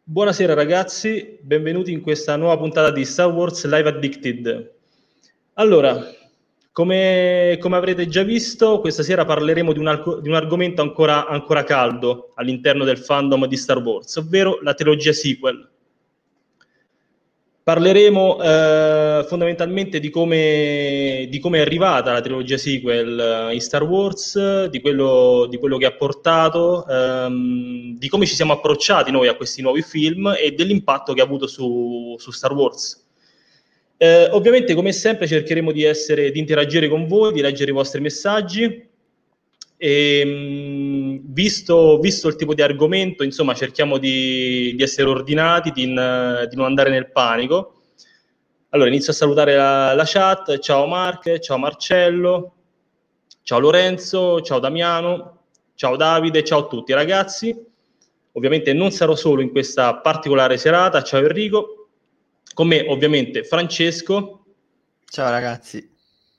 Buonasera ragazzi, benvenuti in questa nuova puntata di Star Wars Live Addicted. Allora, come avrete già visto, questa sera parleremo di un argomento ancora caldo all'interno del fandom di Star Wars, ovvero la trilogia sequel. Parleremo fondamentalmente di come è arrivata la trilogia sequel in Star Wars, di quello che ha portato, di come ci siamo approcciati noi a questi nuovi film e dell'impatto che ha avuto su Star Wars. Ovviamente, come sempre, cercheremo di interagire con voi, di leggere i vostri messaggi. E visto il tipo di argomento, insomma, cerchiamo di essere ordinati, di non andare nel panico. Allora, inizio a salutare la chat. Ciao Mark, ciao Marcello, ciao Lorenzo, ciao Damiano, ciao Davide, ciao a tutti ragazzi. Ovviamente non sarò solo in questa particolare serata. Ciao Enrico, con me ovviamente Francesco. Ciao ragazzi.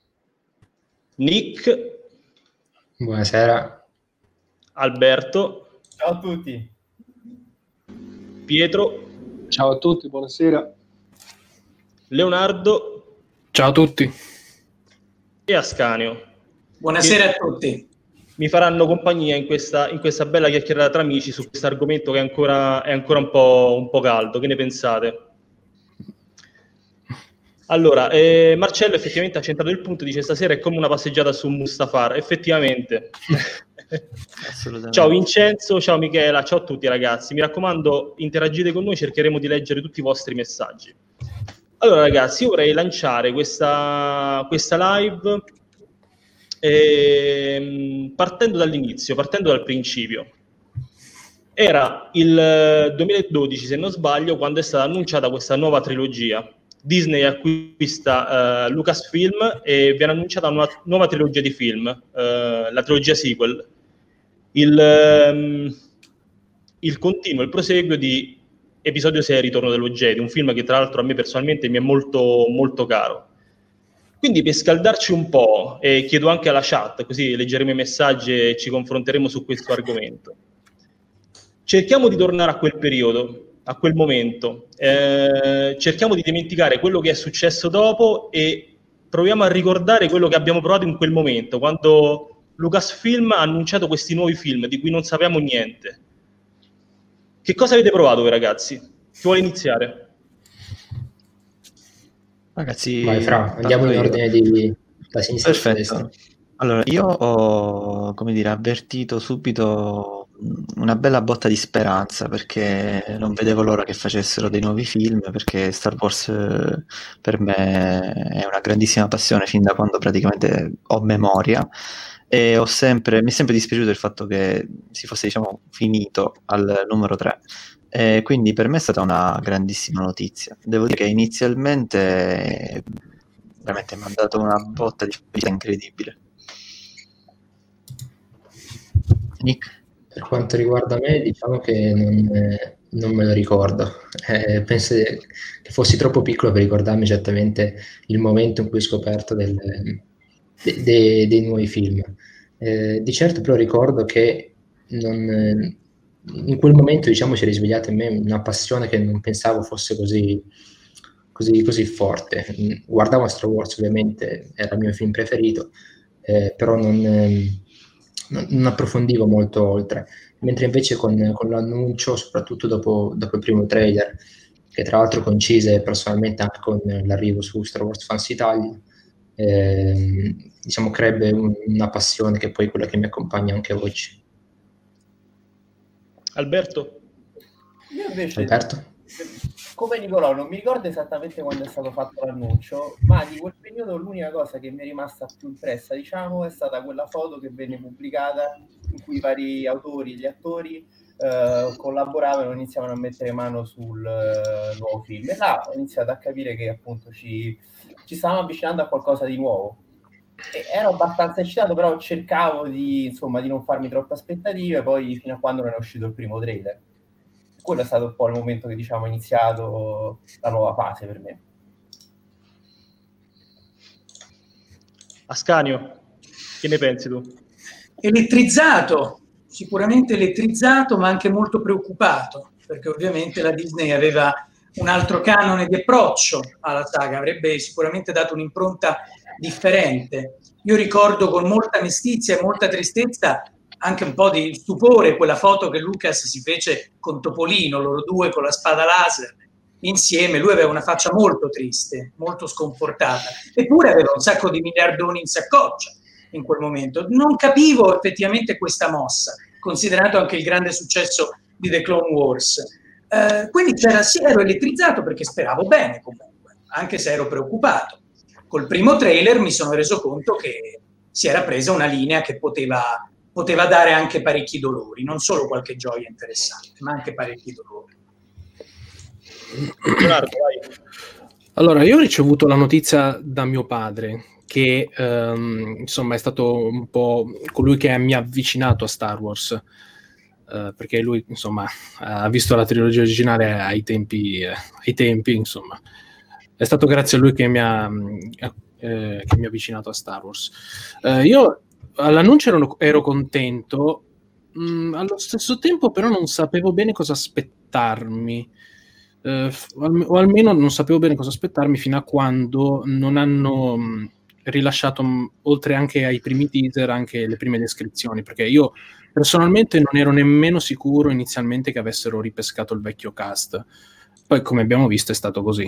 Nick. Buonasera. Alberto. Ciao a tutti. Pietro. Ciao a tutti, buonasera. Leonardo. Ciao a tutti. E Ascanio. Buonasera a tutti. Mi faranno compagnia in questa bella chiacchierata tra amici su questo argomento che è ancora un po' caldo. Che ne pensate? Allora, Marcello effettivamente ha centrato il punto, dice stasera è come una passeggiata su Mustafar. Effettivamente. Ciao Vincenzo, ciao Michela, ciao a tutti ragazzi. Mi raccomando, interagite con noi, cercheremo di leggere tutti i vostri messaggi. Allora ragazzi, io vorrei lanciare questa live partendo dall'inizio, partendo dal principio. Era il 2012, se non sbaglio, quando è stata annunciata questa nuova trilogia. Disney acquista Lucasfilm e viene annunciata una nuova trilogia di film, la trilogia sequel, il continuo, il proseguo di Episodio 6 Ritorno dello Jedi, un film che tra l'altro a me personalmente mi è molto, molto caro. Quindi per scaldarci un po', e chiedo anche alla chat, così leggeremo i messaggi e ci confronteremo su questo argomento. Cerchiamo di tornare a quel periodo, a quel momento, cerchiamo di dimenticare quello che è successo dopo e proviamo a ricordare quello che abbiamo provato in quel momento, quando Lucasfilm ha annunciato questi nuovi film di cui non sappiamo niente. Che cosa avete provato voi ragazzi? Chi vuole iniziare? Ragazzi, vai Fra, andiamo in ordine da sinistra a destra. Allora, io ho, avvertito subito una bella botta di speranza, perché non vedevo l'ora che facessero dei nuovi film, perché Star Wars per me è una grandissima passione fin da quando praticamente ho memoria, e mi è sempre dispiaciuto il fatto che si fosse, diciamo, finito al numero 3. Quindi per me è stata una grandissima notizia. Devo dire che inizialmente veramente mi ha dato una botta di felicità incredibile. Nick? Per quanto riguarda me, diciamo che non me lo ricordo. Penso che fossi troppo piccolo per ricordarmi esattamente il momento in cui ho scoperto dei nuovi film. Di certo però ricordo che in quel momento, diciamo, si è risvegliata in me una passione che non pensavo fosse così forte. Guardavo Star Wars, ovviamente, era il mio film preferito, però non approfondivo molto oltre, mentre invece con l'annuncio, soprattutto dopo il primo trailer, che tra l'altro coincise personalmente anche con l'arrivo su Star Wars Fans Italia, diciamo crebbe una passione che poi è quella che mi accompagna anche oggi. Alberto? Io invece, Alberto? come Nicolò, non mi ricordo esattamente quando è stato fatto l'annuncio, ma di quel periodo l'unica cosa che mi è rimasta più impressa, diciamo, è stata quella foto che venne pubblicata in cui i vari autori, gli attori collaboravano e iniziavano a mettere mano sul nuovo film. E là ho iniziato a capire che appunto ci stavamo avvicinando a qualcosa di nuovo. E ero abbastanza eccitato, però cercavo di non farmi troppe aspettative, poi fino a quando non è uscito il primo trailer. Quello è stato un po' il momento che, diciamo, è iniziato la nuova fase per me. Ascanio, che ne pensi tu? Elettrizzato, sicuramente elettrizzato, ma anche molto preoccupato, perché ovviamente la Disney aveva un altro canone di approccio alla saga, avrebbe sicuramente dato un'impronta differente. Io ricordo con molta mestizia e molta tristezza, anche un po' di stupore, quella foto che Lucas si fece con Topolino, loro due con la spada laser insieme. Lui aveva una faccia molto triste, molto sconfortata, eppure aveva un sacco di miliardoni in saccoccia in quel momento. Non capivo effettivamente questa mossa, considerato anche il grande successo di The Clone Wars. Quindi sì, ero elettrizzato perché speravo bene comunque, anche se ero preoccupato. Col primo trailer mi sono reso conto che si era presa una linea che poteva dare anche parecchi dolori, non solo qualche gioia interessante, ma anche parecchi dolori. Allora, io ho ricevuto la notizia da mio padre, che insomma è stato un po' colui che mi ha avvicinato a Star Wars, perché lui insomma ha visto la trilogia originale ai tempi insomma. È stato grazie a lui che mi ha avvicinato a Star Wars. Io all'annuncio ero contento, allo stesso tempo però non sapevo bene cosa aspettarmi, o almeno non sapevo bene cosa aspettarmi fino a quando non hanno rilasciato, oltre anche ai primi teaser, anche le prime descrizioni, perché io personalmente non ero nemmeno sicuro inizialmente che avessero ripescato il vecchio cast. Poi, come abbiamo visto, è stato così.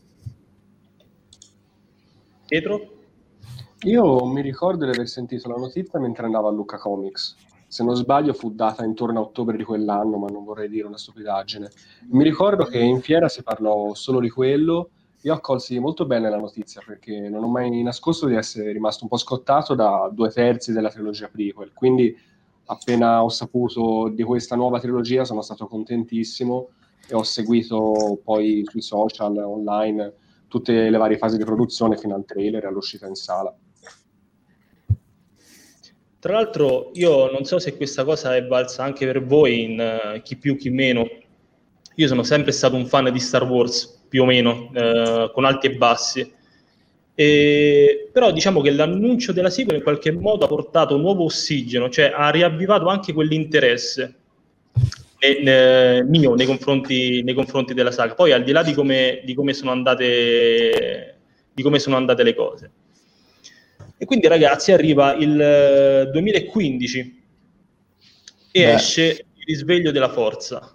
Pietro? Io mi ricordo di aver sentito la notizia mentre andavo a Lucca Comics. Se non sbaglio fu data intorno a ottobre di quell'anno, ma non vorrei dire una stupidaggine. Mi ricordo che in fiera si parlò solo di quello. Io accolsi molto bene la notizia perché non ho mai nascosto di essere rimasto un po' scottato da 2/3 della trilogia prequel. Quindi appena ho saputo di questa nuova trilogia sono stato contentissimo e ho seguito poi sui social, online, tutte le varie fasi di produzione fino al trailer e all'uscita in sala. Tra l'altro io non so se questa cosa è valsa anche per voi, in chi più chi meno. Io sono sempre stato un fan di Star Wars, più o meno, con alti e bassi. Però diciamo che l'annuncio della sequel in qualche modo ha portato nuovo ossigeno, cioè ha riavvivato anche quell'interesse mio nei confronti della saga. Poi al di là di come sono andate le cose. E quindi ragazzi arriva il 2015 e esce il risveglio della forza.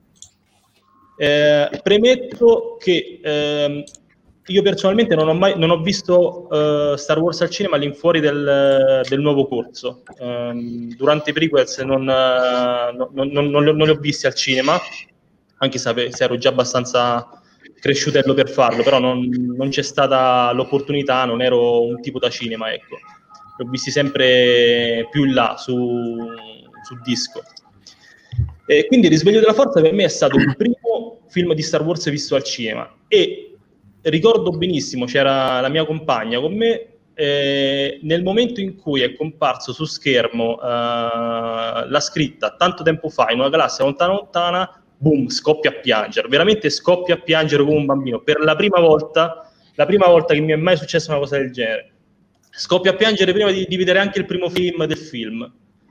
Premetto che io personalmente non ho visto Star Wars al cinema all'infuori del nuovo corso. Durante i prequels non li ho visti al cinema, anche se ero già abbastanza cresciutello per farlo, però non c'è stata l'opportunità, non ero un tipo da cinema, ecco. Li ho visti sempre più in là su disco. E quindi il Risveglio della Forza per me è stato il primo film di Star Wars visto al cinema, e ricordo benissimo, c'era la mia compagna con me, nel momento in cui è comparso su schermo la scritta "tanto tempo fa in una galassia lontana lontana", boom, scoppia a piangere, veramente scoppia a piangere come un bambino, per la prima volta che mi è mai successa una cosa del genere. Scoppia a piangere prima di vedere anche il primo film del film.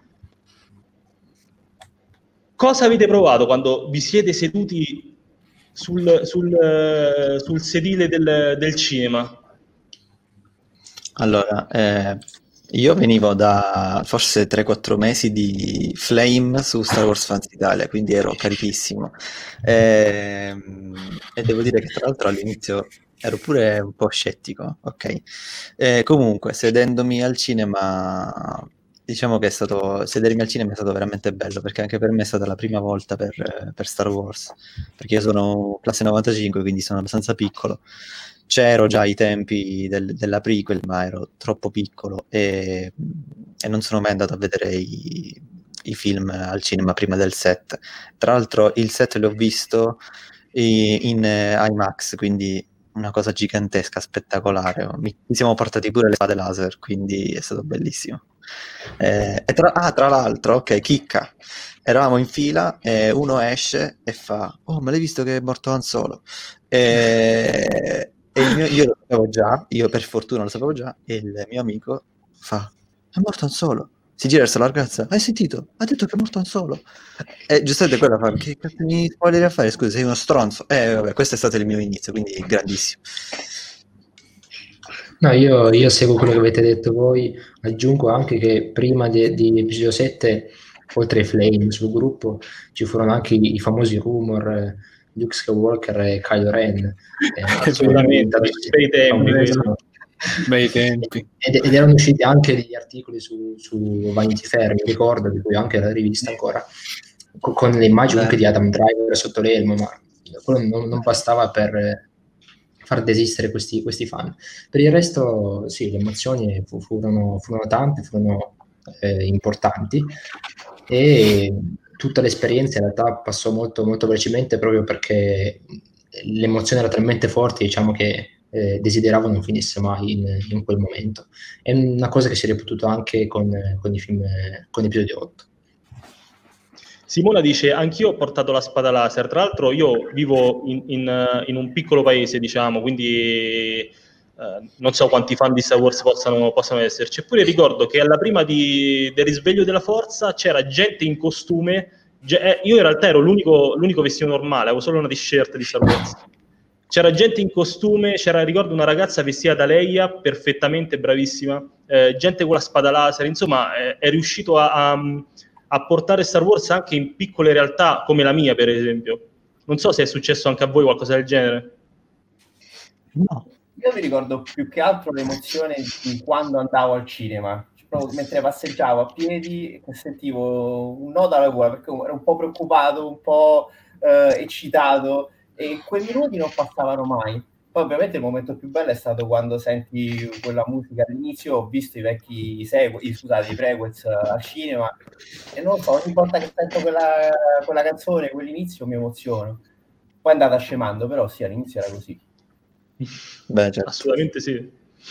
Cosa avete provato quando vi siete seduti sul sedile del cinema? Allora, io venivo da forse 3-4 mesi di Flame su Star Wars Fans Italia, quindi ero carichissimo. E devo dire che tra l'altro all'inizio ero pure un po' scettico, ok? Comunque, sedendomi al cinema, diciamo che sedermi al cinema è stato veramente bello, perché anche per me è stata la prima volta per Star Wars, perché io sono classe 95, quindi sono abbastanza piccolo. C'ero già ai tempi della prequel, ma ero troppo piccolo e non sono mai andato a vedere i film al cinema prima del set. Tra l'altro il set l'ho visto in IMAX, quindi una cosa gigantesca, spettacolare. Ci siamo portati pure le spade laser, quindi è stato bellissimo. Tra l'altro, ok, chicca, eravamo in fila e uno esce e fa: "Oh, ma l'hai visto che è morto Han Solo?" Io lo sapevo già, io per fortuna lo sapevo già, e il mio amico fa: "È morto Han Solo?" si gira verso la ragazza, hai sentito? Ha detto che è morto Han Solo. E giustamente quella fa, che cazzo mi spoileri a fare? Scusa, sei uno stronzo. Vabbè, questo è stato il mio inizio, quindi grandissimo. No, io seguo quello che avete detto voi, aggiungo anche che prima di episodio 7, oltre ai flame sul gruppo, ci furono anche i famosi rumor, Luke Skywalker e Kylo Ren. Assolutamente, bei tempi quelli. Bei tempi. Ed erano usciti anche degli articoli su Vanity Fair, mi ricordo, di cui anche la rivista ancora, con le immagini anche di Adam Driver sotto l'elmo, ma quello non bastava per far desistere questi fan. Per il resto, sì, le emozioni furono tante, furono importanti, e tutta l'esperienza in realtà passò molto, molto velocemente, proprio perché l'emozione era talmente forte, diciamo, che desideravo non finisse mai in quel momento. È una cosa che si è ripetuta anche con i film, con episodio 8. Simona dice, anch'io ho portato la spada laser, tra l'altro io vivo in un piccolo paese, diciamo, quindi non so quanti fan di Star Wars possano esserci, eppure ricordo che alla prima del risveglio della forza c'era gente in costume, io in realtà ero l'unico vestito normale, avevo solo una t-shirt di Star Wars. C'era gente in costume, ricordo una ragazza vestita da Leia, perfettamente bravissima, gente con la spada laser, insomma è riuscito a portare Star Wars anche in piccole realtà come la mia, per esempio. Non so se è successo anche a voi qualcosa del genere. No. Io mi ricordo più che altro l'emozione di quando andavo al cinema, proprio mentre passeggiavo a piedi e sentivo un nodo alla gola, perché ero un po' preoccupato, un po' eccitato, e quei minuti non passavano mai. Poi ovviamente il momento più bello è stato quando senti quella musica all'inizio. Ho visto i vecchi i prequels al cinema, e non so, ogni volta che sento quella canzone, quell'inizio, mi emoziono. Poi è andata scemando, però sì, all'inizio era così. Beh, certo. Assolutamente sì.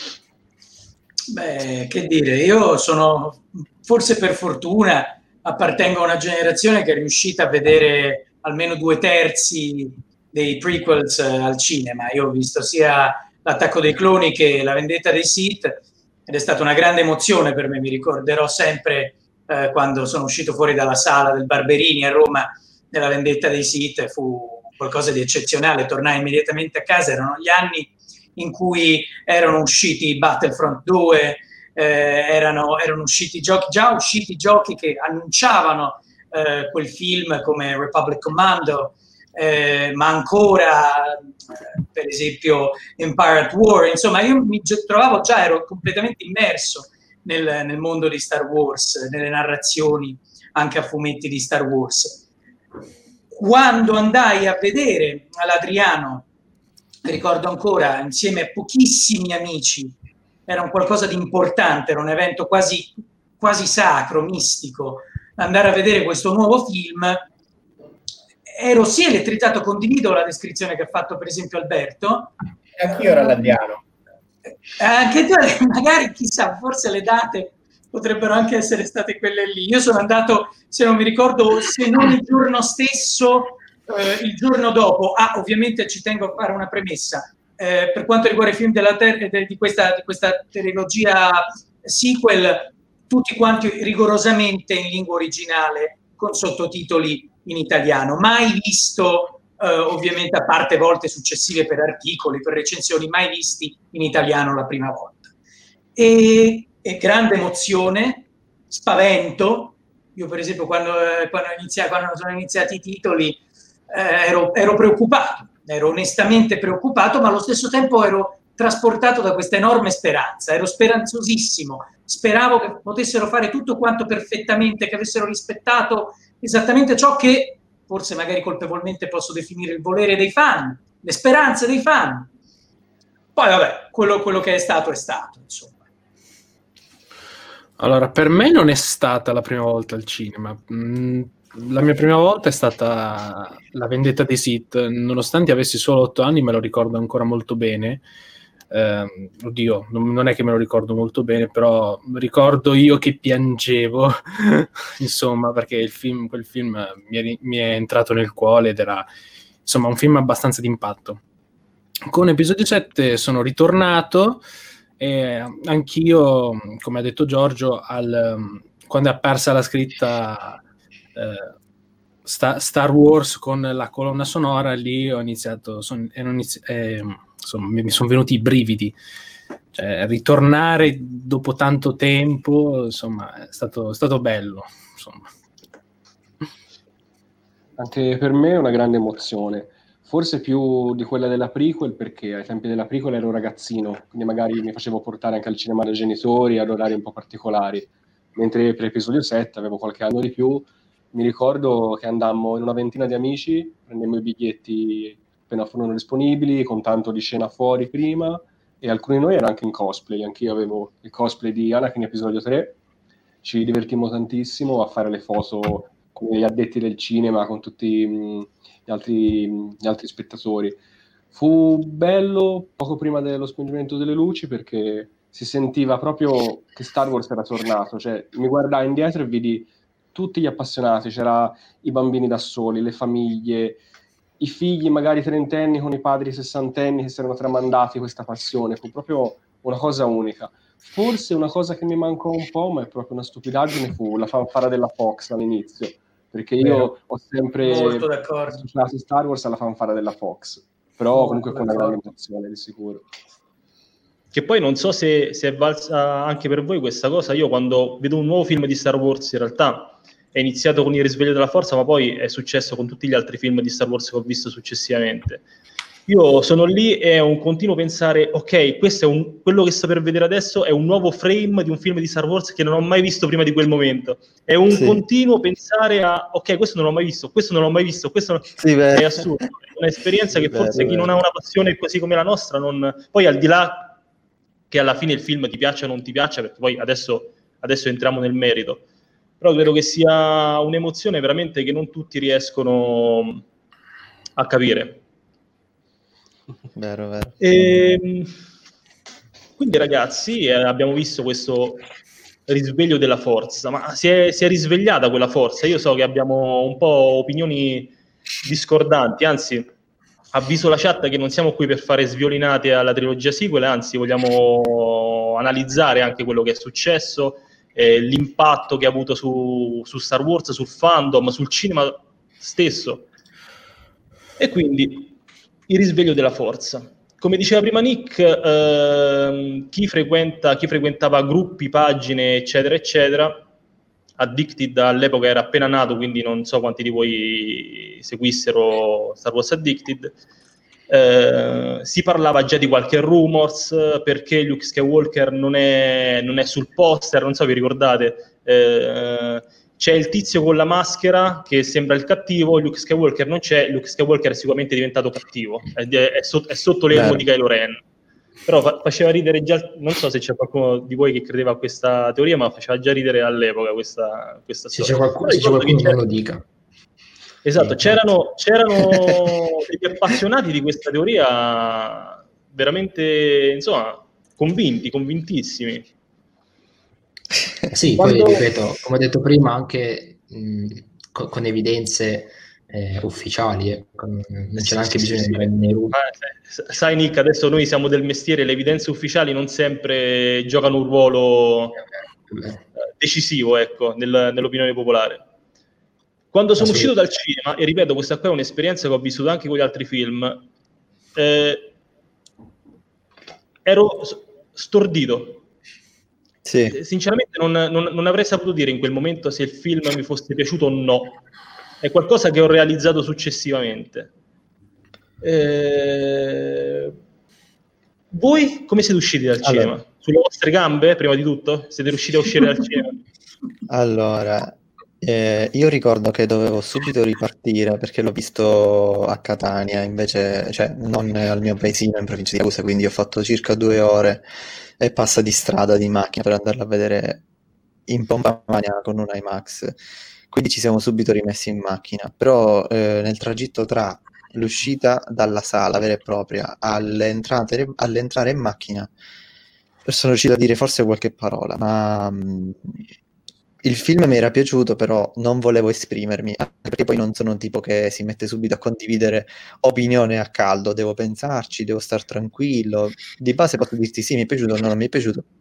Beh, che dire, io sono, forse per fortuna, appartengo a una generazione che è riuscita a vedere almeno 2/3 dei prequels al cinema. Io ho visto sia l'Attacco dei Cloni che La Vendetta dei Sith, ed è stata una grande emozione per me. Mi ricorderò sempre quando sono uscito fuori dalla sala del Barberini a Roma nella Vendetta dei Sith. Fu qualcosa di eccezionale. Tornai immediatamente a casa, erano gli anni in cui erano usciti Battlefront 2, erano usciti già usciti giochi che annunciavano quel film, come Republic Commando, ma ancora per esempio Empire at War. Insomma, io mi trovavo già, ero completamente immerso nel mondo di Star Wars, nelle narrazioni anche a fumetti di Star Wars. Quando andai a vedere all'Adriano, ricordo ancora, insieme a pochissimi amici, era un qualcosa di importante, era un evento quasi sacro, mistico, andare a vedere questo nuovo film. Ero sì elettrizzato, condivido la descrizione che ha fatto per esempio Alberto. Anch'io ero all'Adriano. Anche tu, magari, chissà, forse le date potrebbero anche essere state quelle lì. Io sono andato, se non mi ricordo, se non il giorno stesso, il giorno dopo. Ovviamente ci tengo a fare una premessa. Per quanto riguarda i film di questa trilogia sequel, tutti quanti rigorosamente in lingua originale, con sottotitoli in italiano. Mai visto, ovviamente, a parte volte successive per articoli, per recensioni, mai visti in italiano la prima volta. E grande emozione, spavento. Io per esempio quando sono iniziati i titoli ero preoccupato, ero onestamente preoccupato, ma allo stesso tempo ero trasportato da questa enorme speranza, ero speranzosissimo, speravo che potessero fare tutto quanto perfettamente, che avessero rispettato esattamente ciò che forse magari colpevolmente posso definire il volere dei fan, le speranze dei fan. Poi vabbè, quello che è stato, insomma. Allora, per me non è stata la prima volta al cinema. La mia prima volta è stata La Vendetta dei Sith, nonostante avessi solo 8 anni, me lo ricordo ancora molto bene. Oddio, non è che me lo ricordo molto bene, però ricordo io che piangevo, insomma, perché quel film mi è entrato nel cuore ed era, insomma, un film abbastanza d'impatto. Con episodio 7 sono ritornato, e anch'io, come ha detto Giorgio, quando è apparsa la scritta Star Wars con la colonna sonora, lì ho iniziato, insomma, mi sono venuti i brividi. Cioè, ritornare dopo tanto tempo, insomma, è stato bello, insomma. Anche per me è una grande emozione, forse più di quella della prequel, perché ai tempi della prequel ero ragazzino, quindi magari mi facevo portare anche al cinema dai genitori ad orari un po' particolari, mentre per episodio 7 avevo qualche anno di più. Mi ricordo che andammo in una ventina di amici, prendemmo i biglietti appena furono disponibili, con tanto di scena fuori prima, e alcuni di noi erano anche in cosplay, anch'io avevo il cosplay di Anakin episodio 3, ci divertimmo tantissimo a fare le foto con gli addetti del cinema, con tutti gli altri spettatori. Fu bello poco prima dello spegnimento delle luci, perché si sentiva proprio che Star Wars era tornato, cioè mi guardai indietro e vidi tutti gli appassionati, c'era i bambini da soli, le famiglie, i figli magari trentenni con i padri sessantenni che si erano tramandati questa passione. Fu proprio una cosa unica. Forse una cosa che mi mancò un po', ma è proprio una stupidaggine, fu la fanfara della Fox all'inizio, perché io ho sempre associato Star Wars alla fanfara della Fox, però comunque fu una grande emozione di sicuro. Che poi non so se è valsa anche per voi questa cosa. Io quando vedo un nuovo film di Star Wars, in realtà è iniziato con Il risveglio della forza, ma poi è successo con tutti gli altri film di Star Wars che ho visto successivamente. Io sono lì e è un continuo pensare, ok, questo è quello che sto per vedere adesso è un nuovo frame di un film di Star Wars che non ho mai visto prima di quel momento. È un continuo pensare a, ok, questo non l'ho mai visto, questo non l'ho mai visto, questo è assurdo. È un'esperienza che forse chi non ha una passione così come la nostra poi al di là che alla fine il film ti piaccia o non ti piaccia, perché poi adesso entriamo nel merito, però credo che sia un'emozione veramente che non tutti riescono a capire. Vero. Quindi ragazzi, abbiamo visto questo risveglio della forza, ma si è risvegliata quella forza? Io so che abbiamo un po' opinioni discordanti, anzi avviso la chat che non siamo qui per fare sviolinate alla trilogia sequel, anzi vogliamo analizzare anche quello che è successo, l'impatto che ha avuto su Star Wars, sul fandom, sul cinema stesso. E quindi il risveglio della forza. Come diceva prima Nick, chi frequentava gruppi, pagine, eccetera, eccetera, Addicted all'epoca era appena nato, quindi non so quanti di voi seguissero Star Wars Addicted, si parlava già di qualche rumors, perché Luke Skywalker non è sul poster, non so vi ricordate, c'è il tizio con la maschera che sembra il cattivo, Luke Skywalker non c'è, Luke Skywalker è sicuramente diventato cattivo, è sotto l'elmo di Kylo Ren. Però faceva ridere già, non so se c'è qualcuno di voi che credeva a questa teoria, ma faceva già ridere all'epoca questa storia. Se c'è qualcuno che non lo dica. Esatto, c'erano degli appassionati di questa teoria veramente, insomma, convintissimi. Sì, poi ripeto, come ho detto prima, anche con evidenze ufficiali, non c'è neanche bisogno di andare nei rumori. Sai Nick, adesso noi siamo del mestiere, le evidenze ufficiali non sempre giocano un ruolo decisivo, ecco, nell'opinione popolare. Quando sono uscito dal cinema, e ripeto, questa qua è un'esperienza che ho vissuto anche con gli altri film, ero stordito. Sì. Sinceramente non avrei saputo dire in quel momento se il film mi fosse piaciuto o no. È qualcosa che ho realizzato successivamente. Voi come siete usciti dal cinema? Sulle vostre gambe, prima di tutto? Siete riusciti a uscire dal cinema? Allora, io ricordo che dovevo subito ripartire perché l'ho visto a Catania, invece, cioè non al mio paesino in provincia di Ragusa, quindi ho fatto circa 2 ore e passa di strada di macchina per andarla a vedere in pompa magna con un IMAX. Quindi ci siamo subito rimessi in macchina, però nel tragitto tra l'uscita dalla sala vera e propria all'entrare in macchina sono riuscito a dire forse qualche parola, ma il film mi era piaciuto, però non volevo esprimermi, perché poi non sono un tipo che si mette subito a condividere opinione a caldo, devo pensarci, devo star tranquillo. Di base posso dirti sì, mi è piaciuto o non mi è piaciuto,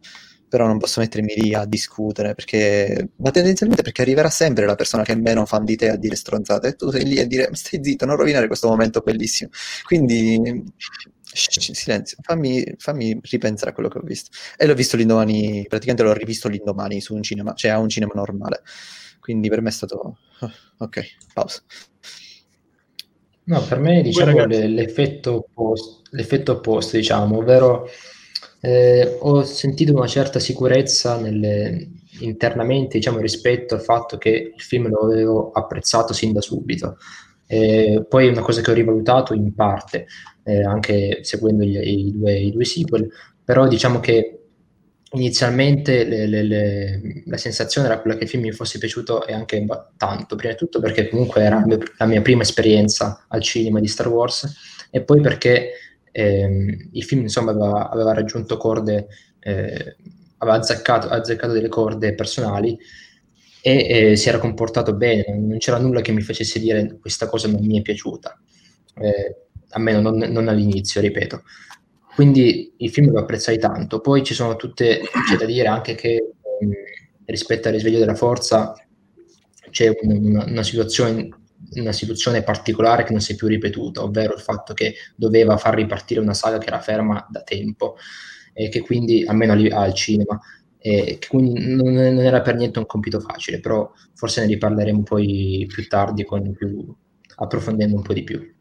però non posso mettermi lì a discutere, ma tendenzialmente perché arriverà sempre la persona che è meno fan di te a dire stronzate, e tu sei lì a dire stai zitto, non rovinare questo momento bellissimo. Quindi silenzio, fammi ripensare a quello che ho visto. E l'ho visto l'indomani, praticamente l'ho rivisto l'indomani su un cinema, cioè a un cinema normale. Quindi per me è stato ok, pausa. No, per me diciamo l'effetto opposto, diciamo, ovvero ho sentito una certa sicurezza internamente, diciamo, rispetto al fatto che il film lo avevo apprezzato sin da subito. Poi è una cosa che ho rivalutato in parte, anche seguendo i due sequel, però diciamo che inizialmente la sensazione era quella che il film mi fosse piaciuto, e anche tanto, prima di tutto perché comunque era la mia prima esperienza al cinema di Star Wars, e poi perché il film insomma aveva raggiunto corde, aveva azzeccato delle corde personali, e si era comportato bene, non c'era nulla che mi facesse dire questa cosa non mi è piaciuta, almeno non all'inizio, ripeto. Quindi il film lo apprezzai tanto. Poi c'è da dire anche che rispetto al Risveglio della Forza c'è una situazione particolare che non si è più ripetuta, ovvero il fatto che doveva far ripartire una saga che era ferma da tempo, e che quindi, almeno al cinema, che quindi non era per niente un compito facile, però forse ne riparleremo poi più tardi, approfondendo un po' di più.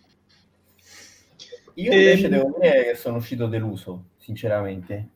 Io invece devo dire che sono uscito deluso, sinceramente,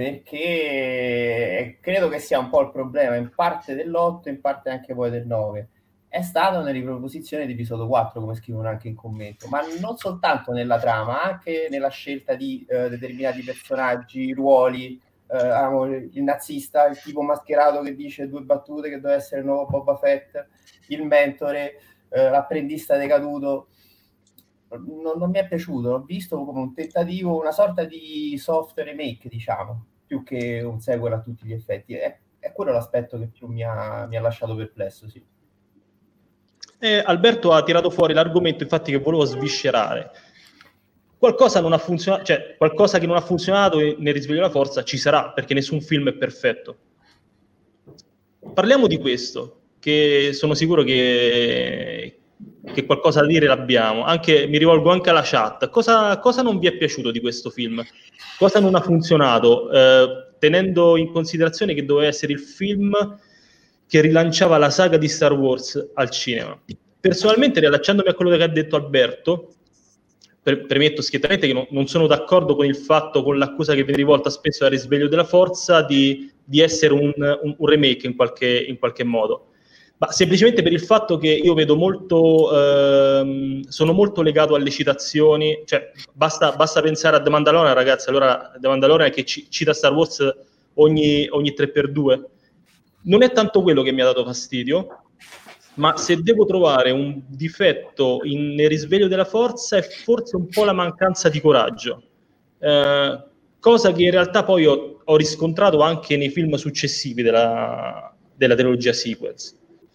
perché credo che sia un po' il problema, in parte dell'8, in parte anche poi del 9. È stata una riproposizione di episodio 4, come scrivono anche in commento, ma non soltanto nella trama, anche nella scelta di determinati personaggi, ruoli, il nazista, il tipo mascherato che dice 2 battute che deve essere il nuovo Boba Fett, il mentore, l'apprendista decaduto. Non mi è piaciuto, l'ho visto come un tentativo, una sorta di soft remake, diciamo, più che un sequel a tutti gli effetti. È quello l'aspetto che più mi ha lasciato perplesso, sì. Alberto ha tirato fuori l'argomento, infatti, che volevo sviscerare. Qualcosa non ha funzionato, cioè qualcosa che non ha funzionato nel Risveglio della Forza ci sarà, perché nessun film è perfetto. Parliamo di questo, che sono sicuro che qualcosa da dire l'abbiamo. Mi rivolgo anche alla chat. Cosa non vi è piaciuto di questo film? Cosa non ha funzionato? Tenendo in considerazione che doveva essere il film che rilanciava la saga di Star Wars al cinema. Personalmente, riallacciandomi a quello che ha detto Alberto, premetto schiettamente che non sono d'accordo con il fatto, con l'accusa che viene rivolta spesso al Risveglio della Forza di essere un remake in qualche modo, ma semplicemente per il fatto che io vedo molto, sono molto legato alle citazioni, cioè basta pensare a The Mandalorian, ragazzi. Allora The Mandalorian che cita Star Wars ogni 3x2, non è tanto quello che mi ha dato fastidio, ma se devo trovare un difetto nel Risveglio della Forza è forse un po' la mancanza di coraggio, cosa che in realtà poi ho riscontrato anche nei film successivi della trilogia sequels.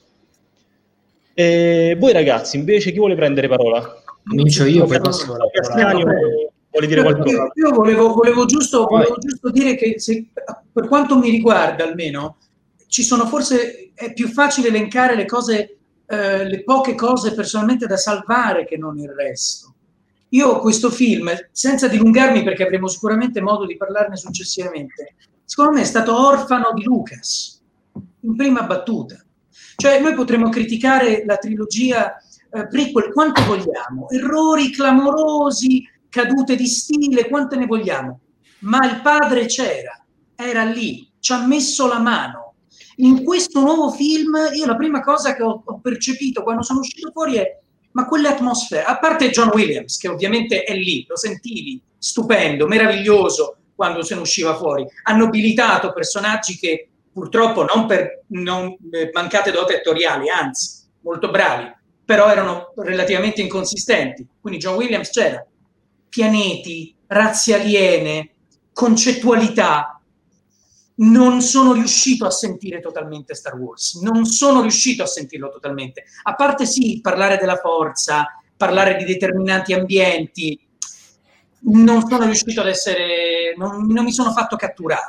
Voi ragazzi, invece, chi vuole prendere parola? Comincio io, poi passo la parola. Vuole dire qualcosa? Io volevo giusto dire che per quanto mi riguarda almeno, è più facile elencare le cose, le poche cose personalmente da salvare che non il resto. Io questo film, senza dilungarmi perché avremo sicuramente modo di parlarne successivamente, secondo me è stato orfano di Lucas, in prima battuta. Cioè noi potremmo criticare la trilogia prequel quanto vogliamo, errori clamorosi, cadute di stile, quante ne vogliamo, ma il padre era lì, ci ha messo la mano. In questo nuovo film io la prima cosa che ho percepito quando sono uscito fuori è: ma quelle atmosfere, a parte John Williams che ovviamente è lì, lo sentivi, stupendo, meraviglioso quando se ne usciva fuori, ha nobilitato personaggi che purtroppo non per mancate doti attoriali, anzi molto bravi, però erano relativamente inconsistenti. Quindi John Williams c'era, pianeti, razze aliene, concettualità. Non sono riuscito a sentire totalmente Star Wars, non sono riuscito a sentirlo totalmente, a parte sì, parlare della forza, parlare di determinati ambienti, non sono riuscito ad essere, non mi sono fatto catturare.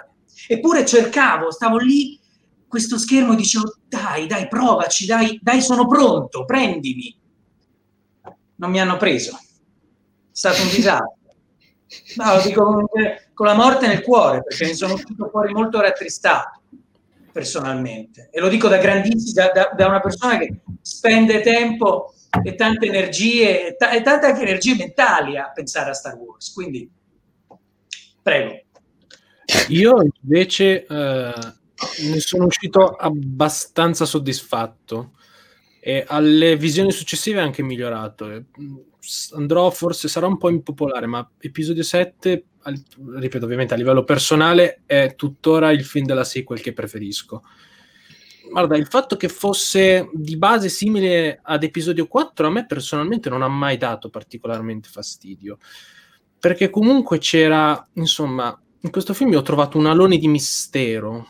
Eppure stavo lì, questo schermo, dicevo dai, provaci, dai, sono pronto, prendimi. Non mi hanno preso. È stato un disastro. No, lo dico con la morte nel cuore, perché ne sono uscito fuori molto rattristato, personalmente. E lo dico da grandissima, da una persona che spende tempo e tante energie, e tante anche energie mentali a pensare a Star Wars. Quindi, prego. Io invece ne sono uscito abbastanza soddisfatto e alle visioni successive anche migliorato. Forse sarà un po' impopolare, ma episodio 7, ripeto, ovviamente a livello personale è tuttora il film della sequel che preferisco. Guarda, il fatto che fosse di base simile ad episodio 4 a me personalmente non ha mai dato particolarmente fastidio, perché comunque c'era, insomma, in questo film ho trovato un alone di mistero.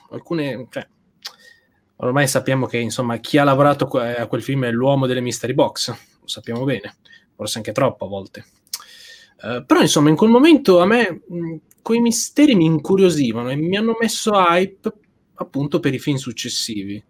Ormai sappiamo che, insomma, chi ha lavorato a quel film è l'uomo delle mystery box, lo sappiamo bene, forse anche troppo a volte. Però, insomma, in quel momento a me quei misteri mi incuriosivano e mi hanno messo hype appunto per i film successivi.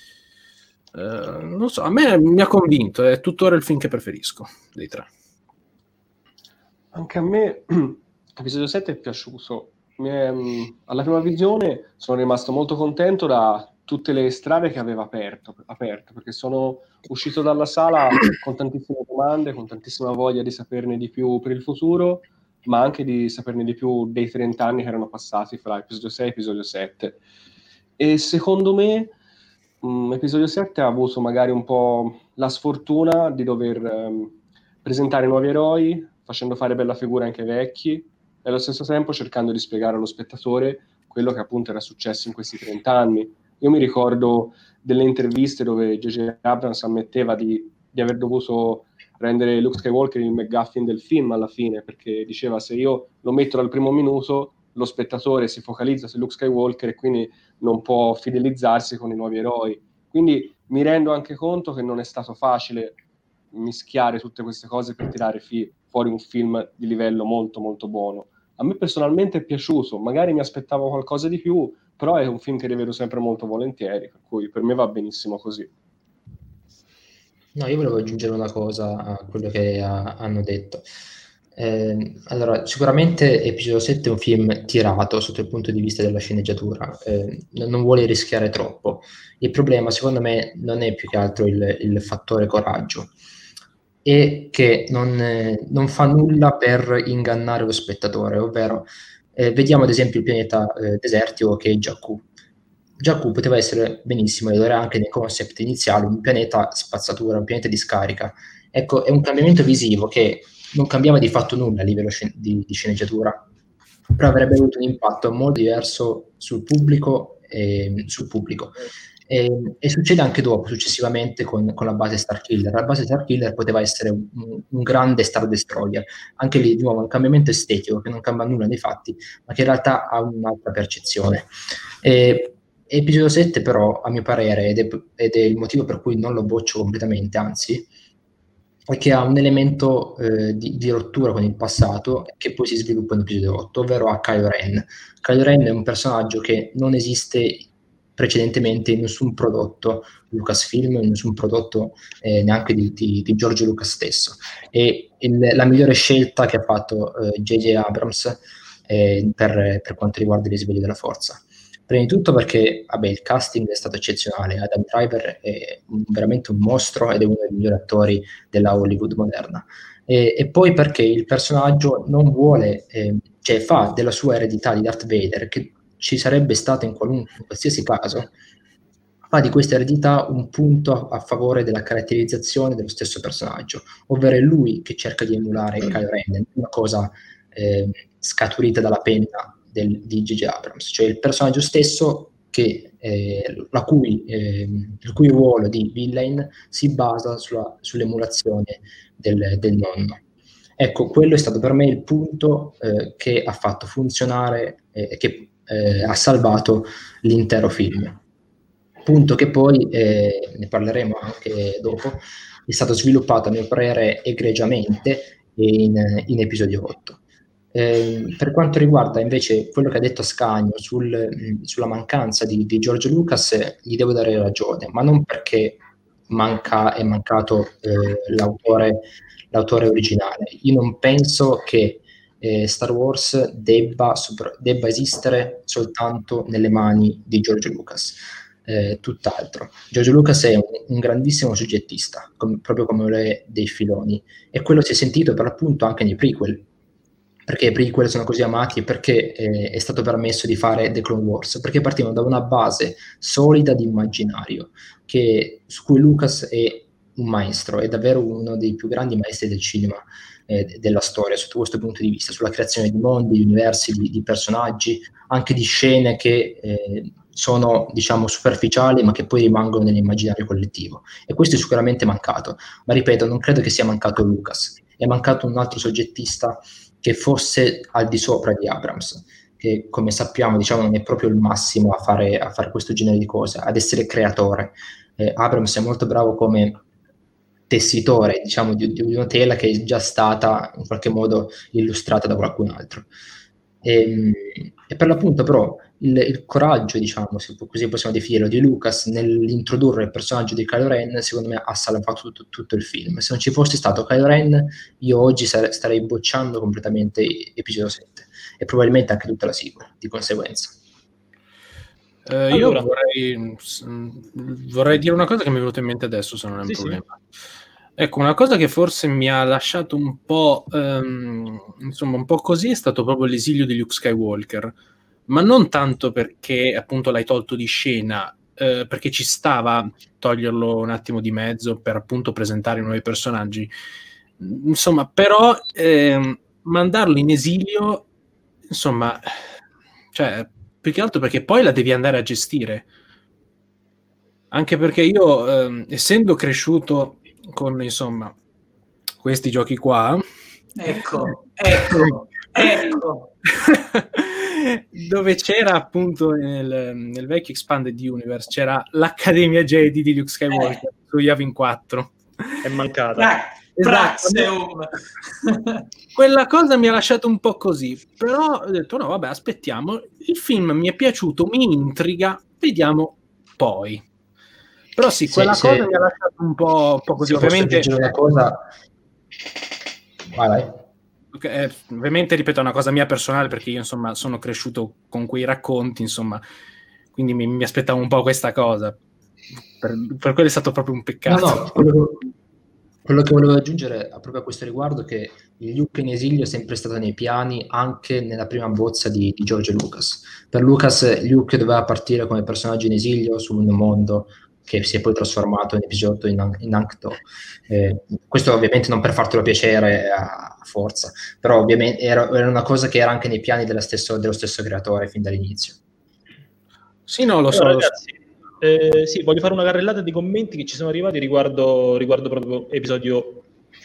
Non so, a me mi ha convinto, è tuttora il film che preferisco dei tre. Anche a me episodio 7 è piaciuto. Alla prima visione sono rimasto molto contento da tutte le strade che aveva aperto, perché sono uscito dalla sala con tantissime domande, con tantissima voglia di saperne di più per il futuro, ma anche di saperne di più dei 30 anni che erano passati fra episodio 6 e episodio 7. E secondo me episodio 7 ha avuto magari un po' la sfortuna di dover presentare nuovi eroi, facendo fare bella figura anche ai vecchi, e allo stesso tempo cercando di spiegare allo spettatore quello che appunto era successo in questi 30 anni. Io mi ricordo delle interviste dove J.J. Abrams ammetteva di aver dovuto rendere Luke Skywalker il McGuffin del film alla fine, perché diceva: se io lo metto dal primo minuto, lo spettatore si focalizza su Luke Skywalker e quindi non può fidelizzarsi con i nuovi eroi. Quindi mi rendo anche conto che non è stato facile mischiare tutte queste cose per tirare fuori un film di livello molto molto buono. A me personalmente è piaciuto, magari mi aspettavo qualcosa di più, però è un film che rivedo sempre molto volentieri, per cui per me va benissimo così. No, io volevo aggiungere una cosa a quello che hanno detto. Allora, sicuramente episodio 7 è un film tirato sotto il punto di vista della sceneggiatura, non vuole rischiare troppo. Il problema, secondo me, non è più che altro il fattore coraggio, e che non fa nulla per ingannare lo spettatore, ovvero vediamo ad esempio il pianeta desertico che è Jakku. Jakku poteva essere benissimo, ed era anche nei concept iniziali, un pianeta spazzatura, un pianeta di scarica. Ecco, è un cambiamento visivo che non cambiava di fatto nulla a livello di sceneggiatura, però avrebbe avuto un impatto molto diverso sul pubblico. E succede anche dopo, successivamente, con la base Starkiller. La base Starkiller poteva essere un grande Star Destroyer. Anche lì, di nuovo, un cambiamento estetico che non cambia nulla nei fatti, ma che in realtà ha un'altra percezione. Episodio 7, però, a mio parere, ed è il motivo per cui non lo boccio completamente, anzi, è che ha un elemento di rottura con il passato che poi si sviluppa in episodio 8, ovvero a Kylo Ren. Kylo Ren è un personaggio che non esiste precedentemente in nessun prodotto Lucasfilm, in nessun prodotto neanche di George Lucas stesso. E la migliore scelta che ha fatto J.J. Abrams per quanto riguarda i risvegli della forza. Prima di tutto perché il casting è stato eccezionale. Adam Driver è veramente un mostro ed è uno dei migliori attori della Hollywood moderna. E poi perché il personaggio non vuole, fa della sua eredità di Darth Vader, che ci sarebbe stata in qualsiasi caso, fa di questa eredità un punto a favore della caratterizzazione dello stesso personaggio, ovvero è lui che cerca di emulare Kylo Ren, una cosa scaturita dalla penna di J.J. Abrams, cioè il personaggio stesso che il cui ruolo di villain si basa sull'emulazione del nonno. Ecco, quello è stato per me il punto che ha fatto funzionare, che ha salvato l'intero film. Punto che poi, ne parleremo anche dopo, è stato sviluppato a mio parere egregiamente in episodio 8. Per quanto riguarda invece quello che ha detto Ascanio sulla mancanza di George Lucas, gli devo dare ragione, ma non perché è mancato l'autore originale. Io non penso che Star Wars debba esistere soltanto nelle mani di George Lucas. Tutt'altro. George Lucas è un grandissimo soggettista, proprio come lo è Dave Filoni, e quello si è sentito per l'appunto anche nei prequel. Perché i prequel sono così amati e perché è stato permesso di fare The Clone Wars? Perché partivano da una base solida di immaginario su cui Lucas è un maestro, è davvero uno dei più grandi maestri del cinema della storia sotto questo punto di vista, sulla creazione di mondi, di universi, di personaggi, anche di scene che sono, diciamo, superficiali ma che poi rimangono nell'immaginario collettivo, e questo è sicuramente mancato, ma ripeto, non credo che sia mancato Lucas, è mancato un altro soggettista che fosse al di sopra di Abrams, che come sappiamo, diciamo, non è proprio il massimo a fare questo genere di cose, ad essere creatore. Abrams è molto bravo come tessitore, diciamo, di una tela che è già stata in qualche modo illustrata da qualcun altro. E per l'appunto però il coraggio, diciamo, se così possiamo definirlo, di Lucas nell'introdurre il personaggio di Kylo Ren, secondo me ha salvato tutto il film. Se non ci fosse stato Kylo Ren, io oggi starei bocciando completamente episodio 7 e probabilmente anche tutta la sequel, di conseguenza. Io vorrei dire una cosa che mi è venuta in mente adesso, se non è un problema. Sì. Ecco, una cosa che forse mi ha lasciato un po', insomma, un po' così è stato proprio l'esilio di Luke Skywalker, ma non tanto perché appunto l'hai tolto di scena, perché ci stava toglierlo un attimo di mezzo per appunto presentare i nuovi personaggi, insomma, però mandarlo in esilio, insomma, cioè, più che altro perché poi la devi andare a gestire, anche perché io, essendo cresciuto con, insomma, questi giochi qua, ecco dove c'era appunto nel vecchio Expanded Universe c'era l'Accademia Jedi di Luke Skywalker su Yavin 4, è mancata. Praxeum. Quella cosa mi ha lasciato un po' così, però ho detto no, vabbè, aspettiamo, il film mi è piaciuto, mi intriga, vediamo poi. Però sì, quella cosa mi ha lasciato un po' così. Ovviamente una cosa. Vai. Ovviamente, ripeto, è una cosa mia personale, perché io insomma sono cresciuto con quei racconti, insomma, quindi mi aspettavo un po' questa cosa. Per quello è stato proprio un peccato. No, quello che volevo aggiungere proprio a questo riguardo è che il Luke in esilio è sempre stato nei piani anche nella prima bozza di George Lucas. Per Lucas Luke doveva partire come personaggio in esilio su un mondo che si è poi trasformato in episodio in Ancto. Questo ovviamente non per fartelo piacere a forza, però ovviamente era una cosa che era anche nei piani dello stesso creatore fin dall'inizio. Sì, no, lo so. Ragazzi, sì, voglio fare una carrellata di commenti che ci sono arrivati riguardo proprio episodio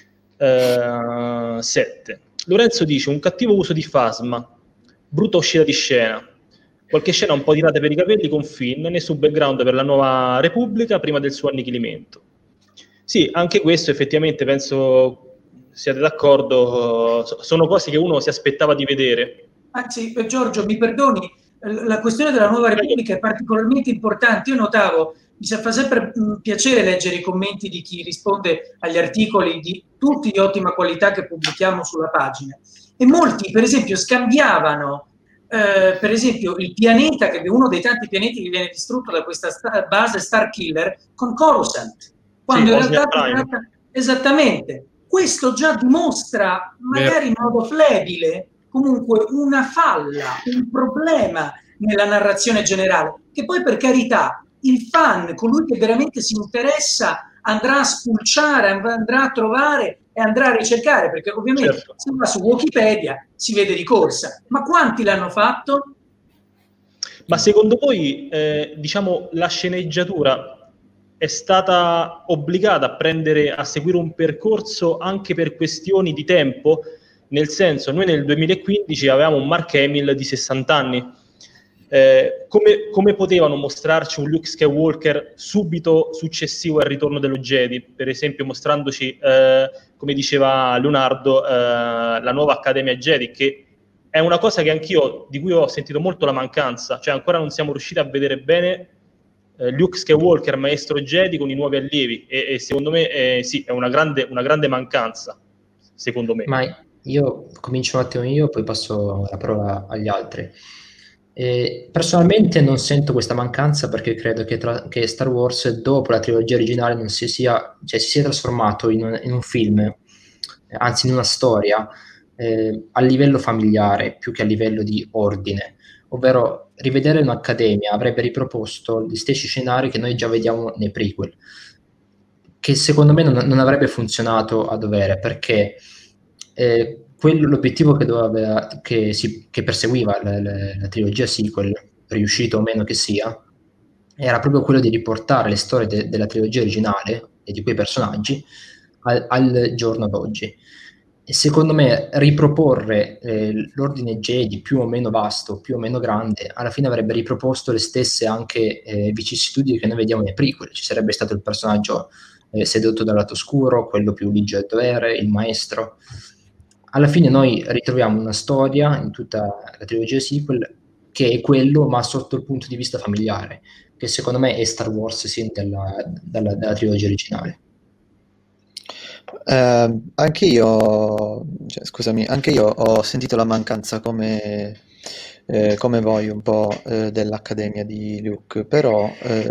7. Lorenzo dice: un cattivo uso di Phasma, brutta uscita di scena, qualche scena un po' tirata per i capelli con Finn, né su background per la Nuova Repubblica prima del suo annichilimento. Sì, anche questo effettivamente penso siate d'accordo, sono cose che uno si aspettava di vedere. Anzi, Giorgio, mi perdoni, la questione della Nuova Repubblica è particolarmente importante. Io notavo, mi fa sempre piacere leggere i commenti di chi risponde agli articoli di tutti di ottima qualità che pubblichiamo sulla pagina, e molti per esempio scambiavano per esempio il pianeta, che è uno dei tanti pianeti che viene distrutto da questa base Starkiller, con Coruscant, quando in realtà esattamente questo già dimostra, magari in modo flebile, comunque una falla, un problema nella narrazione generale, che poi, per carità, il fan, colui che veramente si interessa, andrà a spulciare, andrà a trovare e andrà a ricercare, perché ovviamente se va su Wikipedia si vede di corsa. Ma quanti l'hanno fatto? Ma secondo voi, diciamo, la sceneggiatura è stata obbligata a seguire un percorso anche per questioni di tempo? Nel senso, noi nel 2015 avevamo un Mark Hamill di 60 anni. Come potevano mostrarci un Luke Skywalker subito successivo al ritorno dello Jedi, per esempio mostrandoci, come diceva Leonardo, la nuova Accademia Jedi, che è una cosa che anch'io, di cui ho sentito molto la mancanza, cioè ancora non siamo riusciti a vedere bene Luke Skywalker, maestro Jedi, con i nuovi allievi, e secondo me sì, è una grande mancanza, secondo me. Ma io comincio un attimo io, poi passo la parola agli altri. Personalmente non sento questa mancanza, perché credo che Star Wars, dopo la trilogia originale, non si sia trasformato in un film, anzi in una storia, a livello familiare più che a livello di ordine. Ovvero, rivedere un'accademia avrebbe riproposto gli stessi scenari che noi già vediamo nei prequel, che secondo me non avrebbe funzionato a dovere, perché l'obiettivo che perseguiva la trilogia sequel, riuscito o meno che sia, era proprio quello di riportare le storie della trilogia originale e di quei personaggi al giorno d'oggi. E secondo me riproporre l'ordine Jedi più o meno vasto, più o meno grande, alla fine avrebbe riproposto le stesse anche vicissitudini che noi vediamo nei prequel. Ci sarebbe stato il personaggio sedotto dal lato oscuro, quello più ligio al dovere, il maestro. Alla fine noi ritroviamo una storia in tutta la trilogia sequel che è quello, ma sotto il punto di vista familiare, che secondo me è Star Wars sin dalla trilogia originale. Anche io ho sentito la mancanza come voi un po' dell'Accademia di Luke, però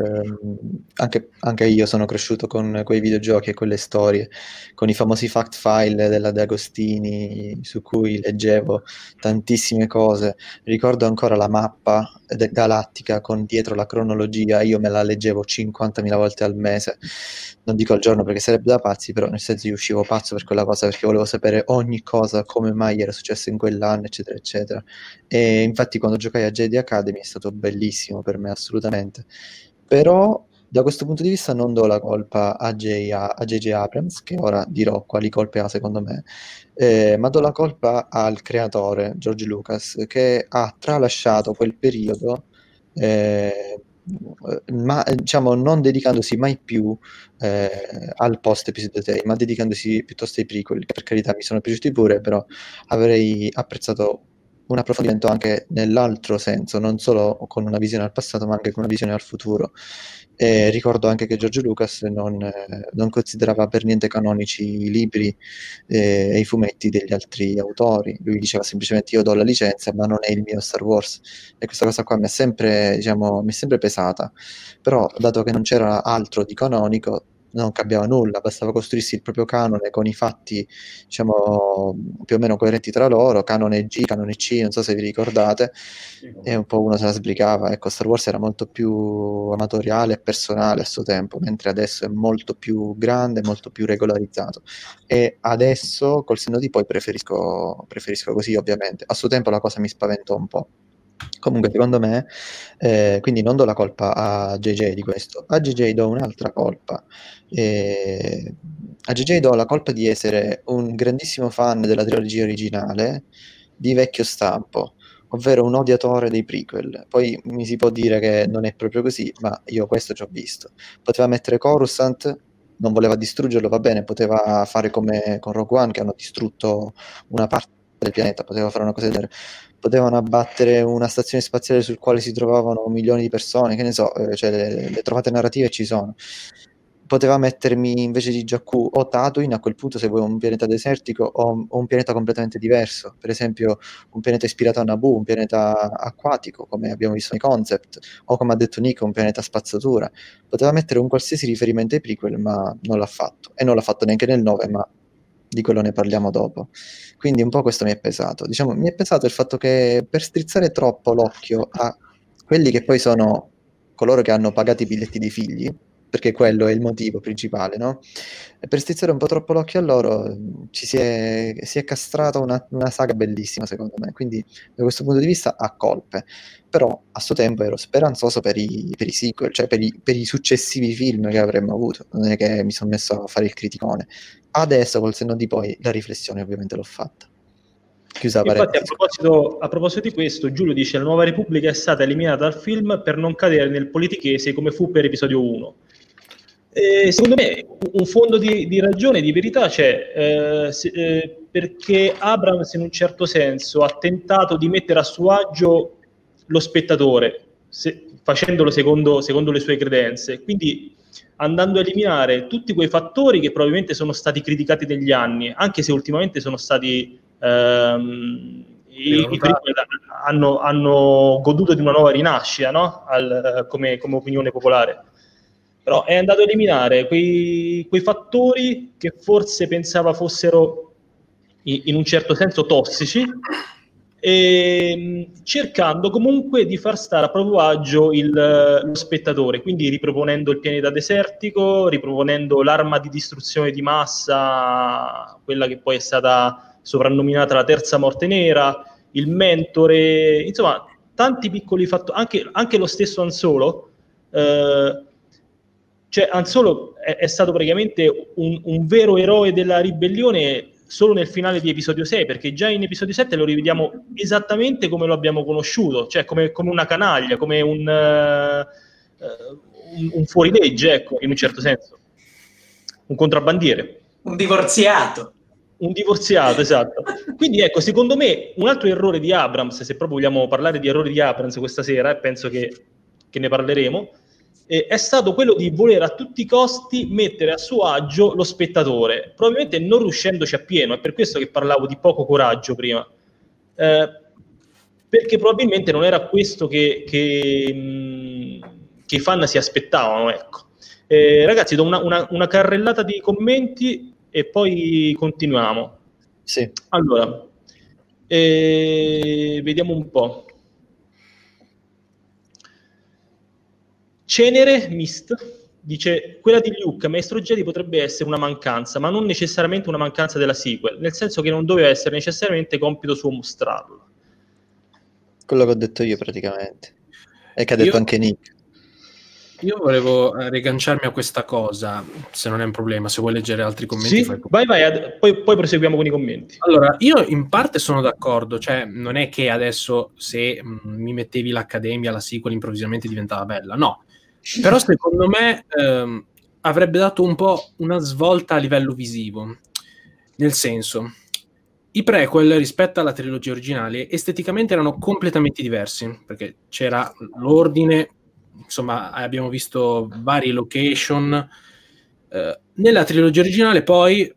anche io sono cresciuto con quei videogiochi e quelle storie, con i famosi fact file della De Agostini, su cui leggevo tantissime cose. Ricordo ancora la mappa galattica con dietro la cronologia, io me la leggevo 50.000 volte al mese, non dico al giorno perché sarebbe da pazzi, però nel senso io uscivo pazzo per quella cosa, perché volevo sapere ogni cosa, come mai era successo in quell'anno, eccetera eccetera. E infatti quando giocai a Jedi Academy è stato bellissimo per me, assolutamente. Però da questo punto di vista non do la colpa a J.J. Abrams, che ora dirò quali colpe ha secondo me, ma do la colpa al creatore George Lucas, che ha tralasciato quel periodo, ma diciamo non dedicandosi mai più al post episodio 6, ma dedicandosi piuttosto ai prequel, che per carità mi sono piaciuti pure, però avrei apprezzato un approfondimento anche nell'altro senso, non solo con una visione al passato, ma anche con una visione al futuro. E ricordo anche che George Lucas non considerava per niente canonici i libri e i fumetti degli altri autori. Lui diceva semplicemente: io do la licenza, ma non è il mio Star Wars. E questa cosa qua mi è sempre pesata. Però, dato che non c'era altro di canonico, non cambiava nulla, bastava costruirsi il proprio canone con i fatti, diciamo, più o meno coerenti tra loro, canone G, canone C, non so se vi ricordate, e un po' uno se la sbrigava. Ecco, Star Wars era molto più amatoriale e personale a suo tempo, mentre adesso è molto più grande, molto più regolarizzato. E adesso, col senno di poi, preferisco così, ovviamente. A suo tempo la cosa mi spaventò un po'. Comunque secondo me, quindi non do la colpa a JJ di questo, a JJ do un'altra colpa, a JJ do la colpa di essere un grandissimo fan della trilogia originale di vecchio stampo, ovvero un odiatore dei prequel. Poi mi si può dire che non è proprio così, ma io questo ci ho visto. Poteva mettere Coruscant, non voleva distruggerlo, va bene, poteva fare come con Rogue One, che hanno distrutto una parte del pianeta, poteva fare una cosa del genere. Potevano abbattere una stazione spaziale sul quale si trovavano milioni di persone, che ne so, cioè le trovate narrative ci sono. Poteva mettermi invece di Jakku o Tatooine, a quel punto, se vuoi un pianeta desertico o un pianeta completamente diverso, per esempio un pianeta ispirato a Naboo, un pianeta acquatico come abbiamo visto nei concept, o come ha detto Nico un pianeta spazzatura. Poteva mettere un qualsiasi riferimento ai prequel, ma non l'ha fatto, e non l'ha fatto neanche nel 9, ma di quello ne parliamo dopo. Quindi un po' questo mi è pesato. Diciamo, mi è pesato il fatto che, per strizzare troppo l'occhio a quelli che poi sono coloro che hanno pagato i biglietti dei figli, perché quello è il motivo principale, no? E per strizzare un po' troppo l'occhio a loro si è castrata una saga bellissima, secondo me. Quindi da questo punto di vista ha colpe. Però a suo tempo ero speranzoso per i sequel, cioè per i successivi film che avremmo avuto. Non è che mi sono messo a fare il criticone. Adesso, col senno di poi, la riflessione ovviamente l'ho fatta. Chiusa Infatti, a proposito di questo, Giulio dice: la Nuova Repubblica è stata eliminata dal film per non cadere nel politichese come fu per episodio 1. Secondo me un fondo di ragione, di verità c'è. perché Abrams in un certo senso ha tentato di mettere a suo agio lo spettatore, facendolo secondo le sue credenze, quindi andando a eliminare tutti quei fattori che probabilmente sono stati criticati negli anni, anche se ultimamente sono stati i prequel hanno goduto di una nuova rinascita, no? Come opinione popolare. Però è andato a eliminare quei fattori che forse pensava fossero in un certo senso tossici, e cercando comunque di far stare a proprio agio lo spettatore, quindi riproponendo il pianeta desertico, riproponendo l'arma di distruzione di massa, quella che poi è stata soprannominata la terza morte nera, il mentore, insomma tanti piccoli fattori, anche lo stesso Han Solo. Cioè Han Solo è stato praticamente un vero eroe della ribellione solo nel finale di episodio 6, perché già in episodio 7 lo rivediamo esattamente come lo abbiamo conosciuto, cioè come una canaglia, come un fuorilegge, ecco, in un certo senso, un contrabbandiere, un divorziato, esatto. Quindi ecco, secondo me un altro errore di Abrams, se proprio vogliamo parlare di errori di Abrams questa sera, e penso che ne parleremo, è stato quello di voler a tutti i costi mettere a suo agio lo spettatore, probabilmente non riuscendoci appieno. È per questo che parlavo di poco coraggio prima, perché probabilmente non era questo che i fan si aspettavano, ecco. Ragazzi, do una carrellata di commenti e poi continuiamo. Sì. Allora, vediamo un po'. Cenere Mist dice: quella di Luke, Maestro Jedi, potrebbe essere una mancanza, ma non necessariamente una mancanza della sequel, nel senso che non doveva essere necessariamente compito suo mostrarlo. Quello che ho detto io praticamente, e che ha detto anche Nick. Io volevo riagganciarmi a questa cosa, se non è un problema, se vuoi leggere altri commenti. Sì, vai, poi proseguiamo con i commenti. Allora, io in parte sono d'accordo, cioè non è che adesso se mi mettevi l'Accademia, la sequel improvvisamente diventava bella, no. Però secondo me avrebbe dato un po' una svolta a livello visivo, nel senso, i prequel rispetto alla trilogia originale esteticamente erano completamente diversi, perché c'era l'ordine, insomma abbiamo visto varie location. Nella trilogia originale poi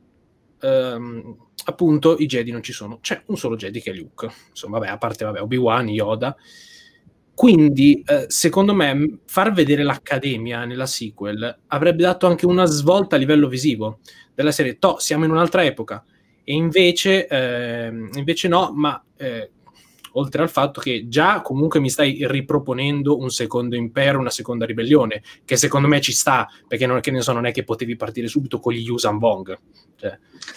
appunto i Jedi non ci sono, c'è un solo Jedi che è Luke, insomma a parte Obi-Wan, Yoda. Quindi secondo me far vedere l'Accademia nella sequel avrebbe dato anche una svolta a livello visivo della serie. Siamo in un'altra epoca, e invece no, ma oltre al fatto che già comunque mi stai riproponendo un secondo impero, una seconda ribellione, che secondo me ci sta, perché non è che potevi partire subito con gli Yuuzhan Vong, cioè,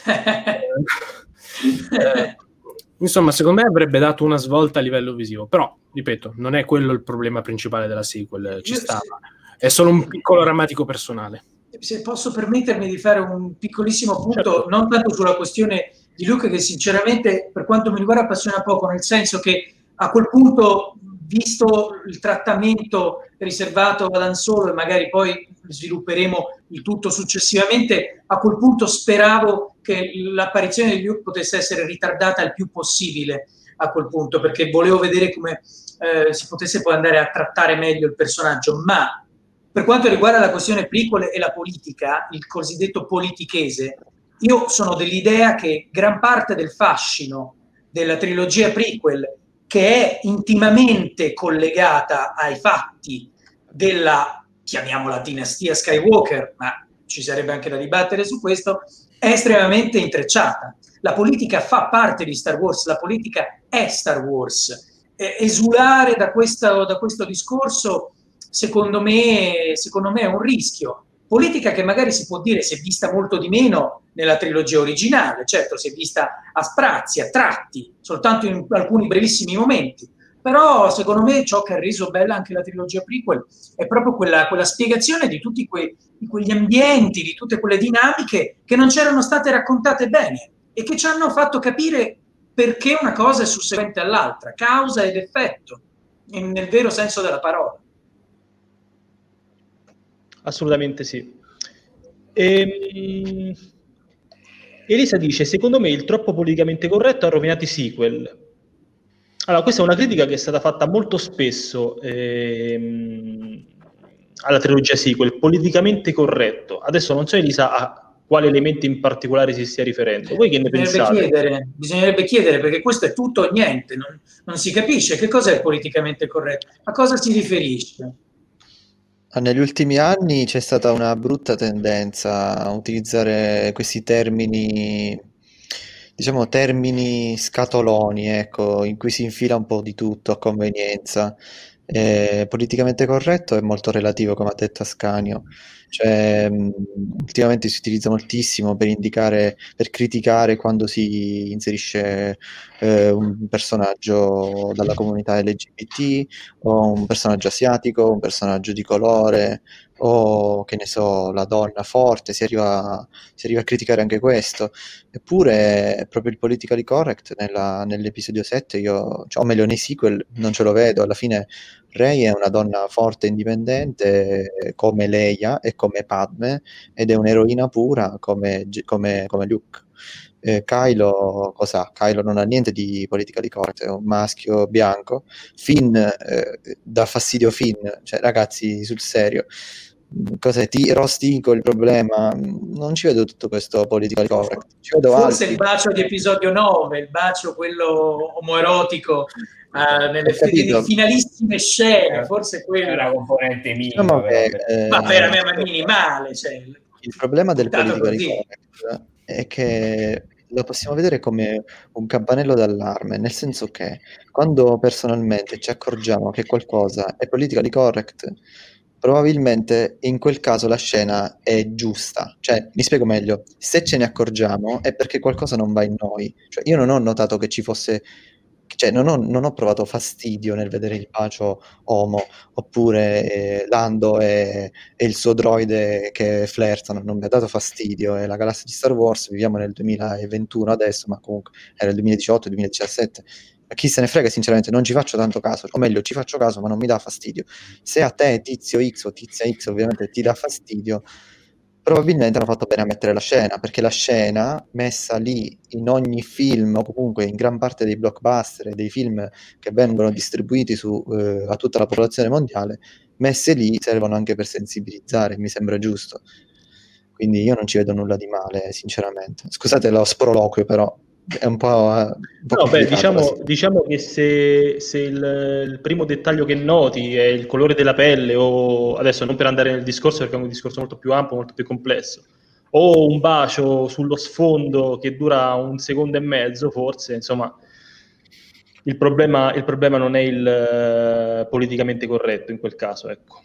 insomma secondo me avrebbe dato una svolta a livello visivo, però ripeto, non è quello il problema principale della sequel, ci sta, è solo un piccolo rammarico personale. Se posso permettermi di fare un piccolissimo punto, certo. Non tanto sulla questione di Luke, che sinceramente per quanto mi riguarda appassiona poco, nel senso che a quel punto, visto il trattamento riservato ad Han Solo, e magari poi svilupperemo il tutto successivamente, a quel punto speravo che l'apparizione di Luke potesse essere ritardata il più possibile a quel punto, perché volevo vedere come si potesse poi andare a trattare meglio il personaggio. Ma per quanto riguarda la questione prequel e la politica, il cosiddetto politichese, io sono dell'idea che gran parte del fascino della trilogia prequel, che è intimamente collegata ai fatti della, chiamiamola dinastia Skywalker, ma ci sarebbe anche da dibattere su questo, è estremamente intrecciata. La politica fa parte di Star Wars, la politica è Star Wars. Esulare da questo discorso secondo me è un rischio. Politica che magari si può dire si è vista molto di meno nella trilogia originale, certo si è vista a sprazzi, a tratti, soltanto in alcuni brevissimi momenti, però secondo me ciò che ha reso bella anche la trilogia prequel è proprio quella spiegazione di tutti quegli ambienti, di tutte quelle dinamiche che non c'erano state raccontate bene e che ci hanno fatto capire perché una cosa è susseguente all'altra, causa ed effetto, nel vero senso della parola. Assolutamente sì. Elisa dice: secondo me il troppo politicamente corretto ha rovinato i sequel. Allora, questa è una critica che è stata fatta molto spesso alla trilogia sequel, politicamente corretto. Adesso non so, Elisa, a quale elemento in particolare si stia riferendo. Voi che ne pensate? Bisognerebbe chiedere, perché questo è tutto o niente, non si capisce che cosa è politicamente corretto, a cosa si riferisce. Negli ultimi anni c'è stata una brutta tendenza a utilizzare questi termini, diciamo termini scatoloni, ecco, in cui si infila un po' di tutto a convenienza. Politicamente corretto è molto relativo, come ha detto Ascanio. Cioè, ultimamente si utilizza moltissimo per indicare, per criticare quando si inserisce un personaggio dalla comunità LGBT o un personaggio asiatico, un personaggio di colore o che ne so, la donna forte, si arriva a criticare anche questo. Eppure proprio il politically correct nell'episodio 7 io, cioè, o meglio nei sequel non ce lo vedo, alla fine Rey è una donna forte e indipendente come Leia e come Padme ed è un'eroina pura come Luke. Kylo cos'ha? Kylo non ha niente di politically correct, è un maschio bianco. Finn dà fastidio Finn, cioè ragazzi sul serio, cos'è? Rostico il problema? Non ci vedo tutto questo politically correct, ci vedo forse altri. Il bacio di episodio 9, il bacio quello omoerotico nelle finalissime scene, forse quella è una componente minima, diciamo che, ma veramente minimale, cioè, il problema del politically così. correct è che lo possiamo vedere come un campanello d'allarme, nel senso che quando personalmente ci accorgiamo che qualcosa è politically correct, probabilmente in quel caso la scena è giusta. Cioè, mi spiego meglio, se ce ne accorgiamo è perché qualcosa non va in noi. Cioè, io non ho notato che ci fosse, cioè non ho provato fastidio nel vedere il bacio omo, oppure Lando e il suo droide che flirtano, non mi ha dato fastidio. È la galassia di Star Wars, viviamo nel 2021 adesso, ma comunque era il 2018-2017. Chi se ne frega, sinceramente, non ci faccio tanto caso, o meglio, ci faccio caso, ma non mi dà fastidio. Se a te Tizio X o Tizia X ovviamente ti dà fastidio, probabilmente hanno fatto bene a mettere la scena, perché la scena messa lì in ogni film o comunque in gran parte dei blockbuster e dei film che vengono distribuiti a tutta la popolazione mondiale, messe lì servono anche per sensibilizzare, mi sembra giusto. Quindi io non ci vedo nulla di male, sinceramente. Scusate lo sproloquio, però è un po', no, beh, diciamo che se il primo dettaglio che noti è il colore della pelle, o adesso non per andare nel discorso perché è un discorso molto più ampio, molto più complesso, o un bacio sullo sfondo che dura 1 secondo e mezzo, forse, insomma, il problema non è il politicamente corretto in quel caso, ecco.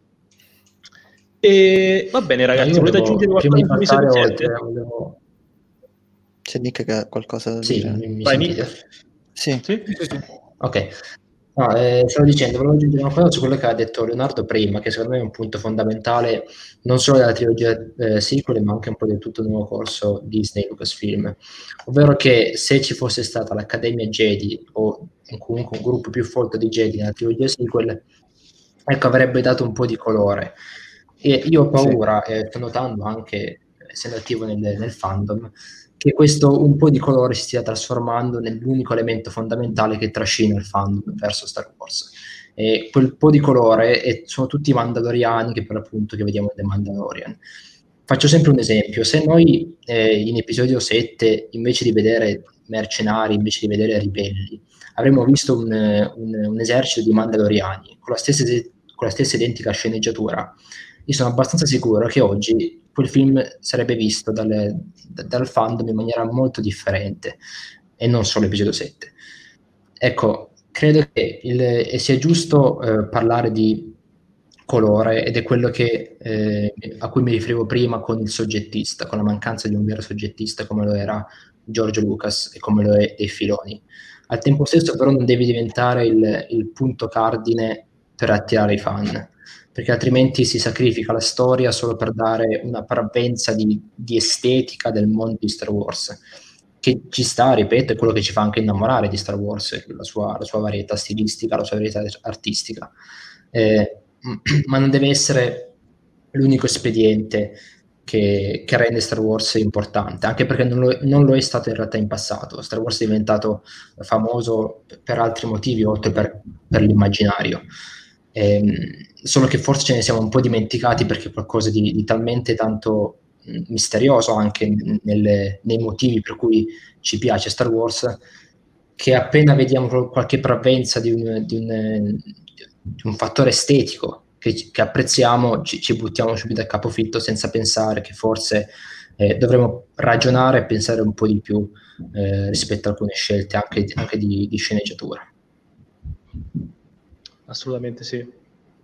E va bene, ragazzi, volete aggiungere qualcosa? C'è Nick che ha qualcosa da dire? Mi Vai, sentite? Nick. Sì. Ok. No, stavo dicendo, volevo aggiungere una cosa su quello che ha detto Leonardo prima, che secondo me è un punto fondamentale non solo della trilogia sequel, ma anche un po' del tutto nuovo corso Disney Lucasfilm, ovvero che se ci fosse stata l'Accademia Jedi o comunque un gruppo più folto di Jedi nella trilogia sequel, ecco, avrebbe dato un po' di colore. E io ho paura, e sto notando anche, essendo attivo nel fandom, che questo un po' di colore si stia trasformando nell'unico elemento fondamentale che trascina il fandom verso Star Wars. E quel po' di colore sono tutti i Mandaloriani che per l'appunto che vediamo in The Mandalorian. Faccio sempre un esempio: se noi in episodio 7 invece di vedere mercenari, invece di vedere ribelli, avremmo visto un esercito di Mandaloriani con la stessa identica sceneggiatura, io sono abbastanza sicuro che oggi quel film sarebbe visto dal fandom in maniera molto differente, e non solo l'episodio 7. Ecco, credo che sia giusto parlare di colore, ed è quello a cui mi riferivo prima con il soggettista, con la mancanza di un vero soggettista come lo era George Lucas e come lo è dei Filoni. Al tempo stesso però non devi diventare il punto cardine per attirare i fan, perché altrimenti si sacrifica la storia solo per dare una parvenza di estetica del mondo di Star Wars, che ci sta, ripeto, è quello che ci fa anche innamorare di Star Wars, la sua varietà stilistica, la sua varietà artistica, ma non deve essere l'unico espediente che rende Star Wars importante, anche perché non lo è stato in realtà in passato. Star Wars è diventato famoso per altri motivi, oltre per l'immaginario. Solo che forse ce ne siamo un po' dimenticati, perché è qualcosa di talmente tanto misterioso anche nei motivi per cui ci piace Star Wars, che appena vediamo qualche parvenza di un fattore estetico che apprezziamo, ci buttiamo subito a capofitto senza pensare che forse dovremmo ragionare e pensare un po' di più rispetto a alcune scelte anche di sceneggiatura. Assolutamente sì.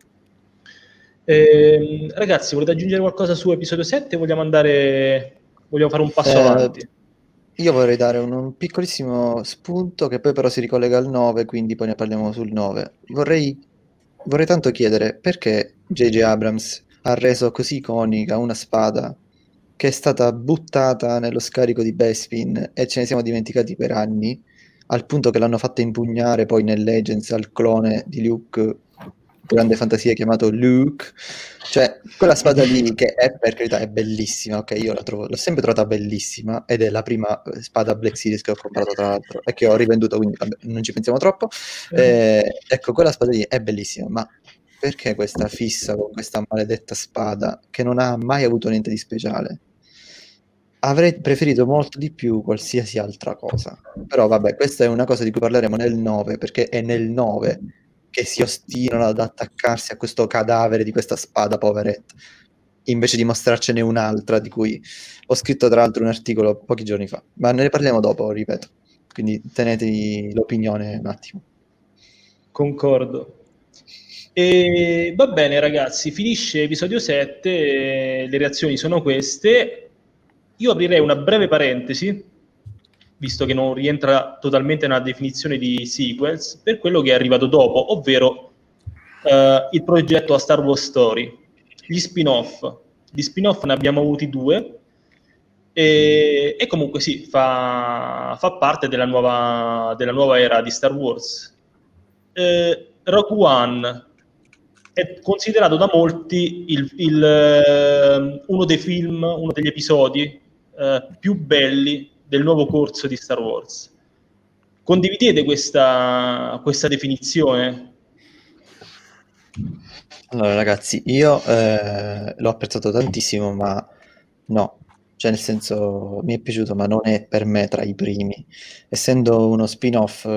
Ragazzi, volete aggiungere qualcosa su episodio 7? Vogliamo fare un passo avanti? Io vorrei dare un piccolissimo spunto che poi però si ricollega al 9, quindi poi ne parliamo sul 9. Vorrei tanto chiedere perché J.J. Abrams ha reso così iconica una spada che è stata buttata nello scarico di Bespin e ce ne siamo dimenticati per anni, al punto che l'hanno fatta impugnare poi nel Legends al clone di Luke, grande fantasia, chiamato Luke. Cioè, quella spada lì, che è, per carità, è bellissima, ok, io l'ho sempre trovata bellissima, ed è la prima spada Black Series che ho comprato, tra l'altro, e che ho rivenduto, quindi vabbè, non ci pensiamo troppo. Ecco, quella spada lì è bellissima, ma perché questa fissa con questa maledetta spada che non ha mai avuto niente di speciale? Avrei preferito molto di più qualsiasi altra cosa, però vabbè, questa è una cosa di cui parleremo nel 9, perché è nel 9 che si ostinano ad attaccarsi a questo cadavere di questa spada, poveretta, invece di mostrarcene un'altra di cui ho scritto tra l'altro un articolo pochi giorni fa, ma ne parliamo dopo, ripeto, quindi tenetevi l'opinione un attimo. Concordo. E va bene ragazzi, finisce episodio 7, le reazioni sono queste. Io aprirei una breve parentesi, visto che non rientra totalmente nella definizione di sequels, per quello che è arrivato dopo, ovvero il progetto a Star Wars Story, gli spin-off. Gli spin-off ne abbiamo avuti 2 e comunque sì, fa parte della nuova era di Star Wars. Rogue One è considerato da molti uno dei film, uno degli episodi più belli del nuovo corso di Star Wars. Condividete questa definizione? Allora ragazzi, io l'ho apprezzato tantissimo, ma no, cioè nel senso mi è piaciuto, ma non è per me tra i primi. Essendo uno spin-off,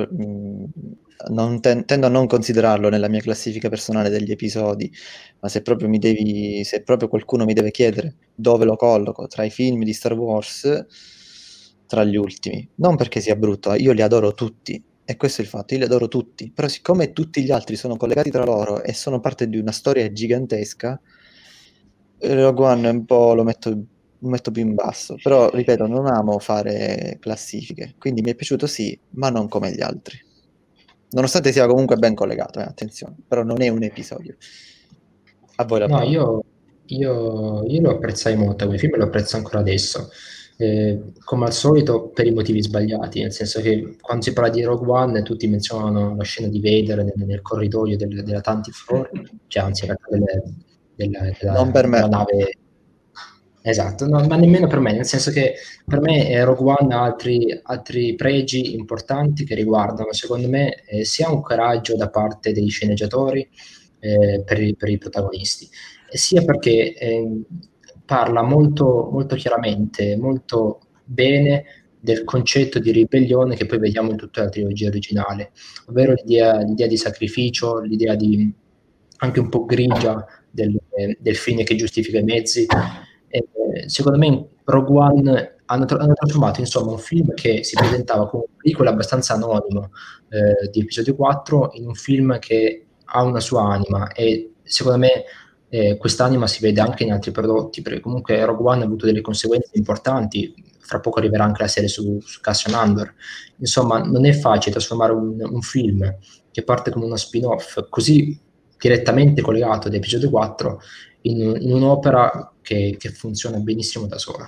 tendo a non considerarlo nella mia classifica personale degli episodi, ma se proprio qualcuno mi deve chiedere dove lo colloco tra i film di Star Wars, tra gli ultimi, non perché sia brutto, io li adoro tutti, e questo è il fatto, io li adoro tutti, però siccome tutti gli altri sono collegati tra loro e sono parte di una storia gigantesca, Rogue One un po' lo metto più in basso, però ripeto, non amo fare classifiche, quindi mi è piaciuto sì, ma non come gli altri. Nonostante sia comunque ben collegato, attenzione, però non è un episodio. A voi la parola. No, io lo apprezzai molto quel film, lo apprezzo ancora adesso. Come al solito per i motivi sbagliati, nel senso che quando si parla di Rogue One tutti menzionano la scena di Vader nel corridoio della Tantive, cioè anzi in realtà Non per me. della nave. Esatto, no, ma nemmeno per me, nel senso che per me Rogue One ha altri pregi importanti che riguardano, secondo me, sia un coraggio da parte degli sceneggiatori per i protagonisti, sia perché parla molto, molto chiaramente, molto bene del concetto di ribellione che poi vediamo in tutta la trilogia originale, ovvero l'idea di sacrificio, l'idea anche un po' grigia del fine che giustifica i mezzi. Secondo me in Rogue One hanno trasformato insomma un film che si presentava come un pellicola abbastanza anonimo di episodio 4 in un film che ha una sua anima, e secondo me quest'anima si vede anche in altri prodotti, perché comunque Rogue One ha avuto delle conseguenze importanti. Fra poco arriverà anche la serie su Cassian Andor. Insomma, non è facile trasformare un film che parte come uno spin-off così direttamente collegato ad episodio 4 in un'opera che funziona benissimo da sola.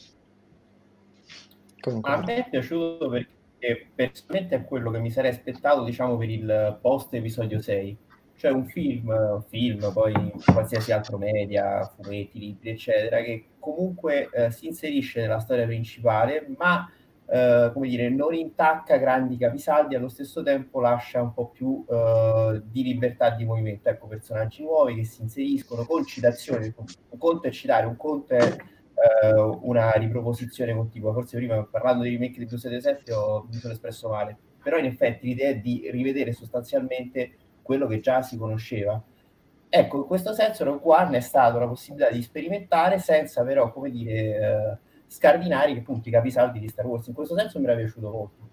A me è piaciuto perché personalmente è quello che mi sarei aspettato, diciamo, per il post episodio 6, cioè un film, poi qualsiasi altro media, fumetti, libri, eccetera, che comunque si inserisce nella storia principale, ma come dire, non intacca grandi capisaldi, allo stesso tempo lascia un po' più di libertà di movimento. Ecco, personaggi nuovi che si inseriscono con citazioni. Un conto è citare, un conto è una riproposizione continua. Forse prima, parlando di remake di Bruce 7 mi sono espresso male, però in effetti l'idea è di rivedere sostanzialmente quello che già si conosceva. Ecco, in questo senso Rogue One è stata una possibilità di sperimentare senza però, come dire, scardinare appunto i capisaldi di Star Wars. In questo senso mi era piaciuto molto.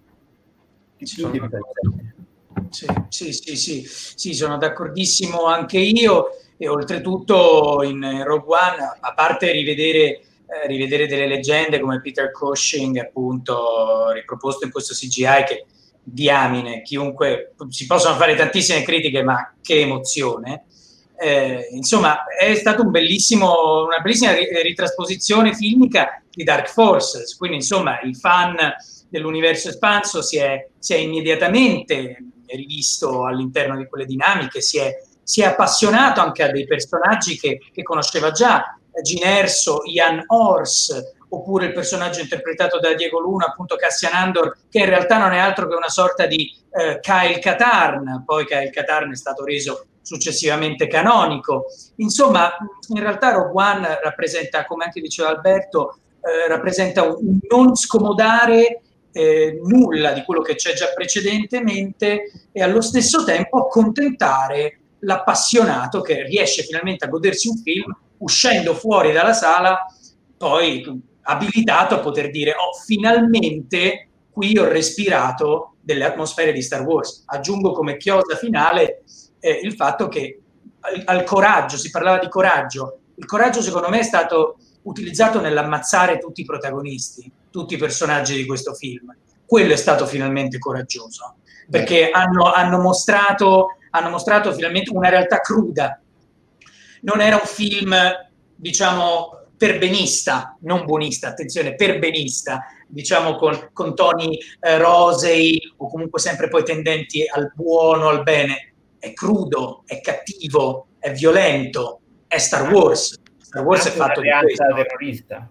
Sì, sono d'accordissimo anche io, e oltretutto in Rogue One, a parte rivedere delle leggende come Peter Cushing, appunto riproposto in questo CGI, che diamine, chiunque, si possono fare tantissime critiche, ma che emozione. Insomma, è stata una bellissima ritrasposizione filmica di Dark Forces, quindi insomma il fan dell'universo espanso si è immediatamente rivisto all'interno di quelle dinamiche, si è appassionato anche a dei personaggi che conosceva già, Jyn Erso, Ian Horse, oppure il personaggio interpretato da Diego Luna, appunto Cassian Andor, che in realtà non è altro che una sorta di Kyle Katarn, poi Kyle Katarn è stato reso successivamente canonico. Insomma, in realtà Rogue One rappresenta, come anche diceva Alberto, rappresenta un non scomodare nulla di quello che c'è già precedentemente, e allo stesso tempo accontentare l'appassionato che riesce finalmente a godersi un film uscendo fuori dalla sala, poi abilitato a poter dire: oh, finalmente qui ho respirato delle atmosfere di Star Wars. Aggiungo come chiosa finale il fatto che al coraggio, si parlava di coraggio, il coraggio secondo me è stato utilizzato nell'ammazzare tutti i protagonisti, tutti i personaggi di questo film. Quello è stato finalmente coraggioso, perché hanno mostrato finalmente una realtà cruda. Non era un film, diciamo, perbenista, non buonista, attenzione, perbenista, diciamo con toni rosei o comunque sempre poi tendenti al buono, al bene. È crudo, è cattivo, è violento, è Star Wars. Star Wars è fatto di questo. Terrorista.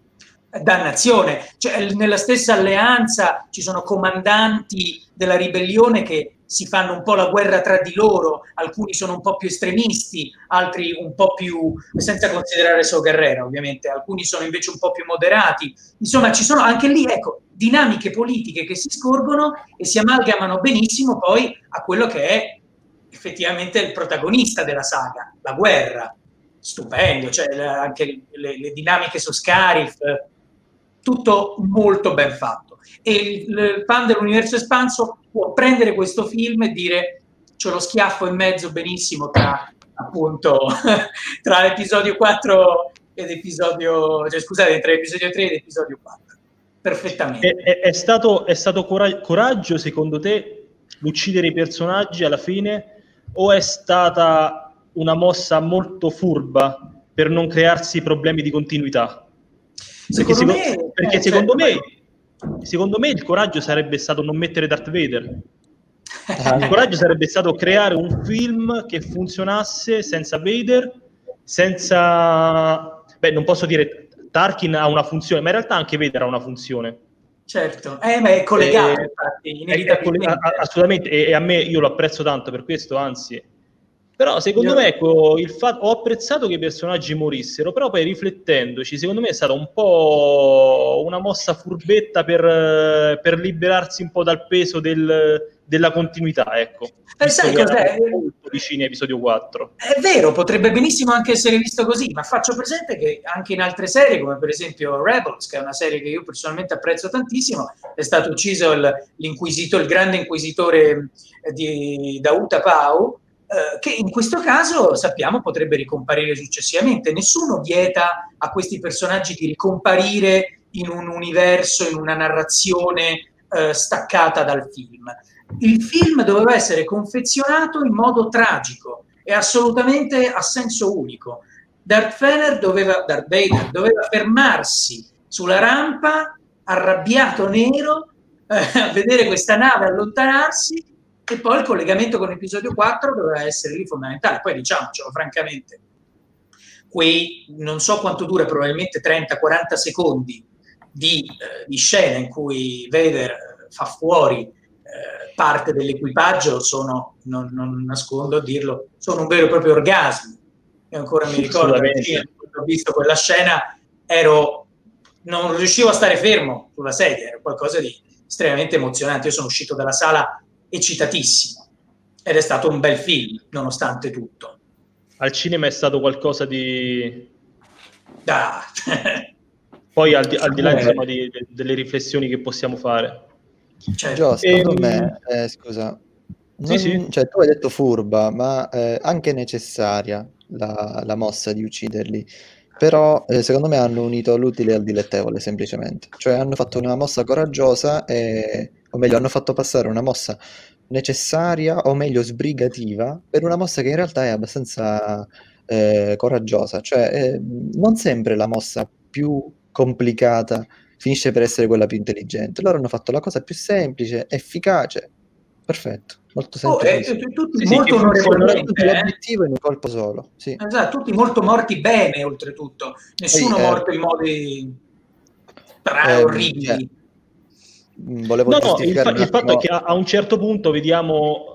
Dannazione, cioè, nella stessa alleanza ci sono comandanti della ribellione che si fanno un po' la guerra tra di loro, alcuni sono un po' più estremisti, altri un po' più, senza considerare Saw Gerrera ovviamente, alcuni sono invece un po' più moderati. Insomma, ci sono anche lì, ecco, dinamiche politiche che si scorgono e si amalgamano benissimo poi a quello che è effettivamente il protagonista della saga, la guerra. Stupendo, cioè anche le dinamiche su Scarif, tutto molto ben fatto. E il fan dell'universo espanso può prendere questo film e dire: c'è lo schiaffo in mezzo benissimo tra appunto tra l'episodio 4 ed episodio, cioè, scusate, tra episodio 3 ed episodio 4, perfettamente. È stato coraggio secondo te uccidere i personaggi alla fine, o è stata una mossa molto furba per non crearsi problemi di continuità? Secondo me il coraggio sarebbe stato non mettere Darth Vader. Il coraggio sarebbe stato creare un film che funzionasse senza Vader, senza... non posso dire Tarkin ha una funzione, ma in realtà anche Vader ha una funzione. Certo, ma è collegato, infatti, inevitabilmente. Assolutamente, e a me, io lo apprezzo tanto per questo, anzi. Però secondo me, ecco, ho apprezzato che i personaggi morissero, però poi riflettendoci, secondo me è stata un po' una mossa furbetta per liberarsi un po' dal peso della continuità, ecco. Sai cos'è? Molto vicini a episodio 4. È vero, potrebbe benissimo anche essere visto così, ma faccio presente che anche in altre serie, come per esempio Rebels, che è una serie che io personalmente apprezzo tantissimo, è stato ucciso il grande inquisitore da Utapau, che in questo caso sappiamo potrebbe ricomparire successivamente. Nessuno vieta a questi personaggi di ricomparire in un universo, in una narrazione staccata dal film. Il film doveva essere confezionato in modo tragico e assolutamente a senso unico. Darth Vader doveva fermarsi sulla rampa, arrabbiato nero, a vedere questa nave allontanarsi E poi il collegamento con l'episodio 4 doveva essere lì fondamentale. Poi diciamocelo francamente, quei non so quanto dura, probabilmente 30-40 secondi di scena in cui Vader fa fuori parte dell'equipaggio sono, non nascondo a dirlo, sono un vero e proprio orgasmo. Io ancora mi ricordo quando ho visto quella scena non riuscivo a stare fermo sulla sedia, era qualcosa di estremamente emozionante. Io sono uscito dalla sala eccitatissimo ed è stato un bel film nonostante tutto. Al cinema è stato qualcosa di... Poi al di là insomma, delle riflessioni che possiamo fare. Certo. Secondo me, scusa, sì. Cioè, tu hai detto furba, ma anche necessaria la mossa di ucciderli. Però secondo me hanno unito l'utile al dilettevole semplicemente. Cioè hanno fatto una mossa coraggiosa, o meglio, hanno fatto passare una mossa necessaria, o meglio sbrigativa, per una mossa che in realtà è abbastanza coraggiosa. Cioè non sempre la mossa più complicata finisce per essere quella più intelligente. Loro hanno fatto la cosa più semplice, efficace, perfetto, molto semplice. Tutti molto onorevolmente. L'obiettivo è in un colpo solo. Sì. Esatto, tutti molto morti bene, oltretutto. Nessuno morto in modi orribili. Cioè, volevo giustificare il fatto è che a un certo punto vediamo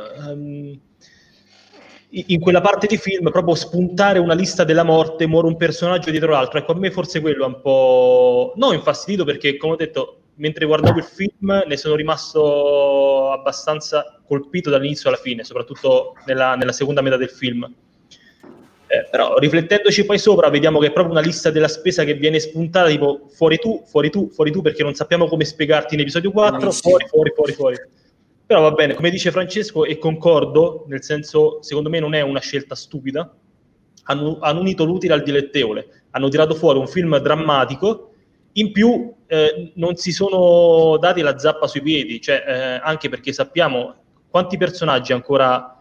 in quella parte di film proprio spuntare una lista della morte, muore un personaggio dietro l'altro. Ecco, a me forse quello è un po' infastidito, perché come ho detto, mentre guardavo il film ne sono rimasto abbastanza colpito dall'inizio alla fine, soprattutto nella seconda metà del film. Però riflettendoci poi sopra vediamo che è proprio una lista della spesa che viene spuntata, tipo fuori tu, perché non sappiamo come spiegarti in episodio 4, fuori. Però va bene, come dice Francesco, e concordo, nel senso, secondo me non è una scelta stupida, hanno unito l'utile al dilettevole, hanno tirato fuori un film drammatico, in più non si sono dati la zappa sui piedi, cioè anche perché sappiamo quanti personaggi ancora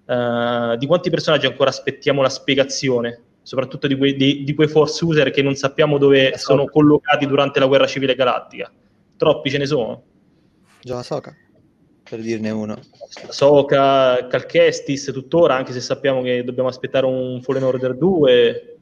aspettiamo la spiegazione, soprattutto di quei Force user che non sappiamo dove sono collocati durante la guerra civile galattica. Troppi ce ne sono. Già Ahsoka, per dirne uno. Ahsoka, Cal Kestis tuttora, anche se sappiamo che dobbiamo aspettare un Fallen Order 2.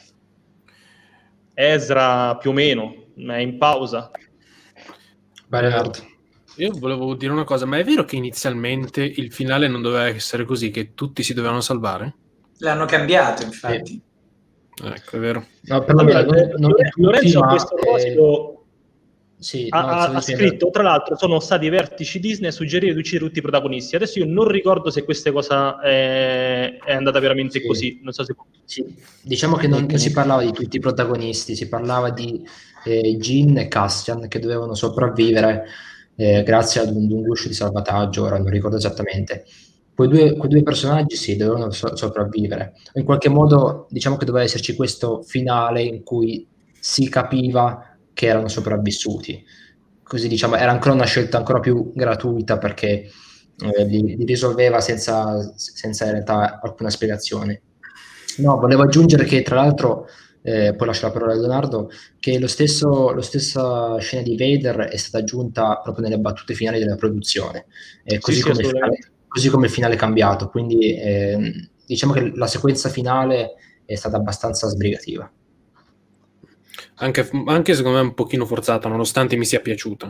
Ezra più o meno è in pausa. Bernardo. Io volevo dire una cosa, ma è vero che inizialmente il finale non doveva essere così, che tutti si dovevano salvare? L'hanno cambiato, infatti. Ecco, è vero. No, per Lorenzo a questo proposito ha scritto, tra l'altro sono stati i vertici Disney a suggerire di uccidere tutti i protagonisti. Adesso io non ricordo se questa cosa è andata veramente così. Non so se... Diciamo che non si parlava di tutti i protagonisti, si parlava di Jyn e Cassian che dovevano sopravvivere grazie ad un guscio di salvataggio, ora non ricordo esattamente. Quei due personaggi dovevano sopravvivere. In qualche modo diciamo che doveva esserci questo finale in cui si capiva che erano sopravvissuti. Così diciamo era ancora una scelta ancora più gratuita, perché li risolveva senza in realtà alcuna spiegazione. No, volevo aggiungere che tra l'altro poi lascio la parola a Leonardo, che la stessa scena di Vader è stata aggiunta proprio nelle battute finali della produzione, così come il finale cambiato, quindi diciamo che la sequenza finale è stata abbastanza sbrigativa. Anche secondo me un pochino forzata, nonostante mi sia piaciuta.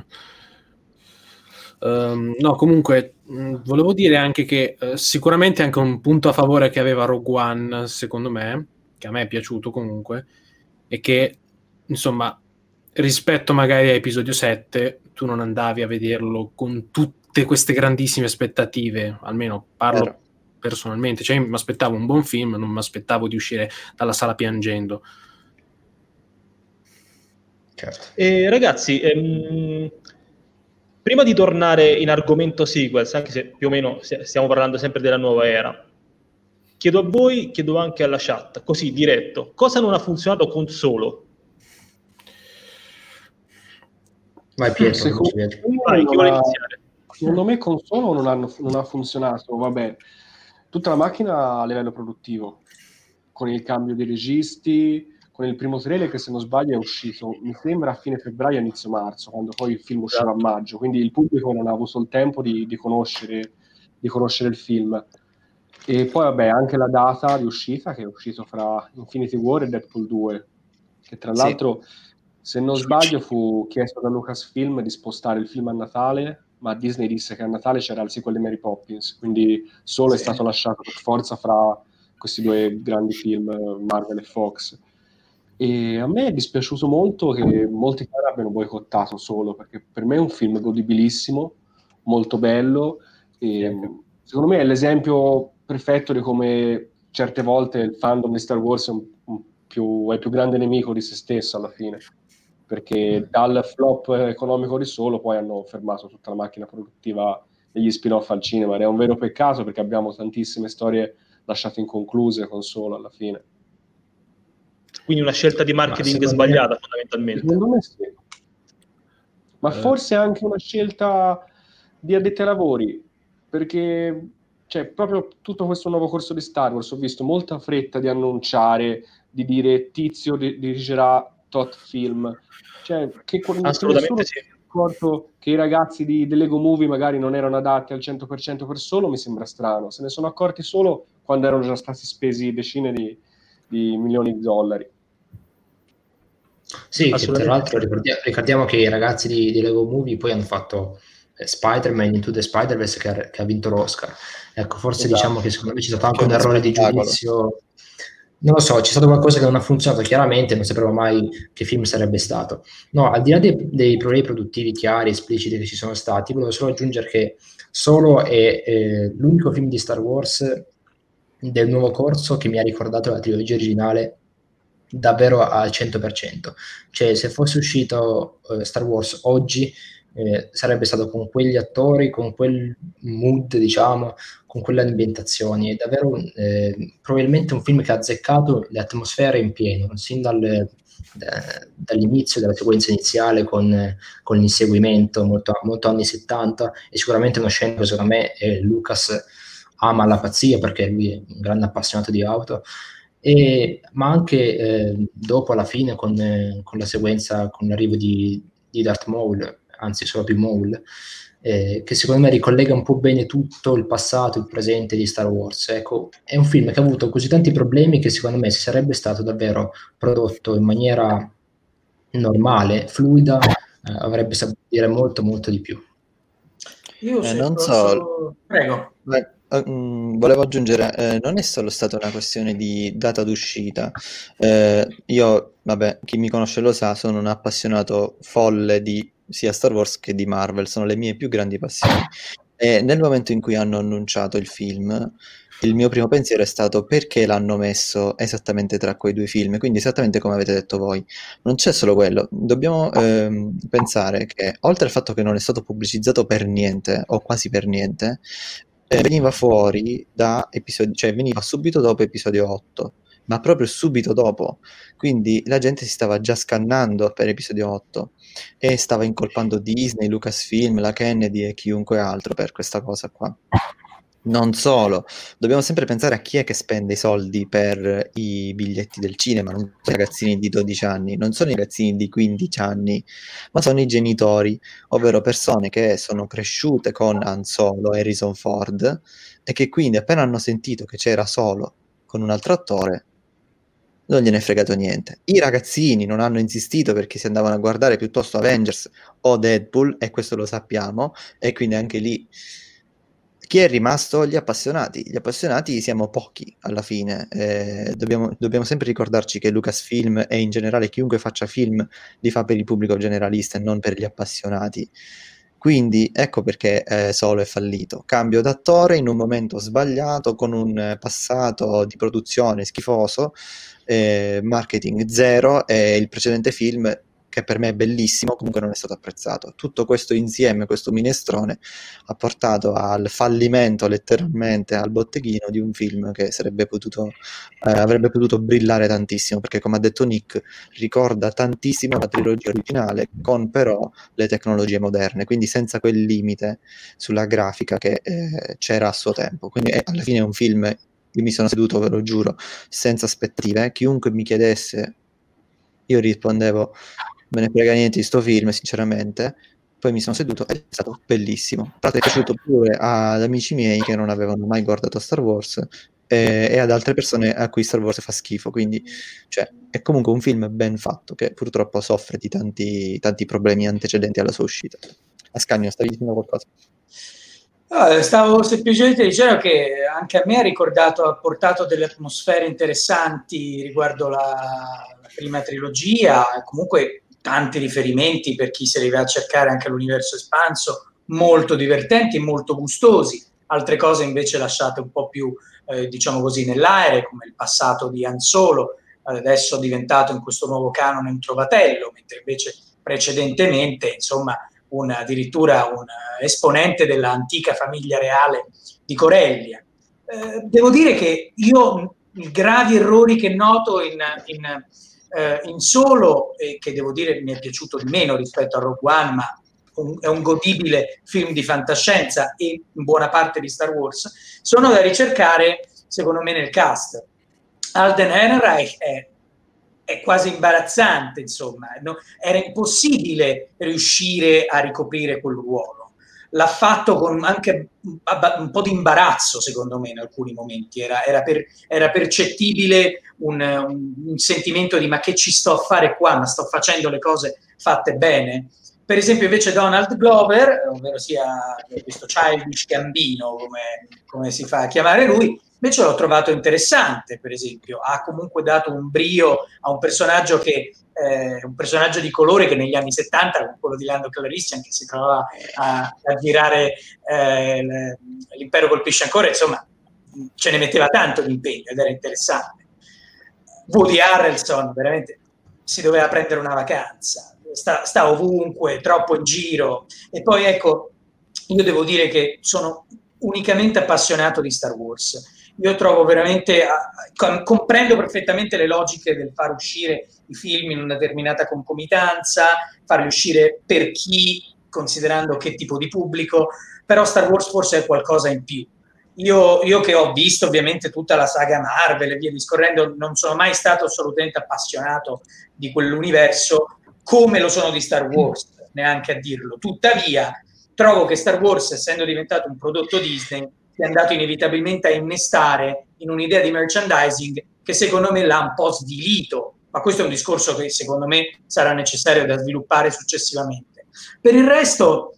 No, comunque volevo dire anche che sicuramente anche un punto a favore che aveva Rogue One, secondo me, che a me è piaciuto comunque, è che insomma rispetto magari a episodio 7 tu non andavi a vederlo con tutte queste grandissime aspettative, almeno parlo personalmente, cioè mi aspettavo un buon film, non mi aspettavo di uscire dalla sala piangendo. Certo. Ragazzi, prima di tornare in argomento sequels, anche se più o meno stiamo parlando sempre della nuova era, chiedo a voi, chiedo anche alla chat, così diretto, cosa non ha funzionato con Solo? Vai Pietro, chi vuole iniziare? Secondo me con Solo non ha funzionato, vabbè, tutta la macchina a livello produttivo, con il cambio di registi, con il primo trailer che se non sbaglio è uscito, mi sembra a fine febbraio, inizio marzo, quando poi il film usciva a maggio, quindi il pubblico non ha avuto il tempo di conoscere di conoscere il film. E poi vabbè, anche la data di uscita, che è uscito fra Infinity War e Deadpool 2, che tra l'altro, se non sbaglio, fu chiesto da Lucasfilm di spostare il film a Natale, ma Disney disse che a Natale c'era il sequel di Mary Poppins, quindi solo è stato lasciato per forza fra questi due grandi film, Marvel e Fox. E a me è dispiaciuto molto che molti fan abbiano boicottato Solo, perché per me è un film godibilissimo, molto bello, e secondo me è l'esempio perfetto di come certe volte il fandom di Star Wars è il più grande nemico di se stesso alla fine, perché dal flop economico di Solo poi hanno fermato tutta la macchina produttiva degli spin-off al cinema, ed è un vero peccato perché abbiamo tantissime storie lasciate inconcluse con Solo alla fine. Quindi una scelta di marketing sbagliata, fondamentalmente. Secondo me sì. Ma forse anche una scelta di addetti ai lavori, perché proprio tutto questo nuovo corso di Star Wars ho visto molta fretta di annunciare, di dire Tizio dirigerà tot film, che assolutamente sì. accorto che i ragazzi di Lego Movie magari non erano adatti al 100% per Solo, mi sembra strano. Se ne sono accorti solo quando erano già stati spesi decine di milioni di dollari. Sì, che tra l'altro ricordiamo che i ragazzi di Lego Movie poi hanno fatto Spider-Man Into the Spider-Verse che ha vinto l'Oscar. Ecco, forse diciamo che secondo me c'è stato anche un errore di giudizio. Non lo so, c'è stato qualcosa che non ha funzionato chiaramente, non sapevo mai che film sarebbe stato. No, al di là dei problemi produttivi chiari, espliciti che ci sono stati, volevo solo aggiungere che Solo è l'unico film di Star Wars del nuovo corso che mi ha ricordato la trilogia originale davvero al 100%. Cioè, se fosse uscito Star Wars oggi, sarebbe stato con quegli attori, con quel mood, diciamo, con quelle ambientazioni. È davvero probabilmente un film che ha azzeccato le atmosfere in pieno, sin dall'inizio della sequenza iniziale con l'inseguimento molto, molto anni 70, e sicuramente uno scena che secondo me Lucas ama alla pazzia, perché lui è un grande appassionato di auto. Ma anche dopo, alla fine, con la sequenza, con l'arrivo di Darth Maul, anzi solo più Maul, che secondo me ricollega un po' bene tutto il passato, il presente di Star Wars. Ecco, è un film che ha avuto così tanti problemi che secondo me, se sarebbe stato davvero prodotto in maniera normale, fluida, avrebbe saputo dire molto molto di più. Io non so, prego. Volevo aggiungere, non è solo stata una questione di data d'uscita. Io, vabbè, chi mi conosce lo sa, sono un appassionato folle di sia Star Wars che di Marvel, sono le mie più grandi passioni. E nel momento in cui hanno annunciato il film, il mio primo pensiero è stato: perché l'hanno messo esattamente tra quei due film? Quindi esattamente come avete detto voi. Non c'è solo quello, dobbiamo pensare che, oltre al fatto che non è stato pubblicizzato per niente, o quasi per niente, veniva fuori da episodio, cioè veniva subito dopo episodio 8, ma proprio subito dopo, quindi la gente si stava già scannando per episodio 8 e stava incolpando Disney, Lucasfilm, la Kennedy e chiunque altro per questa cosa qua. Non solo, dobbiamo sempre pensare a chi è che spende i soldi per i biglietti del cinema. Non sono i ragazzini di 12 anni, non sono i ragazzini di 15 anni, ma sono i genitori, ovvero persone che sono cresciute con Han Solo e Harrison Ford e che quindi, appena hanno sentito che c'era Solo con un altro attore, non gliene è fregato niente. I ragazzini non hanno insistito perché si andavano a guardare piuttosto Avengers o Deadpool, e questo lo sappiamo, e quindi anche lì chi è rimasto? Gli appassionati. Gli appassionati siamo pochi alla fine. Dobbiamo sempre ricordarci che Lucasfilm e in generale chiunque faccia film li fa per il pubblico generalista e non per gli appassionati. Quindi ecco perché Solo è fallito. Cambio d'attore in un momento sbagliato, con un passato di produzione schifoso, marketing zero, e il precedente film, che per me è bellissimo, comunque non è stato apprezzato. Tutto questo insieme, questo minestrone, ha portato al fallimento, letteralmente al botteghino, di un film che avrebbe potuto brillare tantissimo, perché, come ha detto Nick, ricorda tantissimo la trilogia originale, con però le tecnologie moderne, quindi senza quel limite sulla grafica che c'era a suo tempo. Quindi alla fine è un film, io mi sono seduto, ve lo giuro, senza aspettative. Chiunque mi chiedesse, io rispondevo: me ne frega niente di sto film, sinceramente. poi mi sono seduto ed è stato bellissimo. Tra l'altro è piaciuto pure ad amici miei che non avevano mai guardato Star Wars e ad altre persone a cui Star Wars fa schifo, quindi cioè, è comunque un film ben fatto che purtroppo soffre di tanti problemi antecedenti alla sua uscita. Ascanio, stavi dicendo qualcosa? Stavo semplicemente dicendo che anche a me ha portato delle atmosfere interessanti riguardo la prima trilogia, comunque tanti riferimenti per chi se li va a cercare anche l'universo espanso, molto divertenti e molto gustosi, altre cose invece lasciate un po' più, diciamo così, nell'aere, come il passato di Han Solo, adesso diventato in questo nuovo canone un trovatello, mentre invece precedentemente, insomma, addirittura un esponente dell'antica famiglia reale di Corellia. Devo dire che io i gravi errori che noto in Solo, e che devo dire mi è piaciuto di meno rispetto a Rogue One, ma è un godibile film di fantascienza e in buona parte di Star Wars, sono da ricercare secondo me nel cast. Alden Ehrenreich è quasi imbarazzante, insomma, no? Era impossibile riuscire a ricoprire quel ruolo. L'ha fatto con anche un po' di imbarazzo, secondo me, in alcuni momenti. Era percettibile un sentimento di ma che ci sto a fare qua, ma sto facendo le cose fatte bene. Per esempio, invece Donald Glover, ovvero sia questo Childish Gambino, come si fa a chiamare lui, invece l'ho trovato interessante, per esempio. Ha comunque dato un brio a un personaggio un personaggio di colore che negli anni 70, con quello di Lando Calrissian, che si trovava a girare L'impero colpisce ancora, insomma, ce ne metteva tanto di impegno ed era interessante. Woody Harrelson veramente si doveva prendere una vacanza, sta ovunque, troppo in giro. E poi ecco, io devo dire che sono unicamente appassionato di Star Wars. Io trovo veramente, comprendo perfettamente le logiche del far uscire i film in una determinata concomitanza, farli uscire per chi, considerando che tipo di pubblico, però Star Wars forse è qualcosa in più. Io che ho visto ovviamente tutta la saga Marvel e via discorrendo, non sono mai stato assolutamente appassionato di quell'universo come lo sono di Star Wars, neanche a dirlo. Tuttavia, trovo che Star Wars, essendo diventato un prodotto Disney, sia andato inevitabilmente a innestare in un'idea di merchandising che secondo me l'ha un po' svilito, ma questo è un discorso che secondo me sarà necessario da sviluppare successivamente. Per il resto,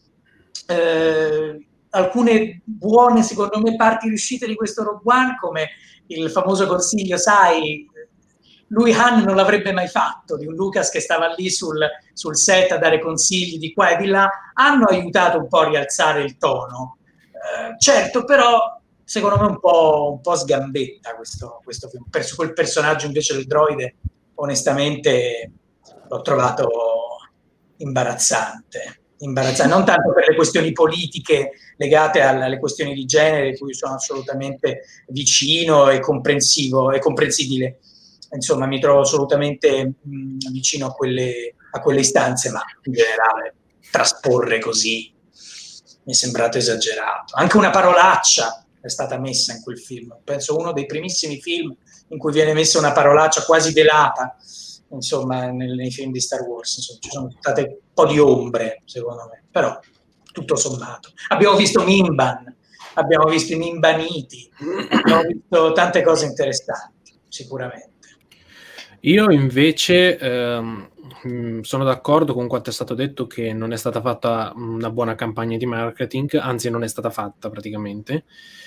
alcune buone, secondo me, parti riuscite di questo Rogue One, come il famoso consiglio, sai, lui Han non l'avrebbe mai fatto, di un Lucas che stava lì sul set a dare consigli di qua e di là, hanno aiutato un po' a rialzare il tono. Certo, però secondo me un po' sgambetta questo film. Per quel personaggio invece del droide, onestamente l'ho trovato imbarazzante, non tanto per le questioni politiche legate alle questioni di genere, di cui sono assolutamente vicino e comprensivo e comprensibile. Insomma, mi trovo assolutamente vicino a quelle istanze, ma in generale trasporre così mi è sembrato esagerato. Anche una parolaccia è stata messa in quel film. Penso uno dei primissimi film in cui viene messa una parolaccia quasi velata, insomma, nei film di Star Wars. Insomma, ci sono state un po' di ombre, secondo me, però tutto sommato. Abbiamo visto Mimban, abbiamo visto i Mimbaniti, abbiamo visto tante cose interessanti, sicuramente. Io invece sono d'accordo con quanto è stato detto, che non è stata fatta una buona campagna di marketing, anzi non è stata fatta praticamente.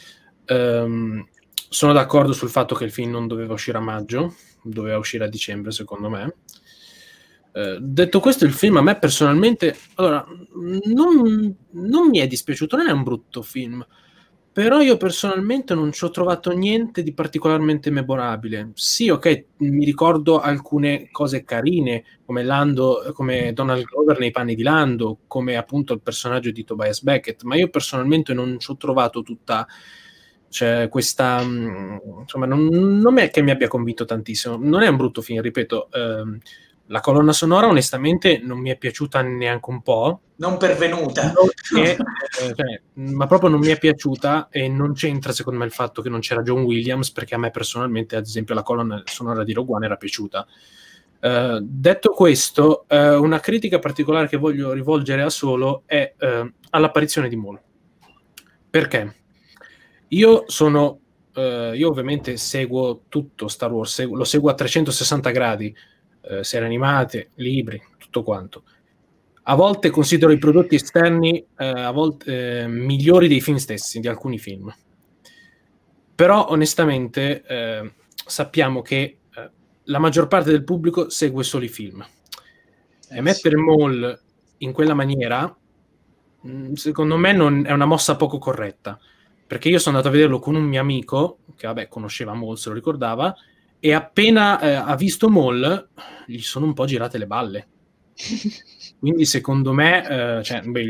Sono d'accordo sul fatto che il film non doveva uscire a maggio, doveva uscire a dicembre secondo me. Detto questo, il film a me personalmente, allora, non mi è dispiaciuto, non è un brutto film, però io personalmente non ci ho trovato niente di particolarmente memorabile. Sì, ok, mi ricordo alcune cose carine, come Lando, come Donald Glover nei panni di Lando, come appunto il personaggio di Tobias Beckett, ma io personalmente non ci ho trovato tutta, cioè questa, insomma, non è che mi abbia convinto tantissimo. Non è un brutto film, ripeto. La colonna sonora onestamente non mi è piaciuta neanche un po'. Non pervenuta. Ma proprio non mi è piaciuta, e non c'entra secondo me il fatto che non c'era John Williams, perché a me personalmente ad esempio la colonna sonora di Rogue One era piaciuta. Detto questo, una critica particolare che voglio rivolgere a Solo è all'apparizione di Maul. Perché? Io ovviamente seguo tutto Star Wars, lo seguo a 360 gradi, serie animate, libri, tutto quanto. A volte considero i prodotti esterni a volte migliori dei film stessi, di alcuni film. Però onestamente sappiamo che la maggior parte del pubblico segue solo i film. E mettere Maul in quella maniera, secondo me, è una mossa poco corretta. Perché io sono andato a vederlo con un mio amico, che vabbè conosceva Maul, se lo ricordava, e appena ha visto Maul, gli sono un po' girate le balle. Quindi secondo me,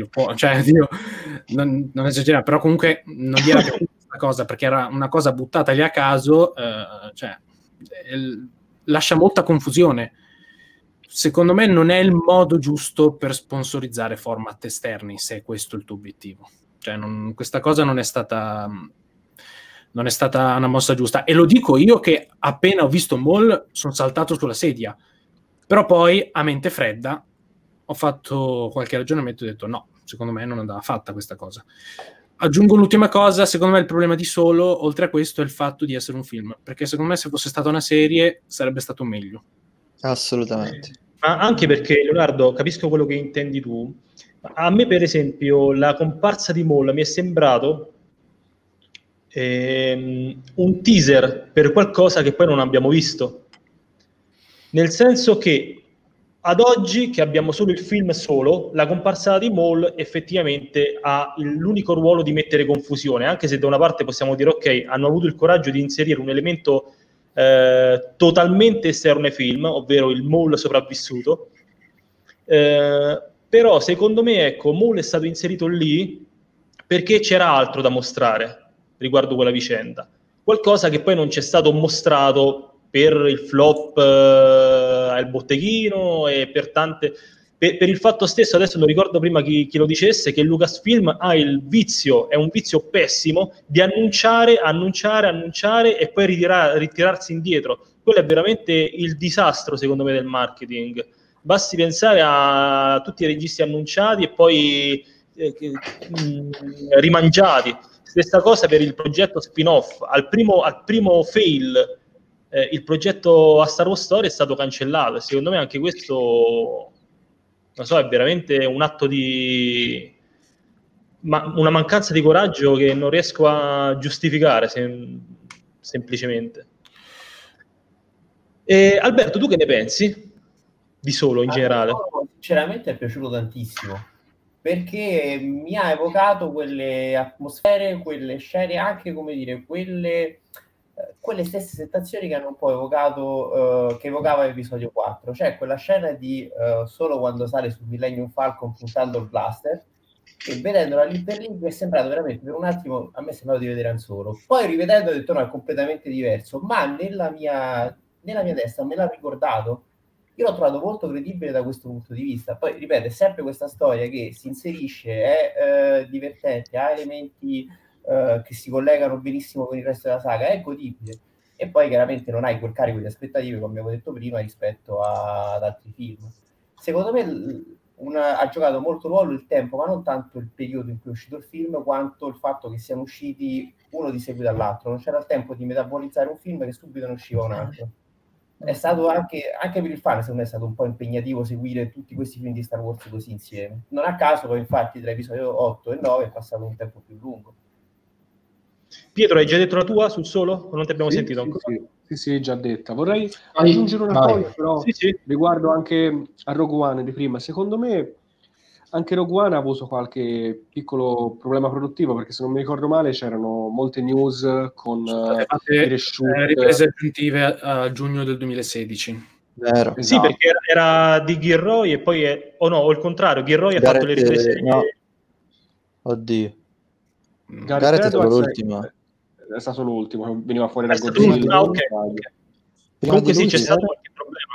non esagerare, però comunque non gli era piaciuta questa cosa, perché era una cosa buttata lì a caso, lascia molta confusione. Secondo me non è il modo giusto per sponsorizzare format esterni, se è questo il tuo obiettivo. Cioè, questa cosa non è stata una mossa giusta. E lo dico io che appena ho visto Maul sono saltato sulla sedia. Però poi, a mente fredda, ho fatto qualche ragionamento e ho detto no, secondo me non andava fatta questa cosa. Aggiungo l'ultima cosa, secondo me il problema di Solo, oltre a questo, è il fatto di essere un film. Perché secondo me se fosse stata una serie sarebbe stato meglio. Assolutamente. Ma anche perché, Leonardo, capisco quello che intendi tu. A me, per esempio, la comparsa di Maul mi è sembrato un teaser per qualcosa che poi non abbiamo visto. Nel senso che ad oggi, che abbiamo solo il film Solo, la comparsa di Maul effettivamente ha l'unico ruolo di mettere confusione, anche se da una parte possiamo dire ok, hanno avuto il coraggio di inserire un elemento totalmente esterno ai film, ovvero il Maul sopravvissuto, però secondo me, ecco, Maul è stato inserito lì perché c'era altro da mostrare riguardo quella vicenda, qualcosa che poi non c'è stato mostrato per il flop al botteghino e per il fatto stesso, adesso non ricordo prima chi lo dicesse, che Lucasfilm ha il vizio, è un vizio pessimo, di annunciare e poi ritirarsi indietro. Quello è veramente il disastro, secondo me, del marketing. Basti pensare a tutti i registi annunciati e poi rimangiati. Stessa cosa per il progetto spin-off. Al primo fail il progetto a Star Wars Story è stato cancellato, e secondo me anche questo, non so, è veramente un atto di una mancanza di coraggio che non riesco a giustificare semplicemente. Alberto, tu che ne pensi di Solo in generale? Sinceramente è piaciuto tantissimo, perché mi ha evocato quelle atmosfere, quelle scene, anche come dire, quelle stesse sensazioni che hanno un po' evocato, che evocava l'episodio 4, cioè quella scena di Solo quando sale sul Millennium Falcon puntando il blaster, e vedendola lì per lì mi è sembrato veramente, per un attimo a me è sembrato di vedere Han Solo, poi rivedendo ho detto no, è completamente diverso, ma nella mia testa me l'ha ricordato. Io l'ho trovato molto credibile da questo punto di vista. Poi, ripeto, è sempre questa storia che si inserisce, è divertente, ha elementi che si collegano benissimo con il resto della saga, è godibile. E poi chiaramente non hai quel carico di aspettative, come abbiamo detto prima, rispetto ad altri film. Secondo me ha giocato molto ruolo il tempo, ma non tanto il periodo in cui è uscito il film, quanto il fatto che siano usciti uno di seguito all'altro. Non c'era il tempo di metabolizzare un film che subito ne usciva un altro. È stato anche per il fan, secondo me è stato un po' impegnativo seguire tutti questi film di Star Wars così insieme. Non a caso poi infatti tra episodio 8 e 9 è passato un tempo più lungo. Pietro, hai già detto la tua sul Solo? O non ti abbiamo sentito ancora? Sì, già detta. Vorrei aggiungere una cosa però sì. riguardo anche a Rogue One di prima. Secondo me anche Rogue One ha avuto qualche piccolo problema produttivo, perché se non mi ricordo male c'erano molte news con riprese aggiuntive a giugno del 2016. Vero. Sì, esatto. Perché era di Gilroy e poi o il contrario, Gilroy ha fatto le riprese. No. Oddio. Gareth è stato l'ultimo. È stato l'ultimo, che veniva fuori da Godzilla. Okay. Comunque sì, c'è stato qualche problema.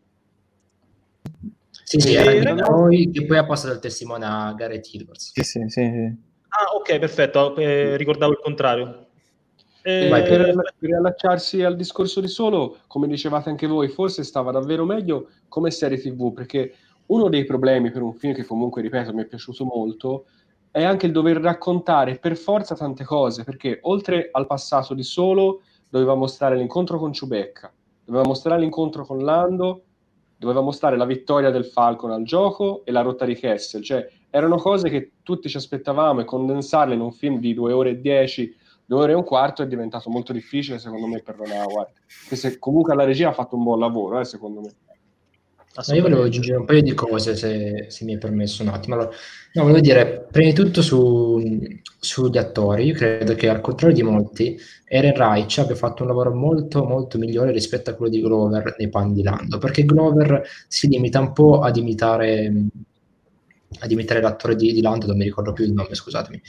Sì, era Gilroy che poi ha passato il testimone a Gareth Edwards. Sì. Ah, ok, perfetto, ricordavo il contrario. Per riallacciarsi al discorso di Solo, come dicevate anche voi, forse stava davvero meglio come serie TV, perché uno dei problemi per un film che comunque, ripeto, mi è piaciuto molto, è anche il dover raccontare per forza tante cose, perché oltre al passato di Solo doveva mostrare l'incontro con Chewbacca, doveva mostrare l'incontro con Lando, doveva mostrare la vittoria del Falcon al gioco e la rotta di Kessel, cioè erano cose che tutti ci aspettavamo, e condensarle in un film di 2 ore e 10, 2 ore e un quarto è diventato molto difficile secondo me per Ron Howard, che se comunque la regia ha fatto un buon lavoro, secondo me. Ma io volevo aggiungere un paio di cose, se mi è permesso un attimo. Allora, no, volevo dire, prima di tutto sugli attori, io credo che al contrario di molti, Eren Reich abbia fatto un lavoro molto molto migliore rispetto a quello di Glover nei panni di Lando, perché Glover si limita un po' ad imitare l'attore di Lando, non mi ricordo più il nome, scusatemi.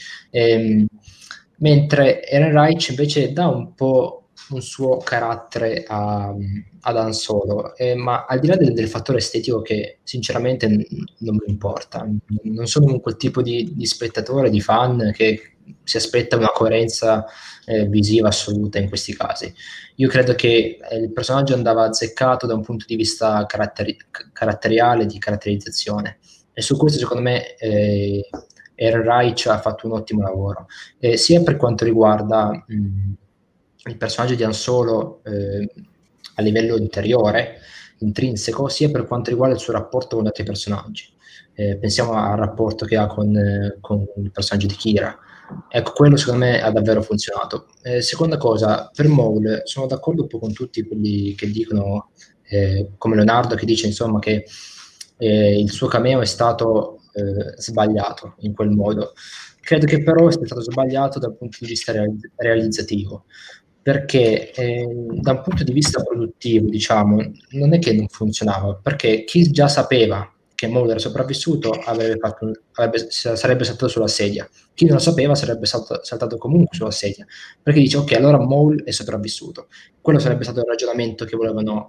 Mentre Eren Reich invece dà un po' un suo carattere ad Han Solo, ma al di là del fattore estetico che sinceramente non mi importa, non sono quel tipo di spettatore, di fan che si aspetta una coerenza visiva assoluta in questi casi. Io credo che il personaggio andava azzeccato da un punto di vista caratteriale, di caratterizzazione, e su questo secondo me Eren Reich ha fatto un ottimo lavoro, sia per quanto riguarda il personaggio di Han Solo a livello interiore, intrinseco, sia per quanto riguarda il suo rapporto con altri personaggi. Pensiamo al rapporto che ha con il personaggio di Kira. Ecco, quello secondo me ha davvero funzionato. Seconda cosa, per Maul sono d'accordo un po' con tutti quelli che dicono, come Leonardo, che dice insomma che il suo cameo è stato sbagliato in quel modo. Credo che però sia stato sbagliato dal punto di vista realizzativo, perché da un punto di vista produttivo, diciamo, non è che non funzionava, perché chi già sapeva che Maul era sopravvissuto sarebbe saltato sulla sedia, chi non lo sapeva sarebbe saltato comunque sulla sedia, perché dice ok, allora Maul è sopravvissuto. Quello sarebbe stato il ragionamento che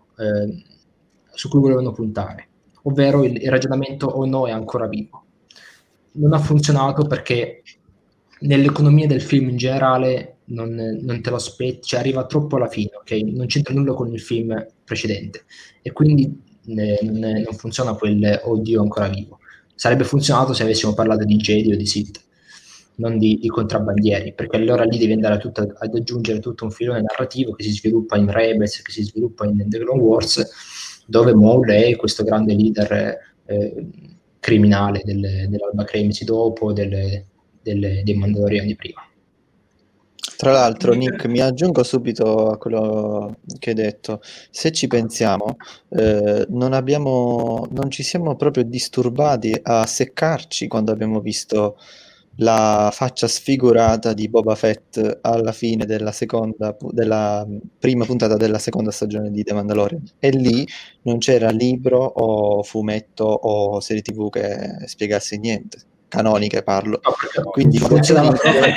su cui volevano puntare, ovvero il ragionamento o no è ancora vivo. Non ha funzionato perché nell'economia del film in generale non te lo aspetti, cioè arriva troppo alla fine, ok? Non c'entra nulla con il film precedente e quindi non funziona quel oddio ancora vivo. Sarebbe funzionato se avessimo parlato di Jedi o di Sith, non di contrabbandieri, perché allora lì devi andare ad aggiungere tutto un filone narrativo che si sviluppa in Rebels, che si sviluppa in The Clone Wars, dove Maul è questo grande leader criminale dell'Alba Cremisi dopo, dei Mandaloriani prima. Tra l'altro, Nick, mi aggiungo subito a quello che hai detto. Se ci pensiamo, non ci siamo proprio disturbati a seccarci quando abbiamo visto la faccia sfigurata di Boba Fett alla fine della prima puntata della seconda stagione di The Mandalorian. E lì non c'era libro o fumetto o serie TV che spiegasse niente. Canoniche parlo. Quindi funzionava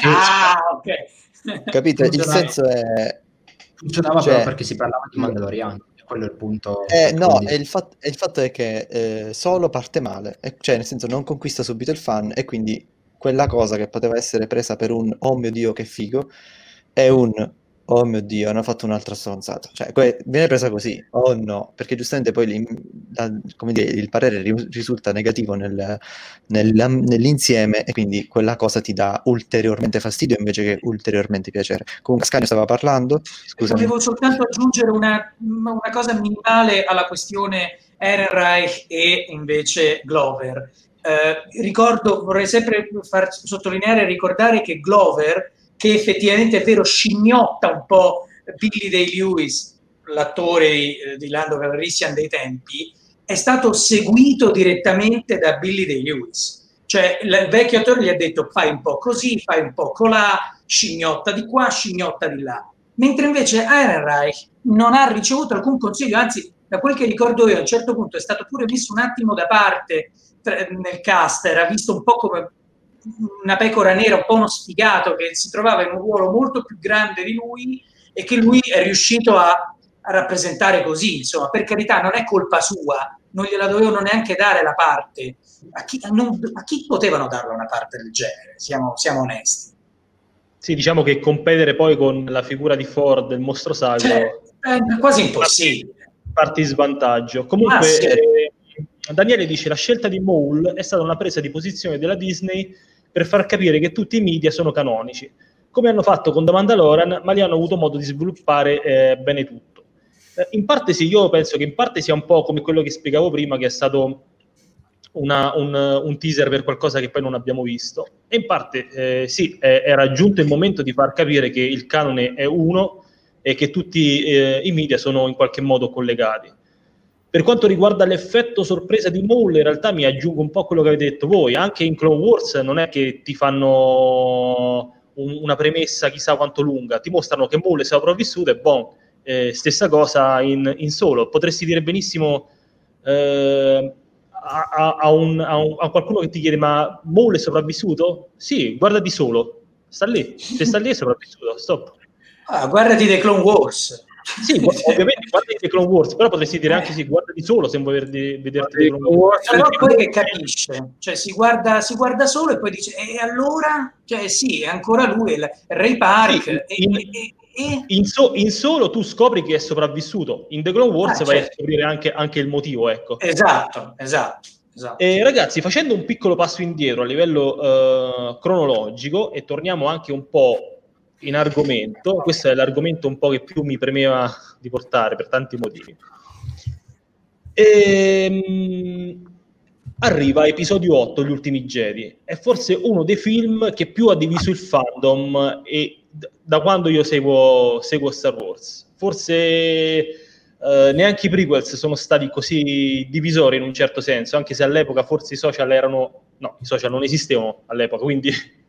capite? Il senso è funzionava però perché si parlava di Mandaloriani, quello è il punto. No, e il fatto è che Solo parte male, cioè nel senso non conquista subito il fan, e quindi quella cosa che poteva essere presa per un oh mio Dio che figo è un oh mio Dio, hanno fatto un'altra stronzata, cioè viene presa così, oh no, perché giustamente poi come dire, il parere risulta negativo nell'insieme, e quindi quella cosa ti dà ulteriormente fastidio invece che ulteriormente piacere. Comunque Ascanio stava parlando, scusami. Volevo soltanto aggiungere una cosa minimale alla questione Ehrenreich e invece Glover. Vorrei sempre far sottolineare e ricordare che Glover, che effettivamente è vero scimmiotta un po' Billy Day-Lewis, l'attore di Lando Calrissian dei tempi, è stato seguito direttamente da Billy Day-Lewis. Cioè il vecchio attore gli ha detto fai un po' così, fai un po' colà, scimmiotta di qua, scimmiotta di là. Mentre invece Ehrenreich non ha ricevuto alcun consiglio, anzi da quel che ricordo io a un certo punto è stato pure messo un attimo da parte nel cast, era visto un po' come una pecora nera, un po' uno sfigato che si trovava in un ruolo molto più grande di lui e che lui è riuscito a rappresentare così. Insomma, per carità, non è colpa sua, non gliela dovevano neanche dare la parte. A chi potevano darle una parte del genere? Siamo onesti. Sì, diciamo che competere poi con la figura di Ford, il mostro sacro, è quasi impossibile. parti in svantaggio. Comunque, Sì. Daniele dice: la scelta di Maul è stata una presa di posizione della Disney per far capire che tutti i media sono canonici, come hanno fatto con The Mandalorian, ma li hanno avuto modo di sviluppare bene tutto. In parte sì, io penso che in parte sia un po' come quello che spiegavo prima, che è stato un teaser per qualcosa che poi non abbiamo visto, e in parte sì, è raggiunto il momento di far capire che il canone è uno e che tutti i media sono in qualche modo collegati. Per quanto riguarda l'effetto sorpresa di Maul, in realtà mi aggiungo un po' a quello che avete detto voi. Anche in Clone Wars non è che ti fanno una premessa chissà quanto lunga, ti mostrano che Maul è sopravvissuto e bon, stessa cosa in Solo. Potresti dire benissimo a qualcuno che ti chiede: ma Maul è sopravvissuto? Sì, guarda di Solo, sta lì, se sta lì è sopravvissuto, stop. Guardati The Clone Wars. Sì, ovviamente guarda The Clone Wars, però potresti dire anche sì, guarda di Solo se vuoi vederti The Clone Wars. Però poi che capisce, cioè si guarda solo e poi dice: e allora? Cioè sì, è ancora lui, Ray Park. Sì, in Solo tu scopri che è sopravvissuto, in The Clone Wars vai a scoprire anche il motivo, ecco. Esatto. Ragazzi, facendo un piccolo passo indietro a livello cronologico, e torniamo anche un po' in argomento, questo è l'argomento un po' che più mi premeva di portare per tanti motivi. Arriva episodio 8, Gli Ultimi Jedi, è forse uno dei film che più ha diviso il fandom e da quando io seguo Star Wars. Forse neanche i prequels sono stati così divisori in un certo senso, anche se all'epoca forse i social non esistevano all'epoca, quindi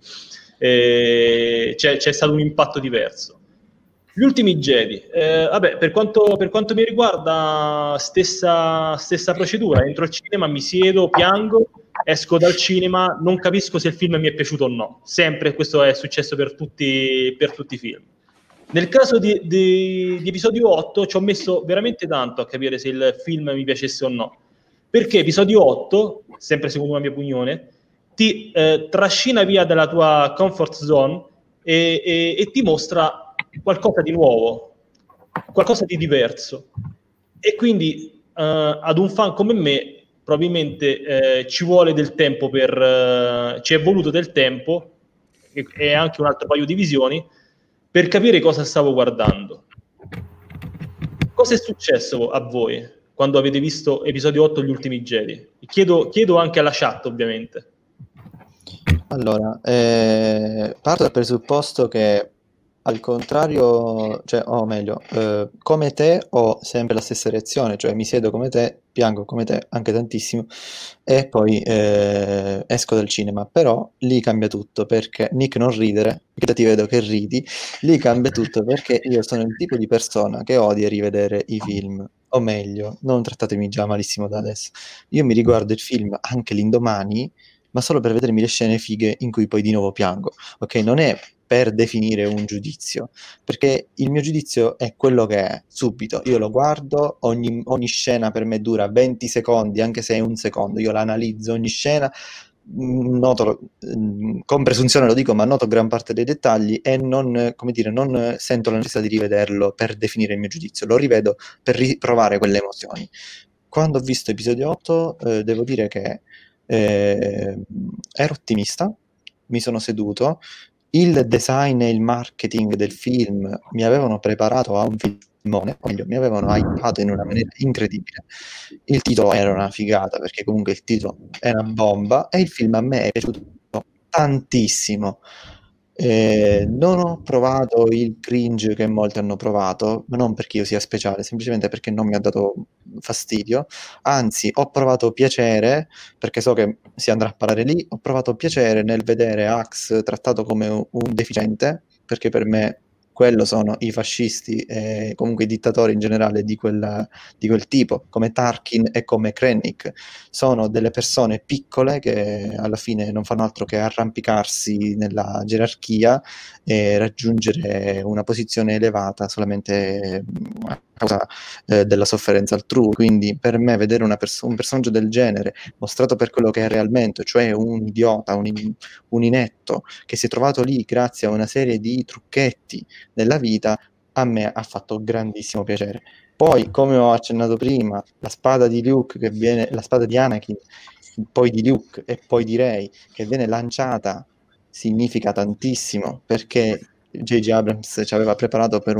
c'è stato un impatto diverso. Gli Ultimi Jedi, vabbè, per quanto mi riguarda, stessa procedura. Entro al cinema, mi siedo, piango, esco dal cinema, non capisco se il film mi è piaciuto o no. Sempre questo è successo per tutti i film. Nel caso di episodio 8 ci ho messo veramente tanto a capire se il film mi piacesse o no, perché episodio 8, sempre secondo la mia opinione, ti trascina via dalla tua comfort zone e ti mostra qualcosa di nuovo, qualcosa di diverso, e quindi ad un fan come me probabilmente ci vuole del tempo ci è voluto del tempo e anche un altro paio di visioni per capire cosa stavo guardando. Cosa è successo a voi quando avete visto episodio 8 Gli Ultimi Jedi? Chiedo anche alla chat, ovviamente. Allora, parto dal presupposto che al contrario, cioè, o meglio, come te ho sempre la stessa reazione, cioè mi siedo come te, piango come te, anche tantissimo, e poi esco dal cinema. Però lì cambia tutto, perché Nick, non ridere, perché ti vedo che ridi. Lì cambia tutto perché io sono il tipo di persona che odia rivedere i film, o meglio, non trattatemi già malissimo da adesso. Io mi riguardo il film anche l'indomani, ma solo per vedermi le scene fighe in cui poi di nuovo piango. Ok, non è per definire un giudizio, perché il mio giudizio è quello che è, subito. Io lo guardo, ogni scena per me dura 20 secondi, anche se è un secondo, io la analizzo ogni scena, noto, con presunzione lo dico, ma noto gran parte dei dettagli e non sento la necessità di rivederlo per definire il mio giudizio, lo rivedo per riprovare quelle emozioni. Quando ho visto episodio 8, devo dire che ero ottimista, mi sono seduto, il design e il marketing del film mi avevano preparato a un filmone, o meglio, mi avevano hypato in una maniera incredibile. Il titolo era una figata, perché comunque il titolo è una bomba, e il film a me è piaciuto tantissimo. Non ho provato il cringe che molti hanno provato, ma non perché io sia speciale, semplicemente perché non mi ha dato fastidio. Anzi, ho provato piacere, perché so che si andrà a parare lì, ho provato piacere nel vedere Axe trattato come un deficiente, perché per me quello sono i fascisti e comunque i dittatori in generale di quel tipo, come Tarkin e come Krennic. Sono delle persone piccole che alla fine non fanno altro che arrampicarsi nella gerarchia e raggiungere una posizione elevata solamente causa della sofferenza altrui. Quindi per me vedere un personaggio del genere mostrato per quello che è realmente, cioè un idiota, un inetto che si è trovato lì grazie a una serie di trucchetti nella vita, a me ha fatto grandissimo piacere. Poi, come ho accennato prima, la spada di Luke che viene, la spada di Anakin, poi di Luke e poi di Rey che viene lanciata significa tantissimo, perché J.J. Abrams ci aveva preparato per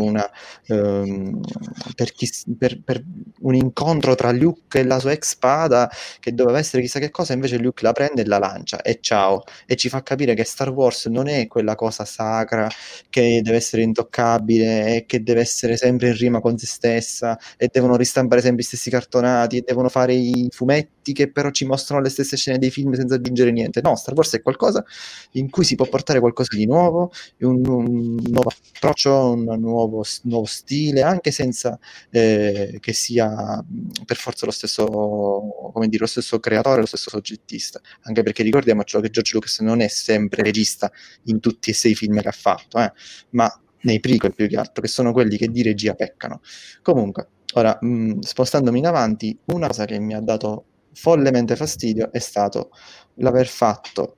per un incontro tra Luke e la sua ex spada che doveva essere chissà che cosa, invece Luke la prende e la lancia e ciao, e ci fa capire che Star Wars non è quella cosa sacra che deve essere intoccabile e che deve essere sempre in rima con se stessa e devono ristampare sempre gli stessi cartonati e devono fare i fumetti che però ci mostrano le stesse scene dei film senza aggiungere niente. No, Star Wars è qualcosa in cui si può portare qualcosa di nuovo, un nuovo approccio, un nuovo stile, anche senza che sia per forza lo stesso, come dire, lo stesso creatore, lo stesso soggettista, anche perché ricordiamocelo che George Lucas non è sempre regista in tutti e 6 i film che ha fatto, ma nei prequel più che altro, che sono quelli che di regia peccano. Comunque, ora, spostandomi in avanti, una cosa che mi ha dato follemente fastidio è stato l'aver fatto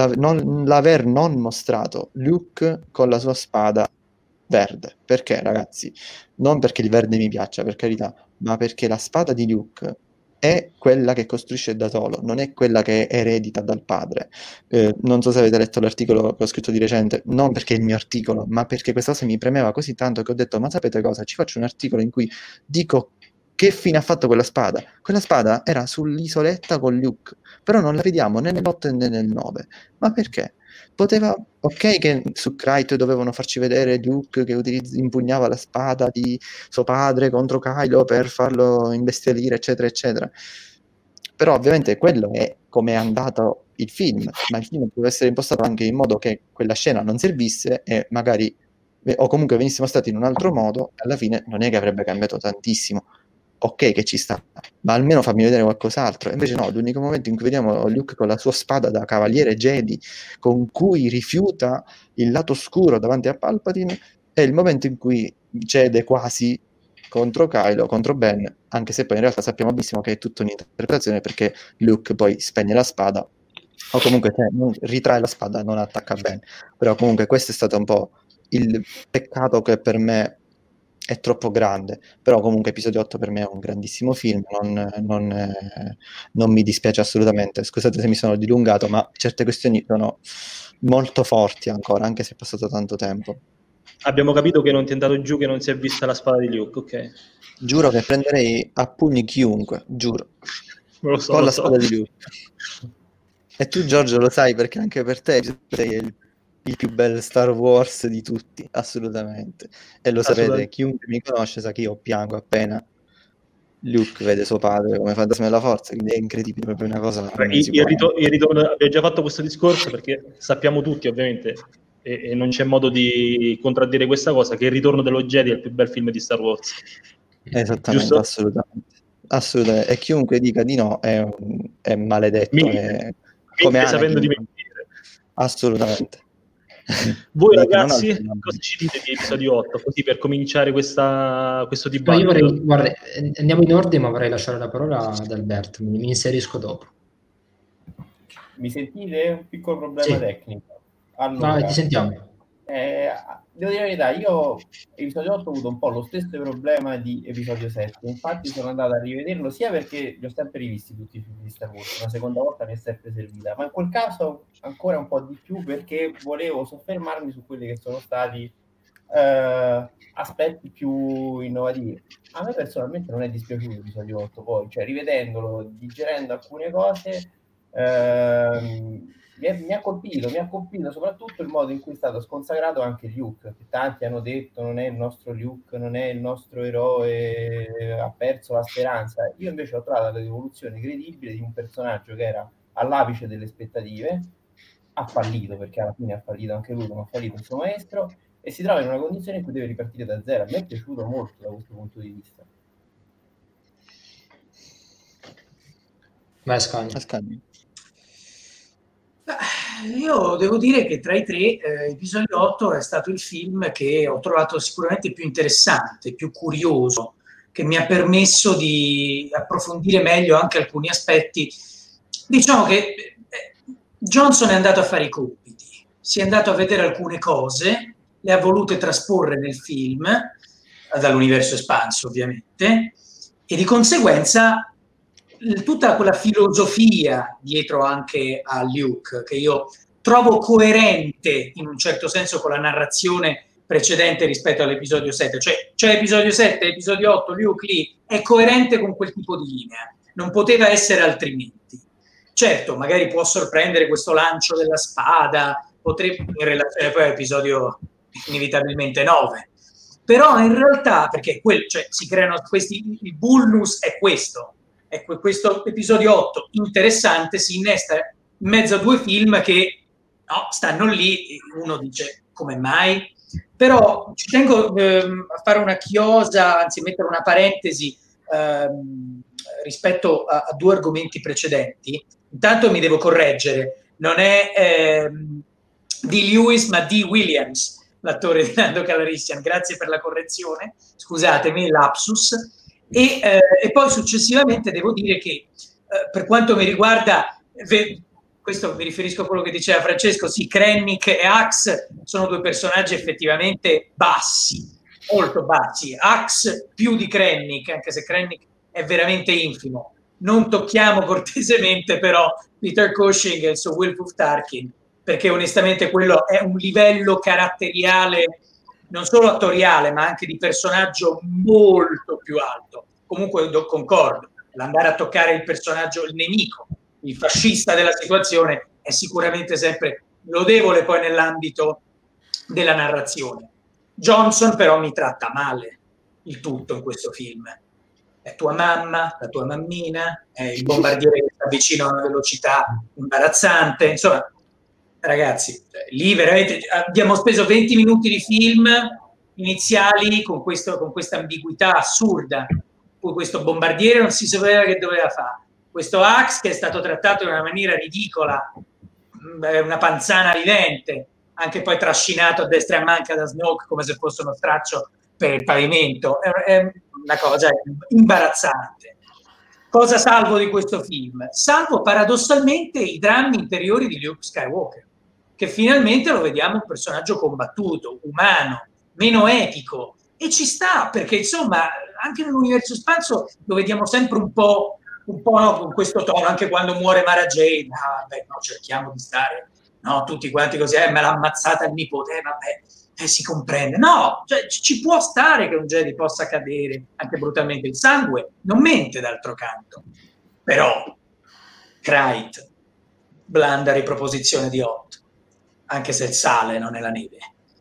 l'aver non mostrato Luke con la sua spada verde. Perché, ragazzi? Non perché il verde mi piaccia, per carità, ma perché la spada di Luke è quella che costruisce da solo, non è quella che eredita dal padre. Non so se avete letto l'articolo che ho scritto di recente, non perché è il mio articolo, ma perché questa cosa mi premeva così tanto che ho detto, ma sapete cosa? Ci faccio un articolo in cui dico che fine ha fatto quella spada. Quella spada era sull'isoletta con Luke, però non la vediamo né nell'8 né nel 9. Ma perché? Poteva, ok che su Krayt dovevano farci vedere Luke che impugnava la spada di suo padre contro Kylo per farlo imbestialire, eccetera, eccetera. Però ovviamente quello è come è andato il film, ma il film deve essere impostato anche in modo che quella scena non servisse e magari, o comunque venisse mostrato in un altro modo, alla fine non è che avrebbe cambiato tantissimo. Ok che ci sta, ma almeno fammi vedere qualcos'altro. Invece no, l'unico momento in cui vediamo Luke con la sua spada da cavaliere Jedi, con cui rifiuta il lato oscuro davanti a Palpatine, è il momento in cui cede quasi contro Kylo, contro Ben, anche se poi in realtà sappiamo benissimo che è tutta un'interpretazione, perché Luke poi spegne la spada, o comunque ritrae la spada, non attacca Ben. Però comunque questo è stato un po' il peccato che per me è troppo grande, però comunque Episodio 8 per me è un grandissimo film, non mi dispiace assolutamente. Scusate se mi sono dilungato, ma certe questioni sono molto forti ancora, anche se è passato tanto tempo. Abbiamo capito che non ti è andato giù, che non si è vista la spada di Luke, ok? Giuro che prenderei a pugni chiunque, giuro, Lo con la so. spada di Luke. E tu, Giorgio, lo sai, perché anche per te sei il più bel Star Wars di tutti, assolutamente. E lo sapete, chiunque mi conosce sa che io piango appena Luke vede suo padre come fantasma della forza, quindi è incredibile, proprio una cosa. Il ritorno, abbiamo già fatto questo discorso perché sappiamo tutti, ovviamente, e non c'è modo di contraddire questa cosa, che il ritorno dello Jedi è il più bel film di Star Wars. Esattamente, giusto? Assolutamente. E chiunque dica di no è maledetto. È come sapendo di mentire. Assolutamente. Voi ragazzi, cosa ci dite di Episodio 8? Così per cominciare questo dibattito. Guarda, andiamo in ordine, ma vorrei lasciare la parola ad Alberto, mi inserisco dopo. Mi sentite? Un piccolo problema tecnico. Allora, ti sentiamo. Devo dire la verità, io Episodio 8 ho avuto un po' lo stesso problema di Episodio 7, infatti sono andato a rivederlo sia perché li ho sempre rivisti tutti i film di Star Wars, una seconda volta mi è sempre servita, ma in quel caso ancora un po' di più perché volevo soffermarmi su quelli che sono stati aspetti più innovativi. A me personalmente non è dispiaciuto Episodio 8, poi, cioè rivedendolo, digerendo alcune cose, mi ha colpito soprattutto il modo in cui è stato sconsacrato anche Luke, che tanti hanno detto non è il nostro Luke, non è il nostro eroe, ha perso la speranza. Io invece ho trovato l'evoluzione credibile di un personaggio che era all'apice delle aspettative, ha fallito perché alla fine ha fallito anche lui, come ha fallito il suo maestro, e si trova in una condizione in cui deve ripartire da zero. A me è piaciuto molto da questo punto di vista. Vai Scagni. Io devo dire che tra i tre Episodio 8 è stato il film che ho trovato sicuramente più interessante, più curioso che mi ha permesso di approfondire meglio anche alcuni aspetti. Diciamo che Johnson è andato a fare i compiti, si è andato a vedere alcune cose, le ha volute trasporre nel film, dall'universo espanso ovviamente, e di conseguenza tutta quella filosofia dietro anche a Luke, che io trovo coerente in un certo senso con la narrazione precedente rispetto all'episodio 7, cioè episodio 7, episodio 8, Luke lì è coerente con quel tipo di linea, non poteva essere altrimenti. Certo, magari può sorprendere questo lancio della spada, potrebbe in relazione poi all'episodio inevitabilmente 9, però in realtà, perché si creano questi, il bulnus è questo, questo episodio 8 interessante si innesta in mezzo a due film che stanno lì, uno dice come mai? Però ci tengo a fare una chiosa, anzi mettere una parentesi rispetto a due argomenti precedenti. Intanto mi devo correggere, non è D. Lewis ma D. Williams, l'attore di Lando Calrissian, grazie per la correzione, scusatemi, lapsus. E poi successivamente devo dire che per quanto mi riguarda, questo mi riferisco a quello che diceva Francesco, sì, Krennic e Axe sono due personaggi effettivamente bassi, molto bassi, Axe più di Krennic, anche se Krennic è veramente infimo. Non tocchiamo cortesemente però Peter Cushing e il suo Wilford Tarkin, perché onestamente quello è un livello caratteriale, non solo attoriale, ma anche di personaggio molto più alto. Comunque concordo, l'andare a toccare il personaggio, il nemico, il fascista della situazione è sicuramente sempre lodevole poi nell'ambito della narrazione. Johnson però mi tratta male il tutto in questo film. È tua mamma, la tua mammina, è il bombardiere che sta vicino a una velocità imbarazzante, insomma, ragazzi, lì veramente abbiamo speso 20 minuti di film iniziali con questa ambiguità assurda. Poi questo bombardiere non si sapeva che doveva fare. Questo Axe che è stato trattato in una maniera ridicola, una panzana vivente, anche poi trascinato a destra e a manca da Snoke come se fosse uno straccio per il pavimento, è una cosa imbarazzante. Cosa salvo di questo film? Salvo paradossalmente i drammi interiori di Luke Skywalker, che finalmente lo vediamo un personaggio combattuto, umano, meno epico, e ci sta, perché insomma anche nell'universo espanso lo vediamo sempre un po' con questo tono, anche quando muore Mara Jade, cerchiamo di stare, tutti quanti così, me l'ha ammazzata il nipote, si comprende, ci può stare che un Jedi possa cadere anche brutalmente, il sangue non mente d'altro canto, però Krayt, blanda riproposizione di Hoth, anche se il sale non è la neve,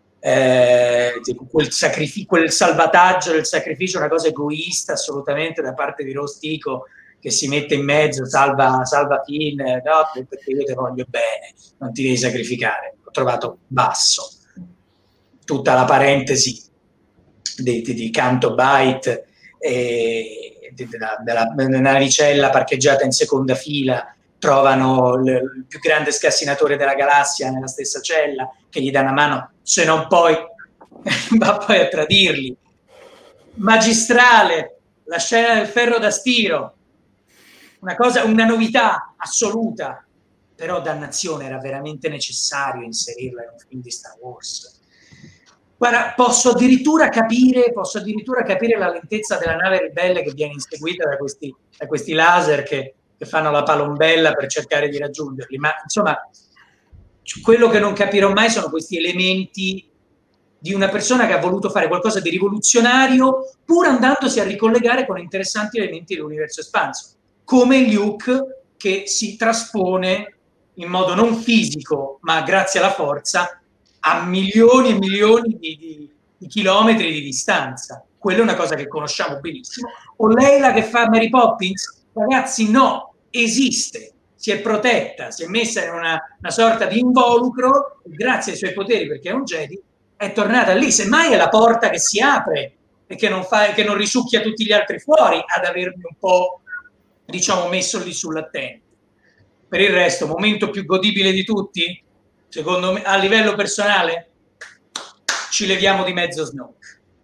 quel salvataggio del sacrificio è una cosa egoista assolutamente da parte di Rostico, che si mette in mezzo, salva Finn, perché io ti voglio bene, non ti devi sacrificare. Ho trovato basso tutta la parentesi di Canto Bight e della navicella parcheggiata in seconda fila, trovano il più grande scassinatore della galassia nella stessa cella, che gli dà una mano, se non poi va poi a tradirli. Magistrale, la scena del ferro da stiro, una novità assoluta, però dannazione, era veramente necessario inserirla in un film di Star Wars. Guarda, posso addirittura capire la lentezza della nave ribelle che viene inseguita da questi laser che fanno la palombella per cercare di raggiungerli, ma insomma quello che non capirò mai sono questi elementi di una persona che ha voluto fare qualcosa di rivoluzionario pur andandosi a ricollegare con interessanti elementi dell'universo espanso, come Luke che si traspone in modo non fisico ma grazie alla forza a milioni e milioni di chilometri di distanza. Quella è una cosa che conosciamo benissimo. O Leila che fa Mary Poppins? Ragazzi, no, esiste, si è protetta, si è messa in una sorta di involucro, grazie ai suoi poteri, perché è un Jedi, è tornata lì. Semmai è la porta che si apre e che non risucchia tutti gli altri fuori ad avermi un po', messo lì sull'attenti. Per il resto, momento più godibile di tutti? Secondo me, a livello personale, ci leviamo di mezzo Snoke.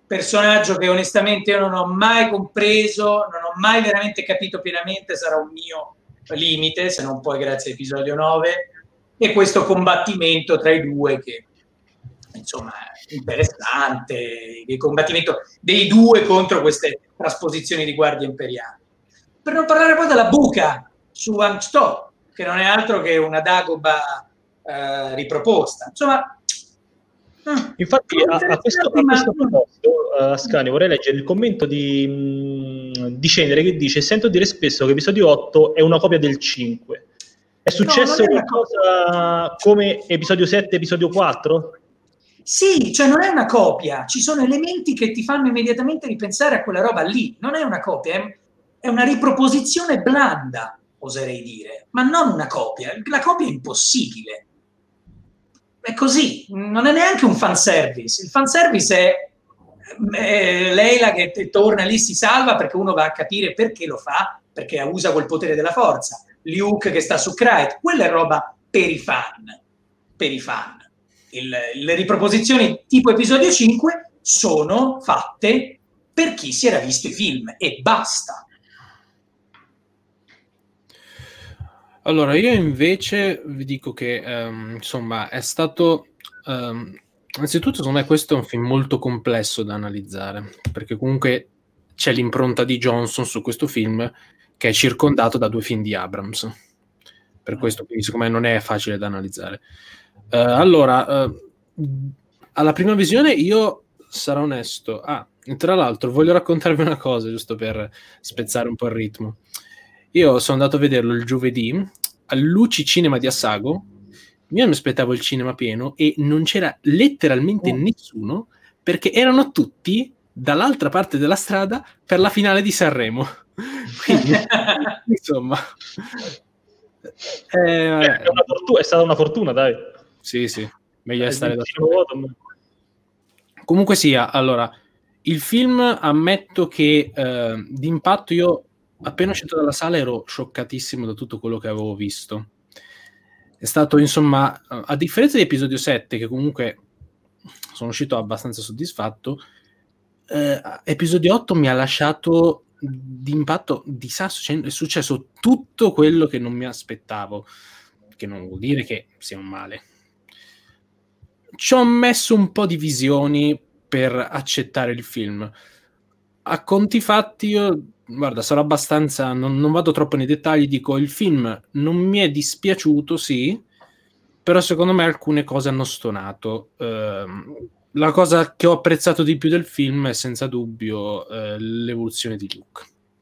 personaggio che onestamente io non ho mai compreso, non ho mai veramente capito pienamente, sarà un mio limite, se non poi grazie all'episodio 9, e questo combattimento tra i due che insomma è interessante, il combattimento dei due contro queste trasposizioni di guardie imperiali. Per non parlare poi della buca su Angstop, che non è altro che una Dagoba riproposta. Insomma, infatti a questo proposito, Ascani, vorrei leggere il commento di Cenere che dice: sento dire spesso che episodio 8 è una copia del 5. È successo qualcosa come episodio 7, episodio 4? Sì, cioè non è una copia, ci sono elementi che ti fanno immediatamente ripensare a quella roba lì, non è una copia, è una riproposizione blanda, oserei dire, ma non una copia. La copia è impossibile. È così, non è neanche un fanservice. Il fanservice è Leila che torna lì, si salva perché uno va a capire perché lo fa, perché usa quel potere della forza. Luke che sta su Kryt, quella è roba per i fan. Per i fan. Le riproposizioni tipo episodio 5 sono fatte per chi si era visto i film e basta. Allora, io invece vi dico che insomma è stato innanzitutto secondo me questo è un film molto complesso da analizzare, perché comunque c'è l'impronta di Johnson su questo film che è circondato da 2 film di Abrams, per questo quindi secondo me non è facile da analizzare. Allora, alla prima visione io sarò onesto. Tra l'altro voglio raccontarvi una cosa giusto per spezzare un po' il ritmo. Io sono andato a vederlo il giovedì al Luci Cinema di Assago. Io mi aspettavo il cinema pieno e non c'era letteralmente nessuno, perché erano tutti dall'altra parte della strada per la finale di Sanremo. Quindi, insomma, è stata una fortuna, dai. Sì, meglio stare da solo. Comunque sia, allora, il film, ammetto che d'impatto io appena uscito dalla sala ero scioccatissimo da tutto quello che avevo visto. È stato, insomma, a differenza di episodio 7, che comunque sono uscito abbastanza soddisfatto, episodio 8 mi ha lasciato d'impatto di sasso, cioè è successo tutto quello che non mi aspettavo, che non vuol dire che sia un male. Ci ho messo un po' di visioni per accettare il film. A conti fatti io, guarda, sarò abbastanza, non vado troppo nei dettagli, dico il film non mi è dispiaciuto, sì, però secondo me alcune cose hanno stonato. La cosa che ho apprezzato di più del film è senza dubbio l'evoluzione di Luke.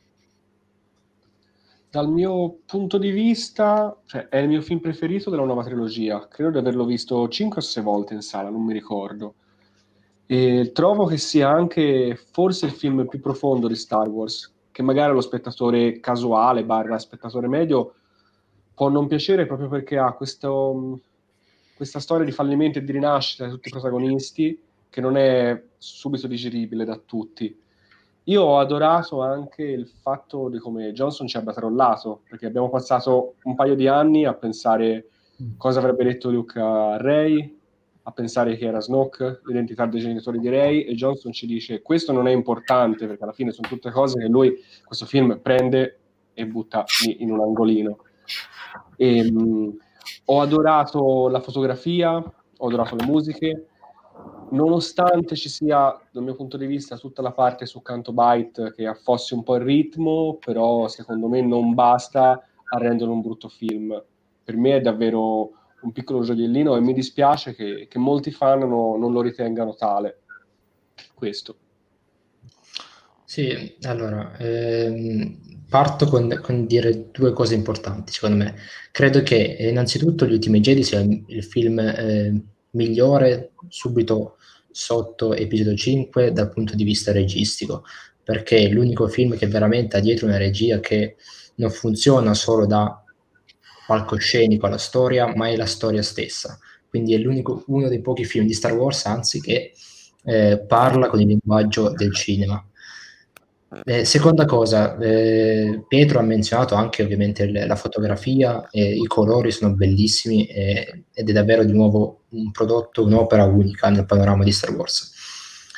Dal mio punto di vista, cioè, è il mio film preferito della nuova trilogia. Credo di averlo visto 5 o 6 volte in sala, non mi ricordo. E trovo che sia anche forse il film più profondo di Star Wars, che magari allo spettatore casuale / spettatore medio può non piacere proprio perché ha questa storia di fallimento e di rinascita di tutti i protagonisti che non è subito digeribile da tutti. Io ho adorato anche il fatto di come Johnson ci abbia trollato, perché abbiamo passato un paio di anni a pensare cosa avrebbe detto Luke a Rey, a pensare che era Snoke, l'identità dei genitori di Rey, e Johnson ci dice questo non è importante, perché alla fine sono tutte cose che lui, questo film, prende e butta lì in un angolino. Ho adorato la fotografia, ho adorato le musiche, nonostante ci sia, dal mio punto di vista, tutta la parte su Canto Bight che affossi un po' il ritmo, però secondo me non basta a rendere un brutto film. Per me è davvero un piccolo gioiellino e mi dispiace che molti fan non lo ritengano tale. Questo. Sì, allora, parto con dire 2 cose importanti, secondo me. Credo che innanzitutto Gli Ultimi Jedi sia il film migliore subito sotto episodio 5 dal punto di vista registico, perché è l'unico film che veramente ha dietro una regia che non funziona solo da palcoscenico alla storia, ma è la storia stessa. Quindi è uno dei pochi film di Star Wars, anzi, che parla con il linguaggio del cinema. Seconda cosa, Pietro ha menzionato anche ovviamente la fotografia, i colori sono bellissimi ed è davvero di nuovo un prodotto, un'opera unica nel panorama di Star Wars.